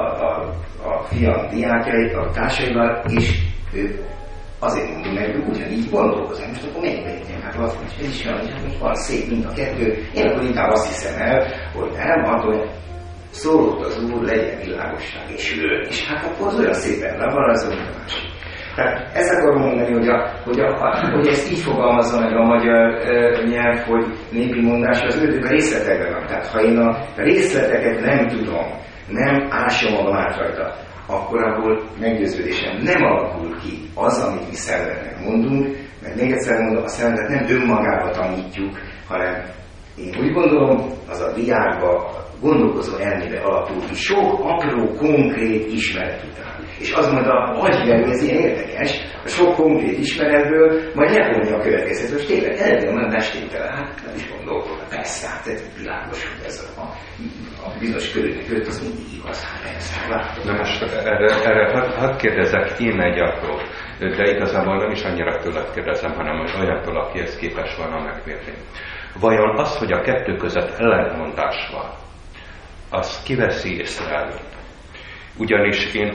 a fiam diákjait, a társaival, és ő azért mondom meg, hogy ugyanígy gondolkozom. Most akkor melyikbe higgyem? Hát azt mondja, hogy ez is olyan, hogy van szép, mint a kettő. Én akkor inkább azt hiszem el, hogy nem, attól szólott az Úr, legyen világosság és ő. És hát akkor az olyan szépen le van, az olyan másik. Tehát ezt akarom mondani, hogy ezt így fogalmazza meg a magyar nyelv, hogy népi mondás, az ördög a részletekben van. Tehát ha én a részleteket nem tudom, nem ásom magam át rajta, akkor abból meggyőződésem nem alakul ki az, amit mi szemletnek mondunk, mert még egyszer mondom, a szemlet nem önmagába tanítjuk, hanem én úgy gondolom, az a diákba, gondolkozó elmébe alapul ki sok apró, konkrét ismeret után. És azt mondta, agyverő, ez ilyen érdekes, a sok konkrét ismeretből majd levonni a következőt, hogy tényleg eredeti a mondástétele, hát nem is gondolkodva, persze, hát ez világos, hogy ez a bizonyos körülmények között az mindig igaz, hát persze, látom. Na most erre hadd kérdezek én egy apró, de igazából nem is annyira tőled kérdezem, hanem olyantól, aki ezt képes volna megmérni. Vajon az, hogy a kettő között ellentmondás van, az kiveszi észre előtt? Ugyanis én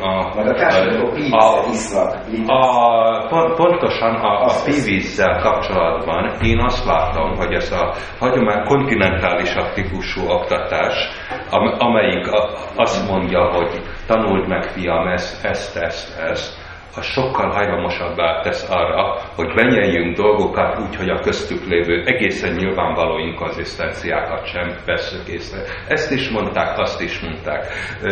pontosan a pívízzel kapcsolatban én azt látom, hogy ez a hagyomány kontinentálisabb típusú oktatás, amelyik azt mondja, hogy tanuld meg, fiam, ezt, az sokkal hajlamosabbá tesz arra, hogy venyeljünk dolgokat úgy, hogy a köztük lévő egészen nyilvánvaló inkonzisztenciákat sem vesszük észre. Ezt is mondták, azt is mondták.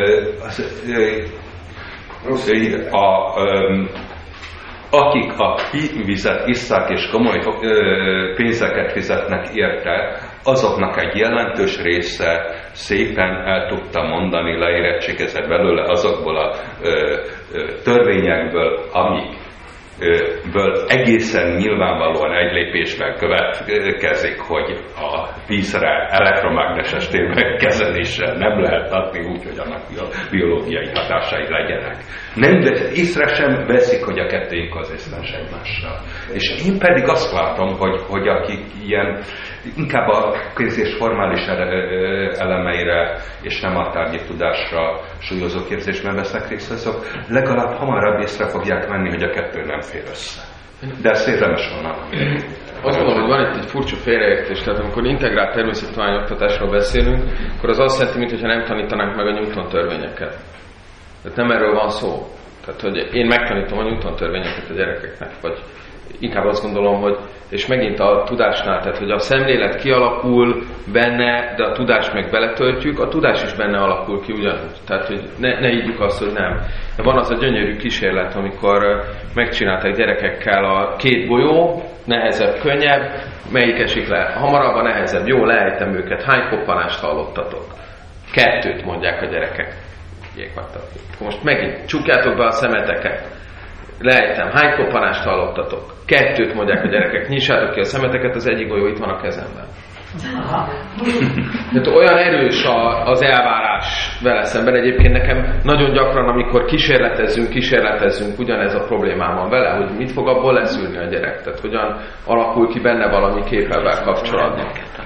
Akik a vizet isszák és komoly pénzeket fizetnek érte, azoknak egy jelentős része szépen el tudta mondani, leérettségezett belőle azokból a törvényekből, amikből egészen nyilvánvalóan egy lépésben következik, hogy a vízre elektromágneses térben kezeléssel nem lehet adni úgy, hogy annak biológiai hatásai legyenek. Észre sem veszik, hogy a kettő inkonzisztens egymással. És én pedig azt látom, hogy akik ilyen inkább a képzés formális elemeire és nem a tárgyi tudásra súlyozó képzésben vesznek részt, azok legalább hamarabb észre fogják venni, hogy a kettő nem fér össze. De ez érdemes volna. Azt mondom, hogy van itt egy furcsa félreértés, tehát amikor integrált természettudományoktatásról beszélünk, akkor az azt jelenti, mintha nem tanítanánk meg a Newton törvényeket. Tehát nem erről van szó. Tehát, hogy én megtanítom a Newton törvényeket a gyerekeknek, vagy inkább azt gondolom, hogy és megint a tudásnál, tehát hogy a szemlélet kialakul benne, de a tudást meg beletöltjük, a tudás is benne alakul ki ugyanúgy. Tehát, hogy ne higgyük azt, hogy nem. De van az a gyönyörű kísérlet, amikor megcsinálták gyerekekkel a 2 golyó, nehezebb, könnyebb, melyik esik le hamarabb, a nehezebb. Jó, leejtem őket. Hány koppanást hallottatok? 2 mondják a gyerekek. Most megint csukjátok be a szemeteket. Leejtem. Hány koppanást hallottatok? 2 mondják a gyerekek. Nyissátok ki a szemeteket, az egyik golyó itt van a kezemben. Tehát olyan erős az elvárás vele szemben. Egyébként nekem nagyon gyakran, amikor kísérletezünk, ugyanez a problémám van vele, hogy mit fog abból leszűrni a gyerek. Tehát hogyan alakul ki benne valami képelvel kapcsolatban.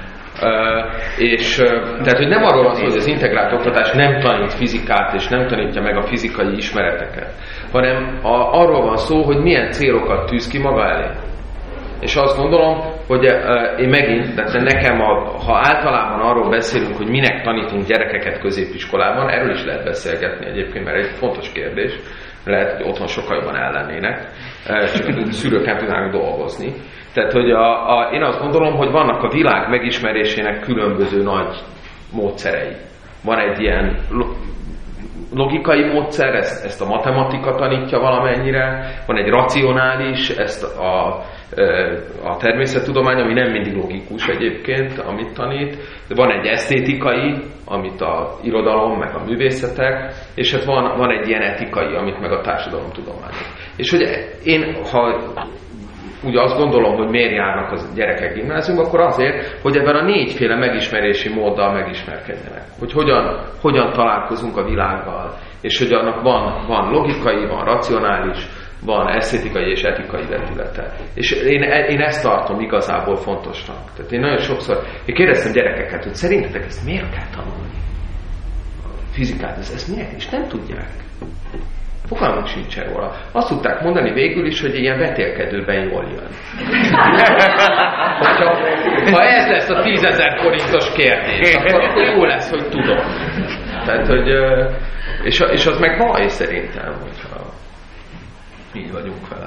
Tehát, hogy nem arról van szó, hogy az integrált oktatás nem tanít fizikát, és nem tanítja meg a fizikai ismereteket, hanem arról van szó, hogy milyen célokat tűz ki maga elé. És azt gondolom, hogy én megint, tehát nekem, ha általában arról beszélünk, hogy minek tanítunk gyerekeket középiskolában, erről is lehet beszélgetni egyébként, mert egy fontos kérdés, lehet, hogy otthon sokkal jobban ellennének, csak szülőkkel tudnának dolgozni. Tehát, hogy én azt gondolom, hogy vannak a világ megismerésének különböző nagy módszerei. Van egy ilyen logikai módszer, ezt a matematika tanítja valamennyire, van egy racionális, ezt a természettudomány, ami nem mindig logikus egyébként, amit tanít, de van egy esztétikai, amit a irodalom, meg a művészetek, és hát van egy ilyen etikai, amit meg a társadalomtudomány. És hogy én, ha úgy azt gondolom, hogy miért járnak az gyerekek gimnáziumba, akkor azért, hogy ebben a 4 megismerési móddal megismerkedjenek. Hogy hogyan találkozunk a világgal, és hogy annak van logikai, van racionális, van esztétikai és etikai vetülete. És én ezt tartom igazából fontosnak. Tehát én nagyon sokszor, kérdeztem gyerekeket, hogy szerintetek ezt miért kell tanulni? A fizikát, ezt miért? És nem tudják. Fogalmuk sincsen róla. Azt tudták mondani végül is, hogy ilyen vetélkedőben jól jön. Ha ez lesz a 10 000 forintos kérdés, akkor jó lesz, hogy tudom. Tehát, hogy, és az meg baj szerintem, hogyha így vagyunk vele.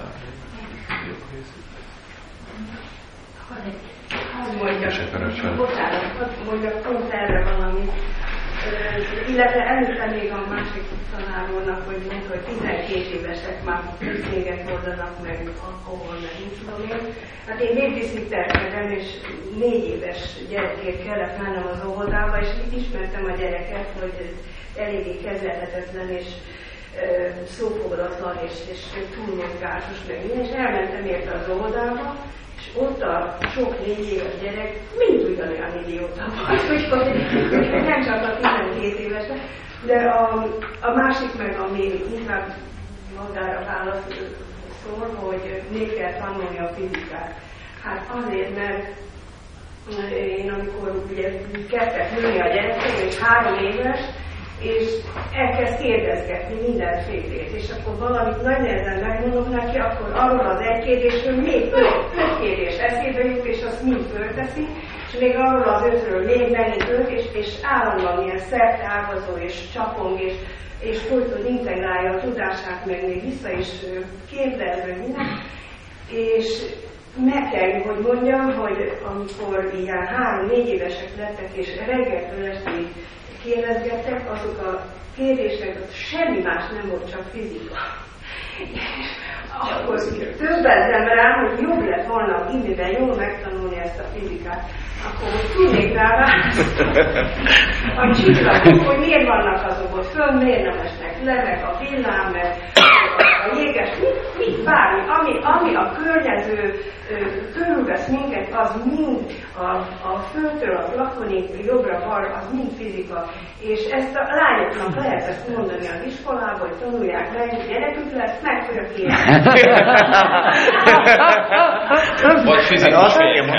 Mondjak pont erre valamit. Illetve előtte még a másik tanárulnak, hogy mondta, hogy 12 évesek már széget hordanak meg alkohol, meg nincs tudom én. Hát én babysitterkedem, és 4 éves gyerekért kellett mennem az óvodába, és itt ismertem a gyereket, hogy eléggé kezelhetetlen, és szófoglatlan, és túlmozgásos, meg minden, és elmentem érte az óvodába, és ott a sok 4 éves gyerek mind ugyanolyan idióta volt, úgyhogy nem csak a 12 éves, de a másik meg, ami inkább magára válaszol, hogy még kell tanulni a fizikát. Hát azért, mert én amikor ugye kezdtek nőni a gyerekem, és 3 éves, és elkezd kérdezgetni mindenfélét, és akkor valamit nagy nehezen megmondok neki, akkor arról az egy kérdésről még 5 kérdés eszébe jut, és azt mind fölteszi, és még arról az 5-ről még megint 5, és állandóan ilyen szerteágazó, és csapong, és folyton integrálja a tudását, meg még vissza is kérdez, meg minden. És meg kell, hogy mondjam, hogy amikor ilyen 3-4 évesek lettek, és reggeltől estig kérdezgettek, azok a kérdések, semmi más nem volt, csak fizika. Akkor többezem rá, hogy jobb lett volna imiben jól megtanulni ezt a fizikát. Akkor most tudnék rá a csillagok, hogy miért vannak azok ott fönn, miért nem esnek le, meg a villám, meg a jéges, mit bármi, ami a környező körülvesz minket, az mind a földtől a plafonig, jobbra-balra, az mind fizika. És ezt a lányoknak lehet ezt mondani az iskolában, hogy tanulják meg, hogy gyerekük lesz, megförökélni. Vagy fizikus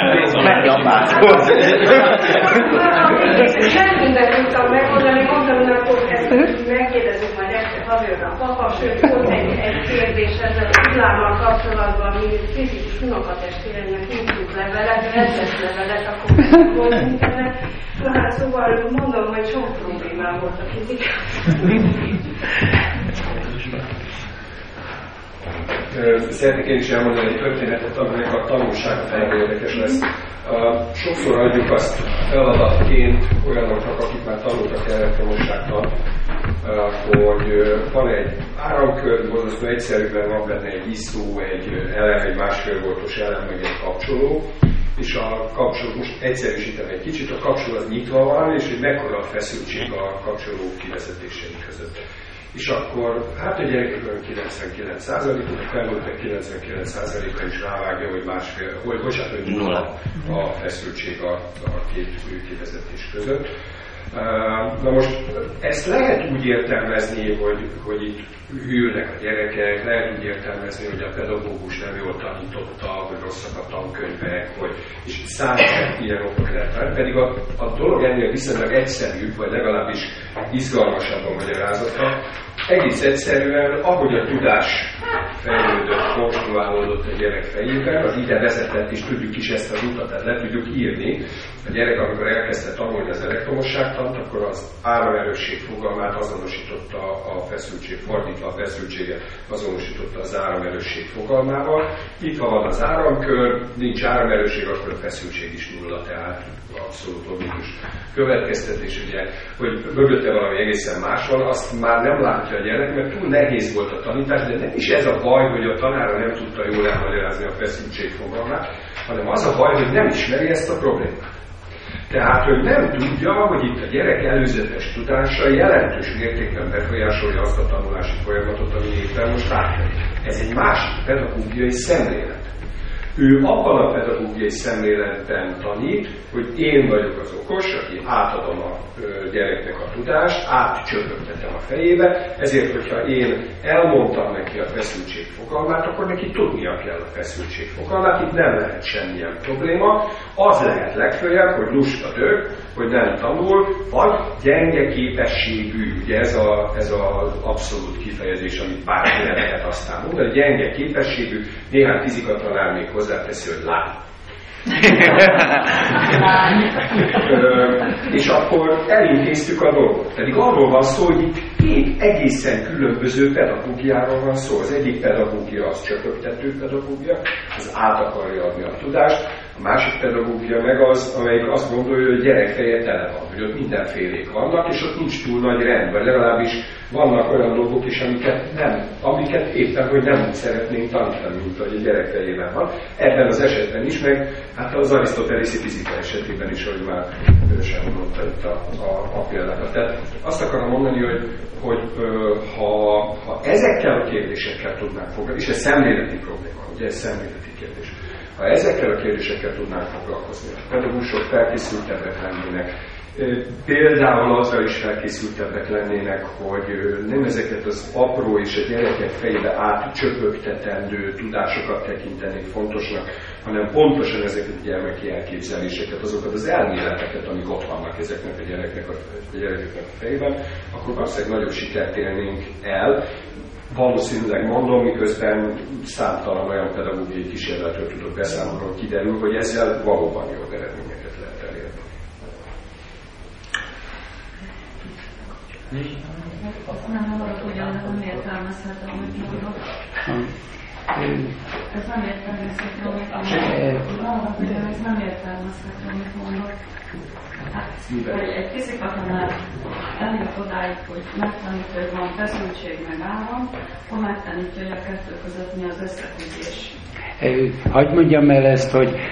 Nem mindent tudtam megmondani, mondtam, hogy akkor ezt megkérdezzük majd este haverra a papa, sőt, volt egy kérdés ezzel a villámmal kapcsolatban, ami fizikus unokatestvéремnek írtunk levelet, rendes levelet, akkor megmondunk ennek. Na hát szóval mondom, hogy sok problémám volt a fizikában. Szeretnék én is elmondani egy történetet, aminek a tanulsága nagyon érdekes lesz. Sokszor adjuk azt feladatként olyanoknak, akik már tanultak elektromosságtan, hogy van egy áramkör, borzasztó egyszerűen van benne egy izzó, egy elem, egy másfél voltos elem, meg egy kapcsoló, és a kapcsoló, most egyszerűsítem egy kicsit, a kapcsoló az nyitva van, és hogy mekkora a feszültség a kapcsoló kivezetései között. És akkor, hát a gyerekekben 99%-uk, a felnőttek 99%-a is rávágja, hogy másfél, hogy nulla a feszültség a két kivezetés között. Na most ezt lehet úgy értelmezni, hogy itt hűlnek a gyerekek, lehet úgy értelmezni, hogy a pedagógus nem jól tanította, hogy rosszak a tankönyvek, és számos ilyen okok lehet. Pedig a dolog ennél viszonylag egyszerűbb, vagy legalábbis izgalmasabb a magyarázata. Egész egyszerűen, ahogy a tudás fejlődött, konstruálódott a gyerek fejében, az ide vezetett, és tudjuk is ezt az utat, tehát le tudjuk írni. A gyerek, amikor elkezdte tanulni az elektromosságtant, akkor az áramerősség fogalmát azonosította a feszültség, fordítva a feszültséget azonosította az áramerősség fogalmával. Itt van az áramkör, nincs áramerősség, akkor a feszültség is nulla, tehát abszolút logikus következtetés, ugye, hogy mögötte valami egészen más van, azt már nem látja a gyerek, mert túl nehéz volt a tanítás, de nem is ez a baj, hogy a tanára nem tudta jól elmagyarázni a feszültség fogalmát, hanem az a baj, hogy nem ismeri ezt a problémát. Tehát, hogy nem tudja, hogy itt a gyerek előzetes tudása jelentős mértékben befolyásolja azt a tanulási folyamatot, ami éppen most átmegy. Ez egy másik pedagógiai szemlélet. Ő abban a pedagógiai szemléletben tanít, hogy én vagyok az okos, aki átadom a gyereknek a tudást, átcsöpögtetem a fejébe, ezért, hogyha én elmondtam neki a feszültség fogalmát, akkor neki tudnia kell a feszültség fogalmát, itt nem lehet semmilyen probléma. Az lehet legfőjebb, hogy lusta dög, hogy nem tanul, vagy gyenge képességű, ugye ez az abszolút kifejezés, amit bárki lehet aztán mondani, gyenge képességű, néhány fizikatanár még hozzáteszi, hogy lány. És akkor elintéztük a dolgot. Pedig arról van szó, hogy itt két egészen különböző pedagógiáról van szó. Az egyik pedagógia az csöpögtető pedagógia, az át akarja adni a tudást, a másik pedagógia meg az, amelyik azt gondolja, hogy a gyerek feje tele van, hogy ott mindenfélék vannak, és ott nincs túl nagy rend, vagy legalábbis vannak olyan dolgok is, amiket éppen, hogy nem úgy szeretnénk tanítani, mint hogy a gyerek fejében van. Ebben az esetben is, meg hát az arisztotelészi fizika esetében is, ahogy már sem mondta itt a példákat. Tehát azt akarom mondani, hogy ha ezekkel a kérdésekkel tudnánk foglalkozni, és ez szemléleti probléma, ugye ez szemléleti kérdés. Ha ezekkel a kérdésekkel tudnánk foglalkozni, a pedagógusok felkészültebbek lennének, például azzal is felkészültebbek lennének, hogy nem ezeket az apró és a gyerekek fejébe átcsöpögtetendő tudásokat tekintenék fontosnak, hanem pontosan ezeket a gyermeki elképzeléseket, azokat az elméleteket, amik ott vannak ezeknek a gyerekeknek a fejében, akkor valószínűleg nagyobb sikert élnénk el. Valószínűleg mondom, miközben számtalan olyan pedagógiai kísérletről tudok beszámolni, hogy kiderül, hogy ezzel valóban jobb eredményeket lehet elérni. Azt nem mondok, hogy nem értelmezhetem, amit mondok. Ez nem értelmezhető, amit mondok. Ez nem értelmezhető, amit mondok. Hát, egy fizikatanár eljut odáig, hogy megtanítja, hogy van feszültség meg áram, akkor megtanítja, hogy a kettő között mi az összefüggés. Hadd mondjam el ezt,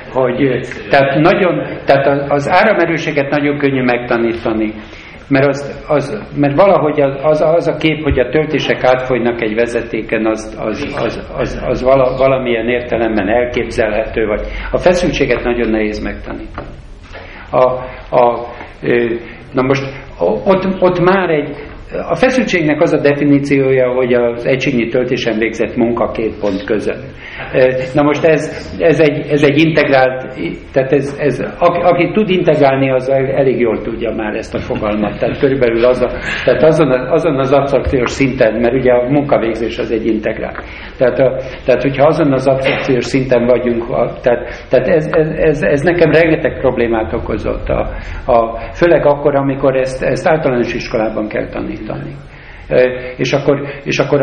tehát az áramerőséget nagyon könnyű megtanítani, mert valahogy az a kép, hogy a töltések átfolynak egy vezetéken, az valamilyen értelemben elképzelhető, vagy a feszültséget nagyon nehéz megtanítani. Na most ott már a feszültségnek az a definíciója, hogy az egységnyi töltésen végzett munka 2 pont között. Na most ez egy integrált, tehát aki tud integrálni, az elég jól tudja már ezt a fogalmat. Tehát körülbelül tehát azon az absztrakciós szinten, mert ugye a munkavégzés az egy integrál. Tehát hogyha azon az absztrakciós szinten vagyunk, tehát ez nekem rengeteg problémát okozott. Főleg akkor, amikor ezt általános iskolában kell tanítani. És akkor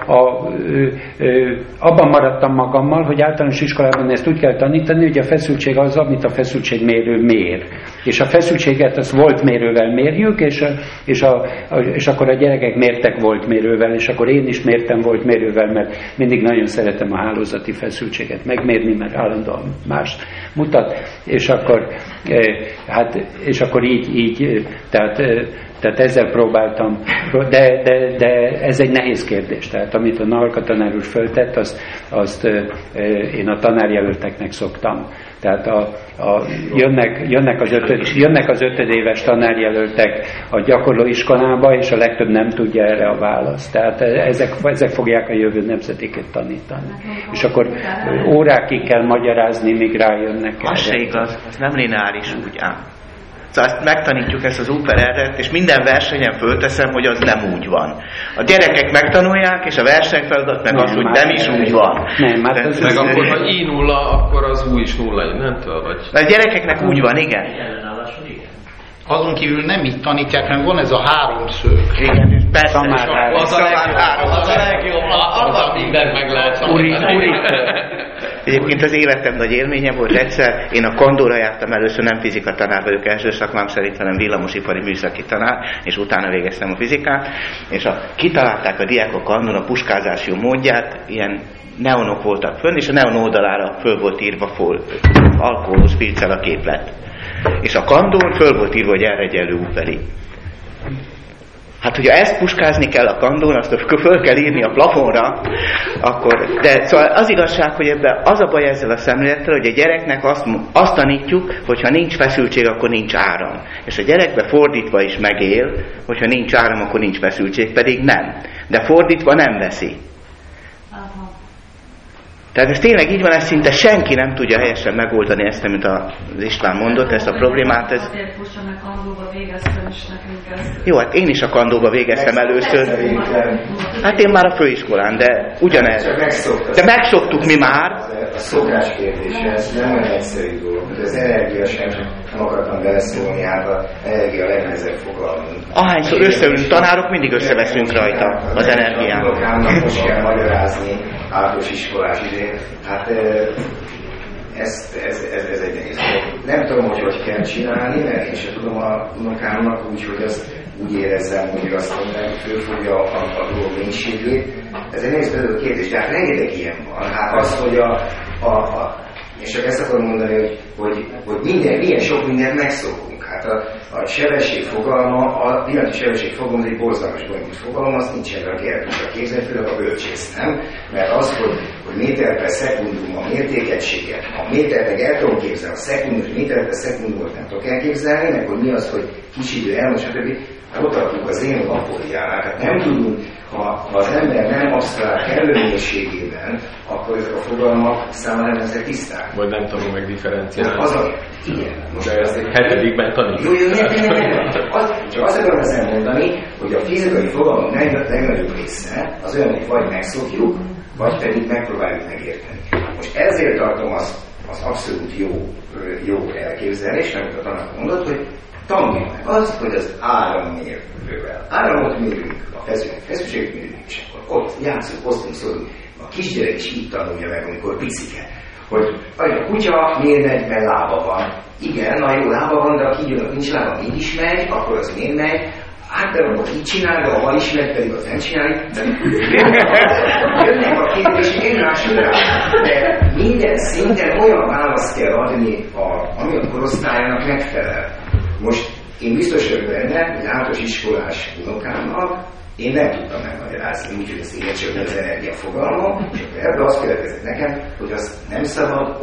abban maradtam magammal, hogy általános iskolában ezt úgy kell tanítani, hogy a feszültség az, amit a feszültségmérő mér. És a feszültséget azt voltmérővel mérjük, és akkor a gyerekek mértek voltmérővel, és akkor én is mértem voltmérővel, mert mindig nagyon szeretem a hálózati feszültséget megmérni, mert állandóan mást mutat, és akkor így tehát ezzel próbáltam, de ez egy nehéz kérdés. Tehát amit a Nahalka tanár úr föltett, azt én a tanárjelölteknek szoktam. Tehát jönnek az ötödéves tanárjelöltek a gyakorlóiskolába, és a legtöbb nem tudja erre a választ. Tehát ezek fogják a jövő nemzedéket tanítani. És akkor órákig kell magyarázni, míg rájönnek. Az se igaz, az nem lineáris úgy ám. Szóval ezt megtanítjuk ezt az UPR-et, és minden versenyen fölteszem, hogy az nem úgy van. A gyerekek megtanulják, és a versenyfeladat meg az, hogy nem is úgy van. Meg akkor, ha I0, akkor az U is 0 innentől, vagy? A gyerekeknek úgy van, igen. Azon kívül nem így tanítják, hanem van ez a háromszög. Igen, persze. Az a legjobb, az minden meg lehet tanítani. Egyébként az életem nagy élménye volt egyszer, én a Kandóra jártam először, nem fizika tanár vagyok első szakmám szerint, hanem villamosipari műszaki tanár, és utána végeztem a fizikát, és kitalálták a diákok Kandón a puskázási módját, ilyen neonok voltak fönn, és a neon oldalára föl volt írva alkoholos pilccel a képlet. És a Kandón föl volt írva, hogy erre egyenlő uperi. Hát, hogyha ezt puskázni kell a Kandón, azt föl kell írni a plafonra, akkor... De szóval az igazság, hogy ebben az a baj ezzel a szemlélettel, hogy a gyereknek azt tanítjuk, hogyha nincs feszültség, akkor nincs áram. És a gyerekbe fordítva is megél, hogyha nincs áram, akkor nincs feszültség, pedig nem. De fordítva nem veszi. Tehát ez tényleg így van, ezt szinte senki nem tudja helyesen megoldani ezt, amit az István mondott, ezt a problémát. Jó, hát én is a Kandóba végeztem először. Hát én már a főiskolán, de ugyanez. De megszoktuk mi már. A szokás kérdése, ez nem olyan egyszerű dolog, hogy az energia sem akartam beleszólni, hát az energia a legnehezebb fogalmunk. Ahányszor összeülünk tanárok, mindig összeveszünk rajta az energián. Most kell magyarázni általános iskolás idén. Hát ez egy nehéz. Nem tudom, hogy kell csinálni, mert én sem tudom a unokámnak úgy, hogy úgy érezzem, hogy azt mondják, hogy fölfogja a dolog lénységét. Ez egy nehéz kérdés, de hát rengeteg ilyen van. Hát az, hogy és csak ezt akarom mondani, hogy milyen sok mindent megszokunk. Hát a sebesség fogalma, a pillanatnyi sebesség fogalma egy borzalmas bonyolult fogalom, azt nincsen a kérdésre képzelni, főleg a bölcsész, nem? Mert az, hogy méter per szekundum a mértékegységet, a métert meg el tudom képzelni, a szekundum, és méter per szekundumot nem tudok elképzelni, meg hogy mi az, hogy kis idő elmond, stb. Ott tartunk az én apóriánál. Hát nem tudunk, ha az ember nem absztrakt előnyésségében, akkor ezek a fogalmak számára nem ezek tiszták. Vagy nem tanul meg differenciálni. Igen. De ezt egy hetedikben tanítjuk. Jó, csak azt akarom ezzel mondani, hogy a fizikai fogalmak legnagyobb része az olyan, hogy vagy megszokjuk, vagy pedig megpróbáljuk megérteni. Most ezért tartom az abszolút jó elképzelés, amit a tanár mondott, hogy tanuljuk meg azt, hogy az árammérővel. Áramot mérünk, a feszültséget mérünk, és akkor ott játszunk, osztunk, szólunk. A kisgyerek is így tanulja meg, amikor picike. Hogy a kutya miért megy, mert lába van. Igen, na jó, lába van, de a kígyónak nincs lába, mégis megy, akkor az miért megy. Hát de akkor így csinál, de ha is megy, pedig az nem csinálja. Jönnek a kérdések egymásra rá. De minden szinten olyan választ kell adni, ami a korosztályának megfelel. Most én biztos vagyok benne, hogy általános iskolás unokámnak én nem tudtam megmagyarázni, úgyhogy az értség az energia fogalma, és ebből azt következik nekem, hogy azt nem szabad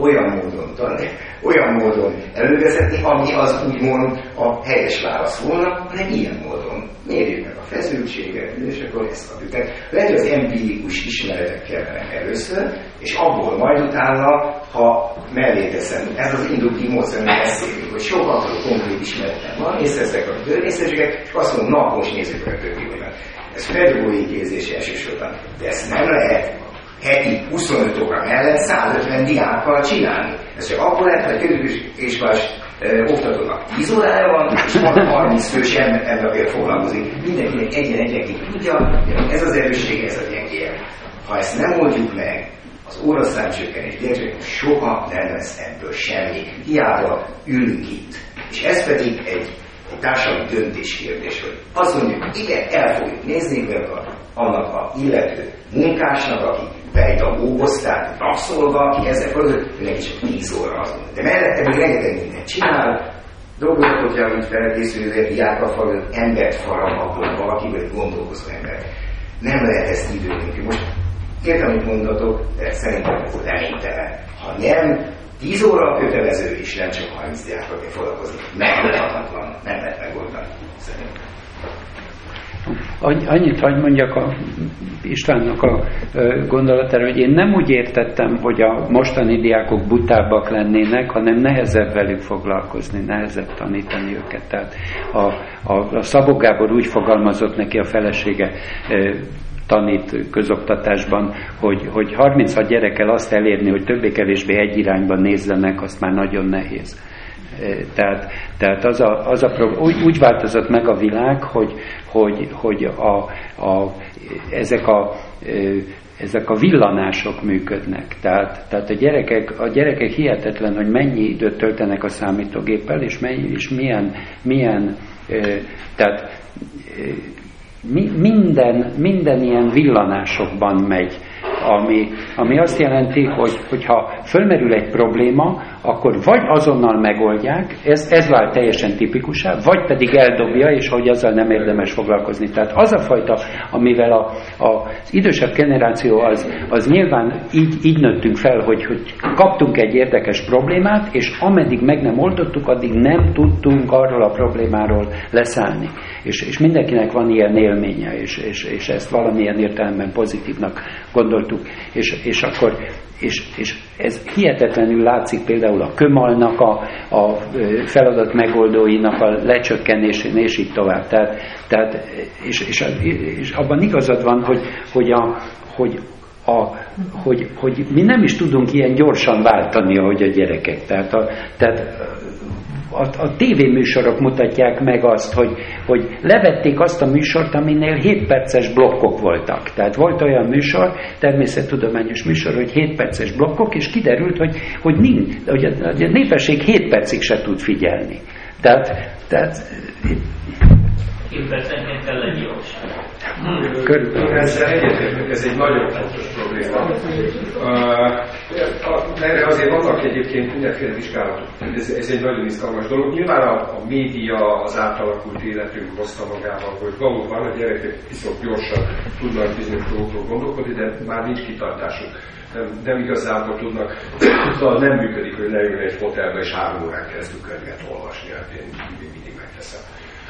olyan módon elővezetni, ami az úgymond a helyes válasz volna, hanem ilyen módon. Mérjük meg a feszültséget, és akkor ezt adjuk. Tehát lehet, az empirikus ismeretek kellenek először, és abból majd utána, ha mellé teszem, ez az induktív módszer, amit beszélünk, hogy sokkal konkrét ismeretem van, észreztek a törvényszerűséget, és azt mondom, na, most nézzük a többi, hogy van. Ez pedagógiai képzés elsősorban, de ezt nem lehet heti 25 óra mellett 150 diákkal csinálni. Ez csak akkor lehet, hogy a középiskolás oktatónak 10 órája van, és van 30 fős ember foglalkozik. Mindenkinek egyen-egyenként tudja, ez az erőssége, ez a gyengéje. Ha ezt nem oldjuk meg, az óraszámcsökkenés gyerekek soha nem lesz ebből semmi. Hiába ülünk itt. És ez pedig egy társadalmi döntéskérdés, hogy azt mondjuk, igen, el fogjuk nézni, hogy annak a illető munkásnak, aki pedagógozták, rabszolga, aki ezzel fölött, neki csak 10 óra az. De mellette még rengeteg mindent csinál, dolgozott, hogyha úgy felkészülő diákkal fagott, embert faraghatott valaki, vagy gondolkozó ember. Nem lehet ezt időnünk. Most értem, hogy mondatok, de szerintem ez reménytelen. Ha nem, 10 óra kötelező is, nem csak 30 diákkal kell foglalkozni. Megoldhatatlan, nem lehet megoldani, szerintem. Annyit hagy mondjak a Istvánnak a gondolatára, hogy én nem úgy értettem, hogy a mostani diákok butábbak lennének, hanem nehezebb velük foglalkozni, nehezebb tanítani őket. Tehát a Szabó Gábor úgy fogalmazott neki a felesége, tanít közoktatásban, hogy 36 gyerekkel azt elérni, hogy többé-kevésbé egy irányban nézzenek, azt már nagyon nehéz. Tehát úgy változott meg a világ, hogy ezek a villanások működnek. Tehát a gyerekek hihetetlen, hogy mennyi időt töltenek a számítógéppel, és milyen tehát minden ilyen villanásokban megy, ami azt jelenti, hogy ha fölmerül egy probléma, akkor vagy azonnal megoldják, ez vált teljesen tipikusá, vagy pedig eldobja, és hogy azzal nem érdemes foglalkozni. Tehát az a fajta, amivel az idősebb generáció az nyilván így nőttünk fel, hogy kaptunk egy érdekes problémát, és ameddig meg nem oldottuk, addig nem tudtunk arról a problémáról leszállni. És mindenkinek van ilyen élménye, és ezt valamilyen értelemben pozitívnak gondoltuk. És ez hihetetlenül látszik például a Kömalnak, a feladat megoldóinak a lecsökkenésén, és így tovább. Tehát és abban igazad van, hogy mi nem is tudunk ilyen gyorsan váltani, ahogy a gyerekek. Tehát a tévéműsorok mutatják meg azt, hogy levették azt a műsort, aminél 7 perces blokkok voltak. Tehát volt olyan műsor, természettudományos műsor, hogy 7 perces blokkok, és kiderült, hogy a népesség 7 percig se tud figyelni. Tehát 7 percenként kell lenni jóság. Ezzel egyetértünk, ez egy nagyon fontos probléma. Erre azért vannak egyébként mindenféle vizsgálatok. Ez egy nagyon izgalmas dolog. Nyilván a média, az átalakult életünk hozta magával, hogy valóban a gyerekek viszont gyorsan tudnak bizonyos dolgokról gondolkodni, de már nincs kitartásuk. Nem igazából tudnak, nem működik, hogy leülni egy fotelbe és 3 órán keresztül könyvet olvasni, hát én mindig megteszem.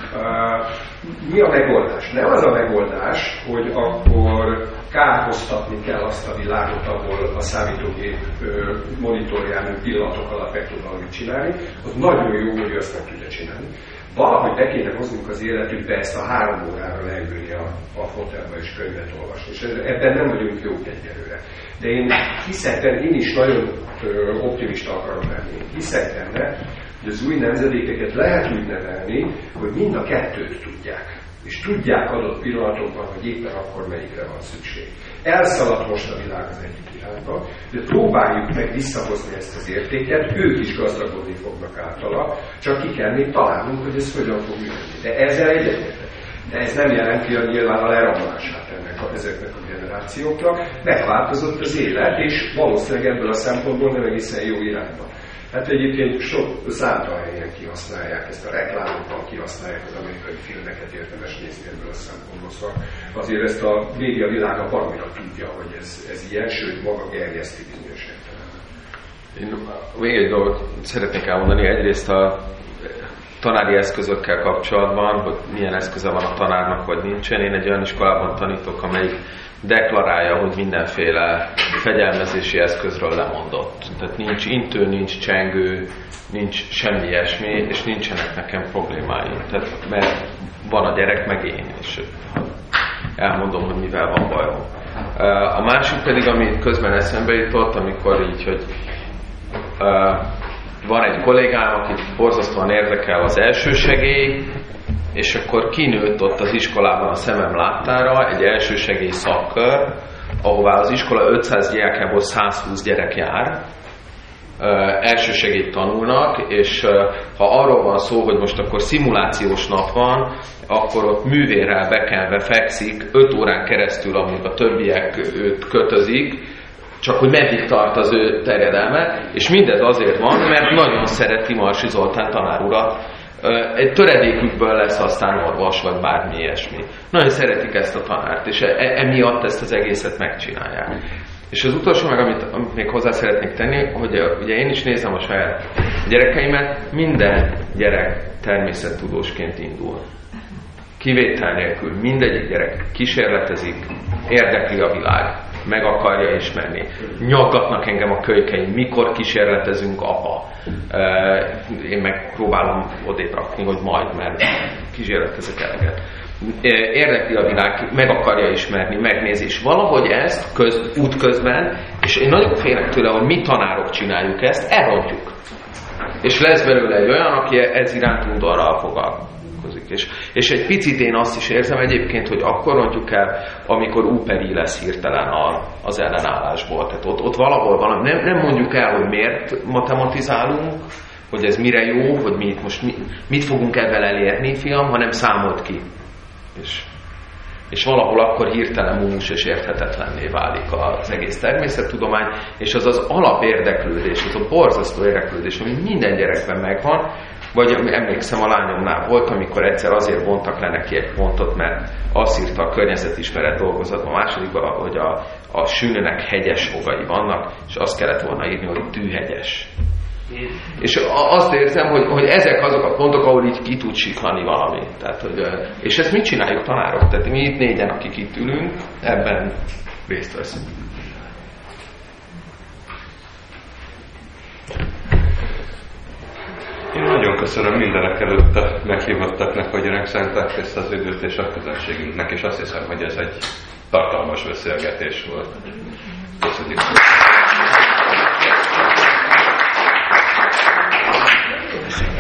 Mi a megoldás? Nem az a megoldás, hogy akkor kárhoztatni kell azt a világot, ahol a számítógép monitorján pillanatok alatt meg tud valamit csinálni, az nagyon jó, hogy azt meg tudja csinálni. Valahogy be kéne hoznunk az életükbe ezt a 3 órára leülni a fotelbe és könyvet olvasni. És ebben nem vagyunk jók egyelőre. De én is nagyon optimista akarom lenni. Hiszek benne, hogy az új nemzedékeket lehet úgy nevelni, hogy mind a kettőt tudják. És tudják adott pillanatokban, hogy éppen akkor melyikre van szükség. Elszaladt most a világ az egyik irányba, de próbáljuk meg visszahozni ezt az értéket, ők is gazdagodni fognak általa, csak ki kell még találnunk, hogy ez hogyan fog működni. De ezzel egyetértek. De ez nem jelenti nyilván a leromlását ezeknek a generációknak. Megváltozott az élet, és valószínűleg ebből a szempontból nem egészen jó irányba. Hát egyébként sok számtalanhelyen kihasználják ezt a reklámokkal, kihasználják az amerikai filmeket, érdemes nézni ebből a szempontból. Szóval azért ezt a média világa valamira tudja, hogy ez ilyen, sőt maga gerjeszti bizonyos értelemben. Én még egy dolgot szeretnék elmondani. Egyrészt a tanári eszközökkel kapcsolatban, hogy milyen eszköze van a tanárnak, vagy nincsen. Én egy olyan iskolában tanítok, amelyik deklarálja, hogy mindenféle fegyelmezési eszközről lemondott. Tehát nincs intő, nincs csengő, nincs semmi ilyesmi, és nincsenek nekem problémáim. Tehát, mert van a gyerek, meg én, és elmondom, hogy mivel van bajom. A másik pedig, ami közben eszembe jutott, amikor így, hogy van egy kollégám, akit borzasztóan érdekel az elsősegély, és akkor kinőtt ott az iskolában a szemem láttára egy elsősegély szakkör, ahová az iskola 500 diákjából 120 gyerek jár, elsősegélyt tanulnak, és ha arról van szó, hogy most akkor szimulációs nap van, akkor ott művérrel bekelve fekszik 5 órán keresztül, amíg a többiek őt kötözik, csak hogy meddig tart az ő terjedelme, és mindez azért van, mert nagyon szereti Marsi Zoltán tanár urat. Egy töredékükből lesz aztán orvos, vagy bármi ilyesmi. Nagyon szeretik ezt a tanárt, és emiatt ezt az egészet megcsinálják. És az utolsó meg, amit még hozzá szeretnék tenni, hogy ugye én is nézem a saját gyerekeimet, minden gyerek természettudósként indul. Kivétel nélkül mindegyik gyerek kísérletezik, érdekli a világ, meg akarja ismerni. Nyaggatnak engem a kölykeim, mikor kísérletezünk, apa. Én meg próbálom odébb rakni, hogy majd, mert kísérletezek eleget. Érdekli a világ, meg akarja ismerni, megnézi, és valahogy ezt útközben, és én nagyon félek tőle, hogy mi tanárok csináljuk ezt, elrontjuk. És lesz belőle egy olyan, aki ez iránt undorral foglalkozik. És egy picit én azt is érzem egyébként, hogy akkor rontjuk el, amikor úperi lesz hirtelen az ellenállásból. Tehát ott valahol valami, nem mondjuk el, hogy miért matematizálunk, hogy ez mire jó, hogy mi itt most mit fogunk ebben elérni, fiam, hanem számolt ki. És valahol akkor hirtelen mumus és érthetetlenné válik az egész természettudomány, és az az alapérdeklődés, az a borzasztó érdeklődés, ami minden gyerekben megvan, vagy emlékszem, a lányomnál volt, amikor egyszer azért vontak le neki egy pontot, mert azt írta a környezetismeret dolgozatban a másodikban, hogy a sűnőnek hegyes fogai vannak, és azt kellett volna írni, hogy tűhegyes. És azt érzem, hogy ezek azok a pontok, ahol így ki tud siklani valami. Tehát, és ezt mit csináljuk tanárok? Tehát mi itt négyen, akik itt ülünk, ebben részt veszünk. Én nagyon köszönöm mindenek előtt a meghívottaknak, hogy önök szánták ezt az időt és a közönségünknek, és azt hiszem, hogy ez egy tartalmas beszélgetés volt. Köszönjük.